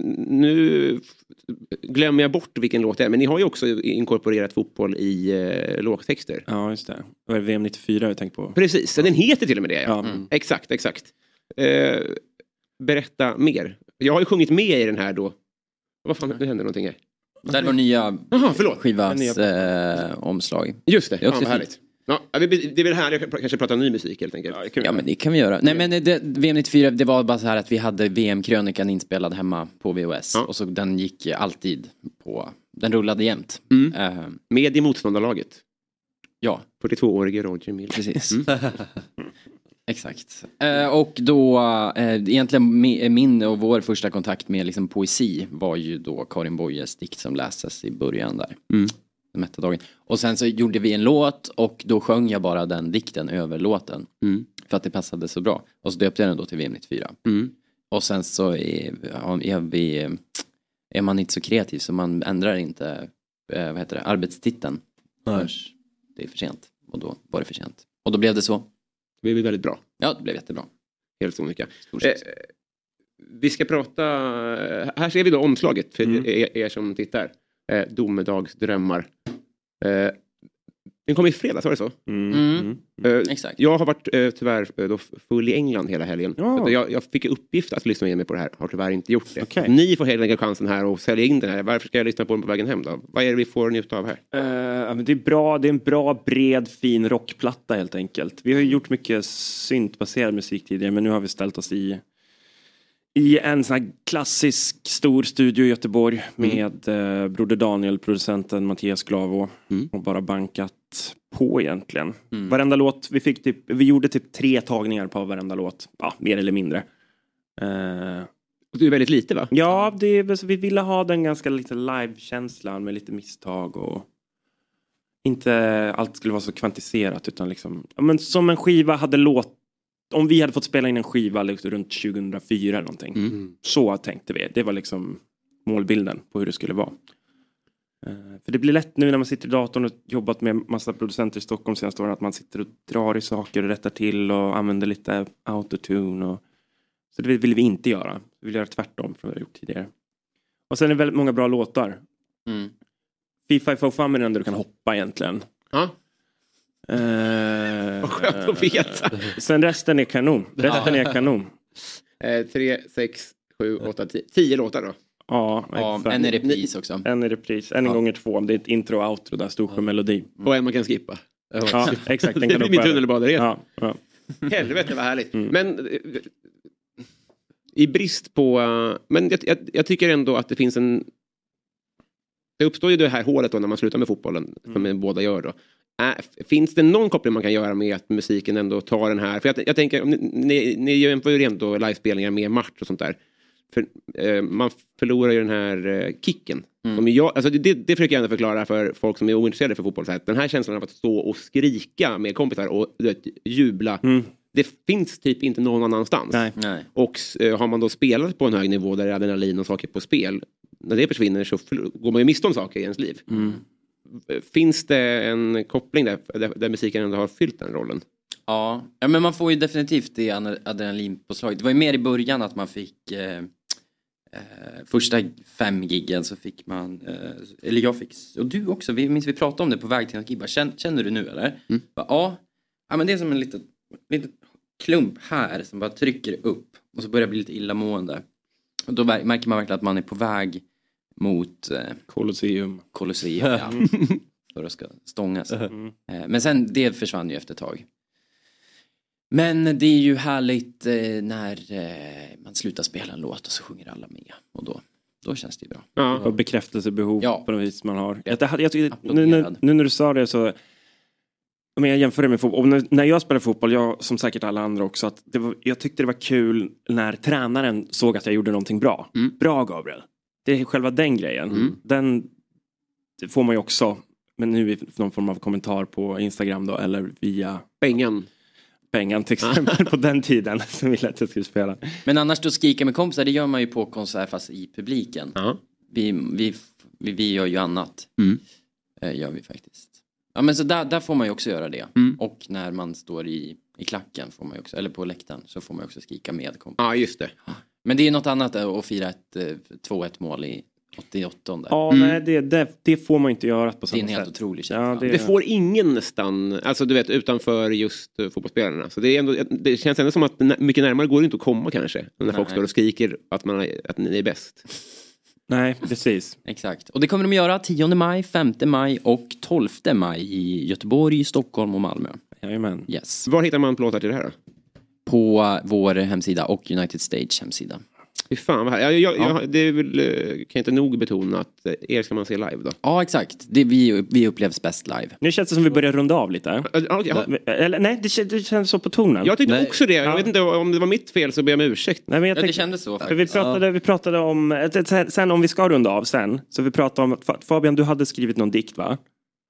nu glömmer jag bort vilken låt det är, men ni har ju också inkorporerat fotboll i eh, lågtexter. Ja, just det. Det var V M nittiofyra jag tänkte på. Precis, så den heter till och med det. Ja. Ja. Mm. Exakt, exakt. Eh, berätta mer. Jag har ju sjungit med i den här då. Vad fan, det händer någonting här. Det är vår nya Aha, förlåt. skivas nya... Eh, omslag. Just det, det är också ja, härligt. Ja, det är väl här jag kanske pratar ny musik helt enkelt. Ja, ja men det kan vi göra. Nej men det, V M nittiofyra, det var bara så här att vi hade V M-krönikan inspelad hemma på V H S. Ja. Och så den gick alltid på, den rullade jämt. Mm. Uh, Med i motståndarlaget. Ja. fyrtiotvåårige Roger Miller. Precis. Mm. Exakt. Uh, och då, uh, egentligen min och vår första kontakt med liksom poesi var ju då Karin Boyes dikt som läses i början där. Mm. Dagen. Och sen så gjorde vi en låt och då sjöng jag bara den dikten över låten. Mm. För att det passade så bra. Och så döpte jag den då till V M nittiofyra. Mm. Och sen så är, är, vi, är man inte så kreativ så man ändrar inte vad heter det, arbetstiteln. Först det är för sent. Och då var det för sent. Och då blev det så. Det blev väldigt bra. Ja, det blev jättebra. Helt så mycket. Eh, vi ska prata, här ser vi då omslaget för mm. er, er som tittar. Eh, Domedagsdrömmar. Eh, den kom i fredags, var det så? Mm. Mm. Eh, Exakt. Jag har varit eh, tyvärr eh, då full i England hela helgen. Ja. Så jag, jag fick uppgift att lyssna med mig på det här. Har tyvärr inte gjort det. Okay. Ni får hela chansen här och sälja in den här. Varför ska jag lyssna på den på vägen hem då? Vad är det vi får njuta av här? Uh, men det är bra, det är en bra, bred, fin rockplatta helt enkelt. Vi har ju gjort mycket syntbaserad musik tidigare, men nu har vi ställt oss i I en sån här klassisk stor studio i Göteborg med mm. eh, Broder Daniel, producenten Mattias Glavo mm. och bara bankat på egentligen. Mm. Varenda låt, vi fick typ, vi gjorde typ tre tagningar på varenda låt. Ja, mer eller mindre. Eh, det är väldigt lite va? Ja, det är, vi ville ha den ganska lite live-känslan med lite misstag och inte allt skulle vara så kvantiserat utan liksom, ja, men som en skiva hade låt. Om vi hade fått spela in en skiva liksom runt tjugohundrafyra eller någonting. Mm. Så tänkte vi. Det var liksom målbilden på hur det skulle vara. Uh, för det blir lätt nu när man sitter i datorn och jobbat med massa producenter i Stockholm senaste åren att man sitter och drar i saker och rättar till och använder lite autotune. Och... Så det vill vi inte göra. Vi vill göra tvärtom från vad vi har gjort tidigare. Och sen är det väldigt många bra låtar. Mm. FIFA Four Fun är den där du kan hoppa egentligen. Ja. Uh, Vad skönt att veta. Sen resten är kanon. Resten är kanon. Eh, tre, sex, sju, åtta, tio. Tio låtar då. Ja, ja en i repris också. En i repris. En ja. gånger två. Det är ett intro och outro där. Stor ja. melodi. Mm. Och en man kan skippa. Ja, exakt. Den det blir min tunnelbaneresa. Ja, ja. Helvete vad härligt. Mm. Men i brist på... Men jag, jag, jag tycker ändå att det finns en... Det uppstår ju det här hålet då när man slutar med fotbollen. Mm. Som båda gör då. Äh, finns det någon koppling man kan göra med att musiken ändå tar den här? För jag, jag tänker, ni, ni, ni gör ju rent då livespelningar med match och sånt där. För, eh, man förlorar ju den här eh, kicken. Mm. Jag, alltså det, det försöker jag ändå förklara för folk som är ointresserade för fotboll. Så här, den här känslan av att stå och skrika med kompisar och vet, jubla. Mm. Det finns typ inte någon annanstans. Nej. Nej. Och eh, har man då spelat på en hög nivå där det är adrenalin och saker på spel. När det försvinner så går man ju miste om saker i ens liv. Mm. Finns det en koppling där, där, där musiken ändå har fyllt den rollen? Ja. ja, men man får ju definitivt det adrenalinpåslaget. Det var ju mer i början att man fick eh, eh, första fem giggen så fick man, eh, eller jag fick, och du också, vi minns vi pratade om det på väg till en gig. Känner, känner du nu eller? Mm. Bara, ja. ja, men det är som en liten, liten klump här som bara trycker upp och så börjar det bli lite illamående. Och då märker man verkligen att man är på väg mot eh, Colosseum. Colosseum, ja. För att ska stångas. Mm. Eh, men sen, det försvann ju efter ett tag. Men det är ju härligt eh, när eh, man slutar spela en låt och så sjunger alla med. Och då, då känns det bra. Ja, och bekräftelsebehov ja. på något vis man har. Jag, jag, jag, jag, nu, nu, nu när du sa det så... Om jag jämför det med fotboll. Och när, när jag spelar fotboll, jag som säkert alla andra också. Att det var, jag tyckte det var kul när tränaren såg att jag gjorde någonting bra. Mm. Bra Gabriel. Det är själva den grejen. Mm. Den det får man ju också. Men nu i någon form av kommentar på Instagram då. Eller via... Pengen. Pengen till exempel på den tiden. Som vi lät jag skulle spela. Men annars då skrika med kompisar. Det gör man ju på konsert fast i publiken. Uh-huh. Vi, vi, vi, vi gör ju annat. Mm. Eh, gör vi faktiskt. Ja men så där, där får man ju också göra det. Mm. Och när man står i, i klacken får man ju också, eller på läktaren så får man också skrika med kompisar. Ja just det. Men det är något annat att fira ett två ett mål i åttioåtta. Ja, mm. nej, det, det, det får man inte göra på samma sätt. Det är en helt sätt. otrolig känsla. Ja, det... det får ingen nästan, alltså du vet, utanför just uh, fotbollsspelarna. Så det, är ändå, det känns ändå som att mycket närmare går det inte att komma kanske. När nej. folk står och skriker att, man är, att ni är bäst. Nej, precis. Exakt. Och det kommer de göra tionde maj, femte maj och tolfte maj i Göteborg, Stockholm och Malmö. Jajamän. Yes. Var hittar man plåtar till det här då? På vår hemsida och United Stage hemsida. Fy fan vad här. Jag, jag, ja. jag, det är väl, kan jag inte nog betona att er ska man se live då? Ja, exakt. Det, vi, vi upplevs bäst live. Nu känns det som vi börjar runda av lite. Ja, ja. Eller nej, det, det känns så på tonen. Jag tyckte nej. också det. Jag ja. vet inte om det var mitt fel så ber jag om ursäkt. Nej, men jag ja, tänkte, det kändes så för vi pratade, ja. vi pratade om, sen om vi ska runda av sen. Så vi pratade om, Fabian, du hade skrivit någon dikt, va?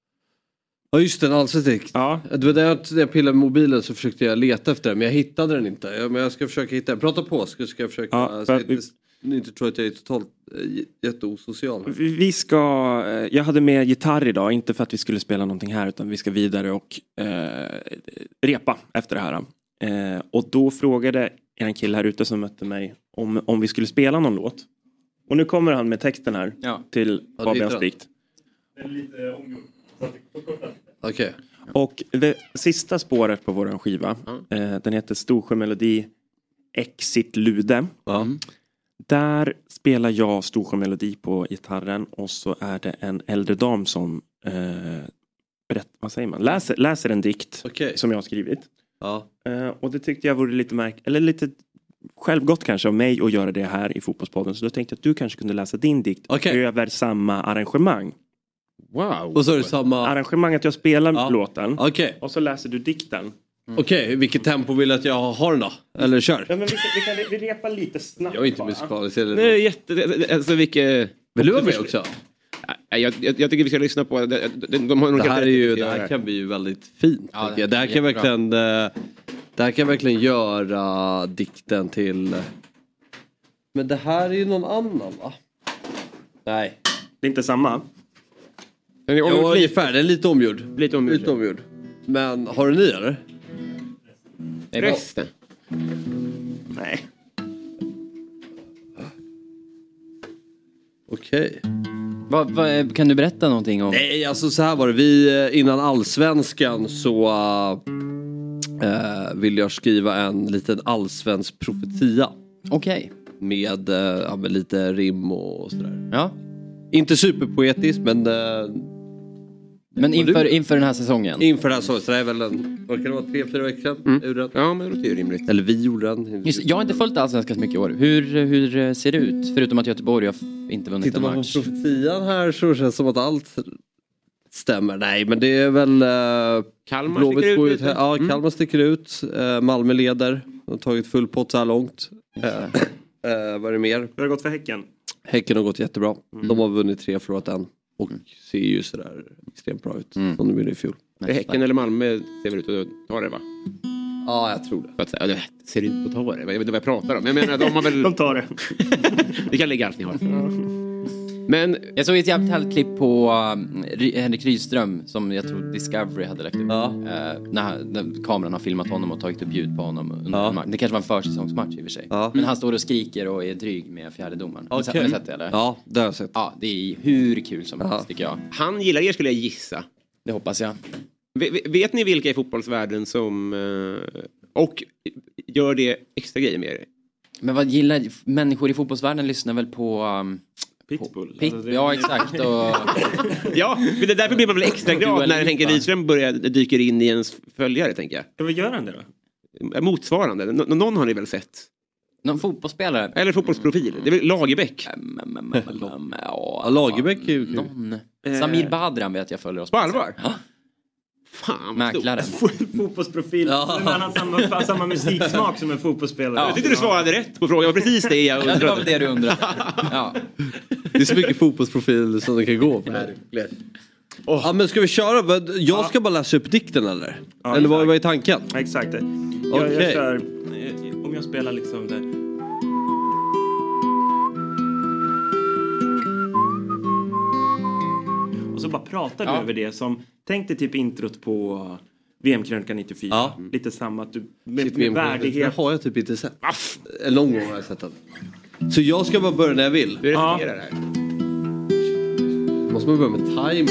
Ja just det, en allsvensk. Ja. Det var där jag pillade med mobilen så försökte jag leta efter den. Men jag hittade den inte. Ja, men jag ska försöka hitta den. Prata på, ska, ska jag försöka. Ja, så jag inte, inte tror att jag är totalt äh, jätteosocial. Vi ska, jag hade med gitarr idag. Inte för att vi skulle spela någonting här. Utan vi ska vidare och eh, repa efter det här. Eh, och då frågade en kille här ute som mötte mig om, om vi skulle spela någon låt. Och nu kommer han med texten här ja. till ja, Fabians dikt. Den är lite omgjord. Okej. Okay. Och det sista spåret på våran skiva, mm. eh, den heter Storsjömelodi Exit Lude. Mm. Där spelar jag Storsjömelodi på gitarren och så är det en äldre dam som eh, berätt, vad säger man? Läser, läser en dikt okay. som jag har skrivit. Ja. Eh, och det tyckte jag vore lite märk eller lite självgott kanske av mig att göra det här i Fotbollspodden. Så då tänkte jag att du kanske kunde läsa din dikt okay. över samma arrangemang. Wow. Och så är det samma arrangemang att jag spelar ja. låten. Okay. Och så läser du dikten. Mm. Okej, okay. Vilket tempo vill att jag har den då? Eller kör? Ja, men vi, vi kan vi repar lite snabbt. Jag är inte musikalisk. Eller det är jätte... Alltså vilket... Vill du vara med också? Jag, jag, jag tycker vi ska lyssna på det. De, de har det här, är ju, det här kan bli ju väldigt fint. Ja, det, det här kan verkligen... Det här kan verkligen göra dikten till... Men det här är ju någon annan, va? Nej. Det är inte samma. Den är ja, ungefär. Den är lite omgjord. Lite omgjord. Lite omgjord. Men har du ny, eller? Resten. Nej. Okej. Okay. Va, va, kan du berätta någonting om? Nej, alltså så här var det. Vi, innan allsvenskan så äh, vill jag skriva en liten allsvensk profetia. Okej. Okay. Med, äh, ja, med lite rim och sådär. Ja. Inte superpoetiskt, men... Äh, men inför, inför den här säsongen? Inför den här säsongen. Så det är väl en, vad kan det vara, tre, fyra veckor mm. Ja, men det är ju rimligt. Eller vi gjorde den. Just, jag har inte följt allsvenskan så mycket i år. Hur, hur ser det ut? Förutom att Göteborg har inte vunnit Tittar en match. Tittar man på profetian här så känns det som att allt stämmer. Nej, men det är väl... Uh, Kalmar sticker ut. ut ja, Kalmar mm. sticker ut. Uh, Malmö leder. De har tagit full pott så här långt. Uh, uh, vad är det mer? Hur har det gått för Häcken? Häcken har gått jättebra. Mm. De har vunnit tre, förlorat en. Och mm. ser ju sådär extremt bra ut. Mm. Som de gjorde i fjol. Det är Häcken eller Malmö ser väl ut att ta det, va? Ja, jag tror det. Ja, det ser ut att ta det. Jag vet inte vad jag pratar om. Jag menar, de har väl... de tar det. Det kan ligga allt ni har. Men... Jag såg ett jävligt härligt klipp på uh, Henrik Rydström som jag tror Discovery hade lagt upp. Ja. Uh, när, när kameran har filmat honom och tagit upp ljud på honom. Under ja. Det kanske var en försäsongsmatch i och för sig. Ja. Men han står och skriker och är dryg med fjärdedomaren. Okay. Har du sett det, eller? Ja, det har jag sett. Ja, det är hur kul som helst, tycker jag. Han gillar er, skulle jag gissa. Det hoppas jag. V- vet ni vilka i fotbollsvärlden som... Uh, och gör det extra grejer med er? Men vad gillar... Människor i fotbollsvärlden lyssnar väl på... Um, Pitbull. Pit, ja, exakt. Och... ja, men det därför blir man väl extra glad när Henke Rydström börjar dyker in i ens följare, tänker jag. Ja, vad gör han det då? Motsvarande. N- någon har ni väl sett? Någon fotbollsspelare? Eller fotbollsprofil. Det är väl Lagerbäck? Ja, Lagerbäck är ju kul. Någon. Samir Badran vet jag följer oss. På allvar? Ja. Fan, mäklaren. Fotbollsprofil. Ja. Men han har samma, samma musiksmak som en fotbollsspelare. Ja. Jag tyckte du svarade rätt på frågan. Det var precis det jag undrade. Ja, det var det du undrade. Ja. Det är så mycket fotbollsprofil som det kan gå på. Oh. Ja, men ska vi köra? Jag ska bara läsa upp dikten, eller? Ja, eller vad är tanken? Exakt. Jag, okay. jag kör, om jag spelar liksom det. Och så bara pratar du ja. över det som... Tänk dig typ introt på V M-krönika nittiofyra. Ja. Lite samma att du... Med, med värdighet. Det har jag typ inte sett. Aff. En lång gång har jag sett den. Så jag ska bara börja när jag vill. Hur ja. fungerar det här? Måste man börja med timing?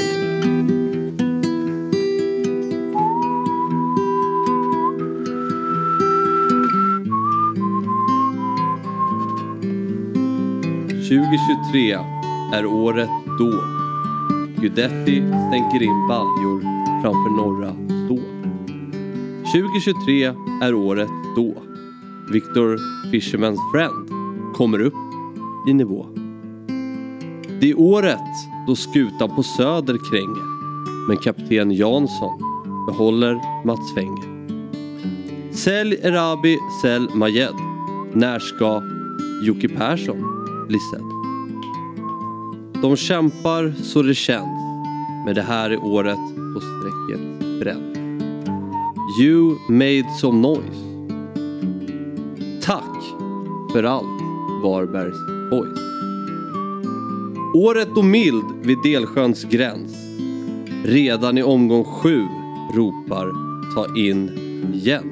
tjugo tjugotre är året då Guidetti stänker in baljor framför norra stå. tjugo tjugotre är året då Victor Fisherman's Friend kommer upp i nivå. Det är året då skutan på söder kränger, men kapten Jansson behåller Mats Wenger. Sälj Erabi, sälj Majed. När ska Jocke Persson bli sedd? De kämpar så det känns, men det här är året på strecket bränd. You made some noise. Tack för allt, Varbergs boys. Året då Mild vid Delsjöns gräns redan i omgång sju ropar ta in Jens.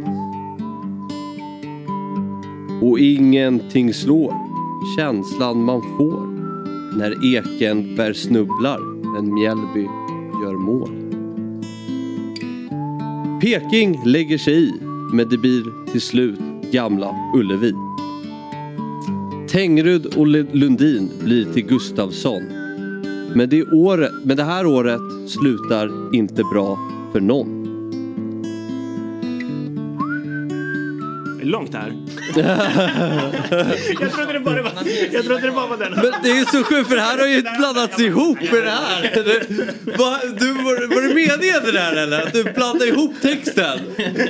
Och ingenting slår känslan man får när Ekenberg snubblar men Mjällby gör mål. Peking lägger sig i, men det blir till slut Gamla Ullevi. Tengrud och Lundin blir till Gustafsson. Men det, året, men det här året slutar inte bra för någon. Långt här. jag trodde det bara var, jag trodde det bara var den. Men det är så sjukt, för det här har ju blandats ihop med det här. Var, du, var, var det meningen det där eller? Att du blandade ihop texten?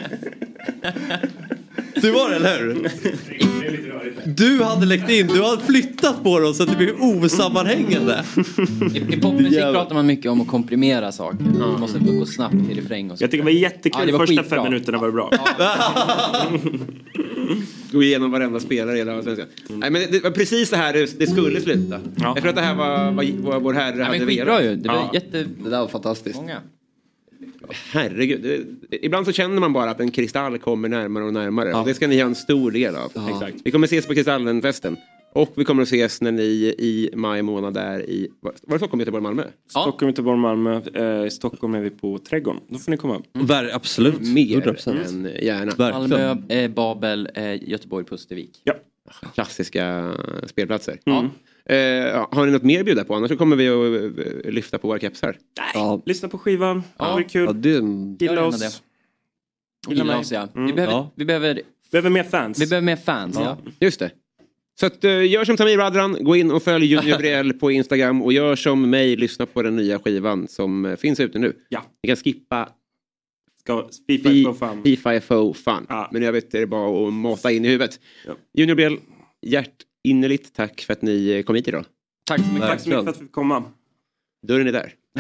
Det var det, eller hur? Du hade läckt in, du hade flyttat på dem så att det blir osammanhängande. I, i popmusik pratar man mycket om att komprimera saker. Man mm. måste gå snabbt till refräng och så. Jag tycker det var jättekul, ja, det var första skitbra. fem minuterna var det bra. Ja. Gå igenom varenda spelare i hela svenska. Mm. Nej, men det var precis det här det, det skulle sluta. Ja. Jag tror att det här var vad, vad vår herre ja, hade velat. Skitbra ju, det var ja. jätte... Det där var fantastiskt. Många. Herregud, det, ibland så känner man bara att en kristall kommer närmare och närmare. Ja. Och det ska ni ha en stor del av. Ja. Exakt. Vi kommer ses på Kristallenfesten. Och vi kommer att ses när ni i maj månad där i... Var det Stockholm, Göteborg, Malmö? Ja. Stockholm, Göteborg, Malmö. Eh, I Stockholm är vi på Trädgården. Då får ni komma. Mm. Ver, absolut. Mer hundra procent. Än gärna. Malmö, eh, Babel, eh, Göteborg, Pustervik. Ja. Klassiska spelplatser. Mm. Eh, har ni något mer att bjuda på? Annars så kommer vi att uh, lyfta på våra kepsar. Nej, ja. Lyssna på skivan. Ja. Det är kul. Ja, det... Gilla oss. Gilla oss, ja. Mm. Vi, behöver, ja. vi, behöver, vi behöver mer fans. Vi behöver mer fans, ja. ja. Just det. Så att, uh, gör som Tamir Radran. Gå in och följ Junior Briell på Instagram. Och gör som mig. Lyssna på den nya skivan som uh, finns ute nu. Ja. Ni kan skippa FIFA F O Fun. FIFA F O Fun. Ja. Men jag vet det är bara att mata in i huvudet. Ja. Junior Briell, hjärtinnerligt tack för att ni kom hit idag. Tack så mycket, tack så mycket för att vi fick komma. Dörren är där. Ja,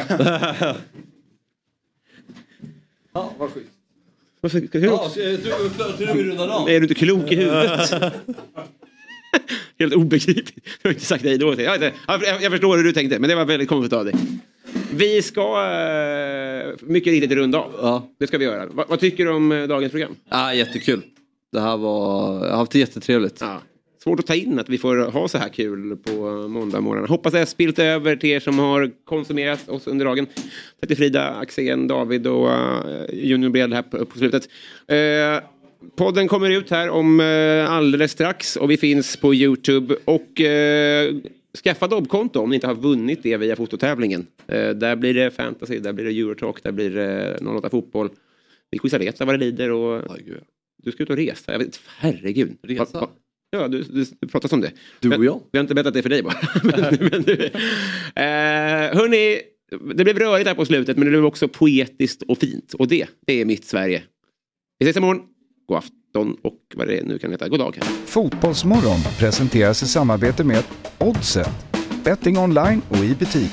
ja vad sjukt. Varför, ja, jag tror, tror vi rundar av. Är du inte klok i huvudet? Helt obegripligt. Jag har inte sagt det då. Jag, jag, jag förstår hur du tänkte, men det var väldigt konstigt av dig. Vi ska uh, mycket riktigt runda av. Ja. Det ska vi göra. Va, vad tycker du om uh, dagens program? Ja, jättekul. Det här var... Jag har haft det jättetrevligt. Ja. Svårt att ta in att vi får ha så här kul på måndag morgon. Hoppas jag spilt över till er som har konsumerat oss under dagen. Tack till Frida, Axén, David och uh, Junior Briell här på, på slutet. Uh, podden kommer ut här om uh, alldeles strax och vi finns på YouTube. Och uh, skaffa dobbkonto om ni inte har vunnit det via fototävlingen. Uh, där blir det fantasy, där blir det Eurotalk, där blir det noll åtta fotboll. Vi quizar resa vad det lider och du ska ut och resa. Jag vet, herregud. Resa? Va, va? Ja, du, du, du pratar om det. Du och jag? Vi har inte berättat det för dig bara. men, men du, eh, hörni, det blev rörigt här på slutet, men det blev också poetiskt och fint. Och det, det är mitt Sverige. Vi ses imorgon. God afton och vad det nu kan heta. God dag. Fotbollsmorgon presenteras i samarbete med Oddset. Betting online och i butik.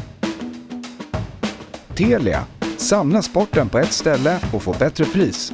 Telia. Samla sporten på ett ställe och få bättre pris.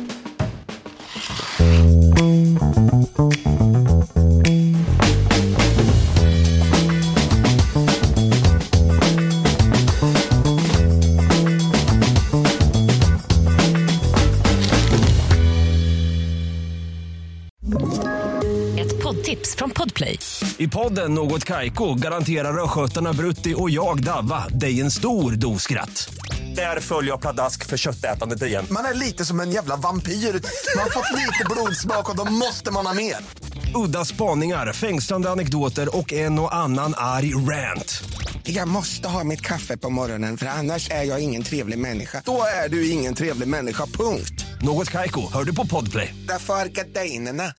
Tips från Podplay. I podden Något Kaiko garanterar skötarna Brutti och jag Davva dig en stor doskratt. Där följer jag pladask för köttätandet igen. Man är lite som en jävla vampyr. Man har fått lite blodsmak och då måste man ha mer. Udda spaningar, fängslande anekdoter och en och annan arg rant. Jag måste ha mitt kaffe på morgonen för annars är jag ingen trevlig människa. Då är du ingen trevlig människa, punkt. Något Kaiko, hör du på Podplay. Därför är gardinerna.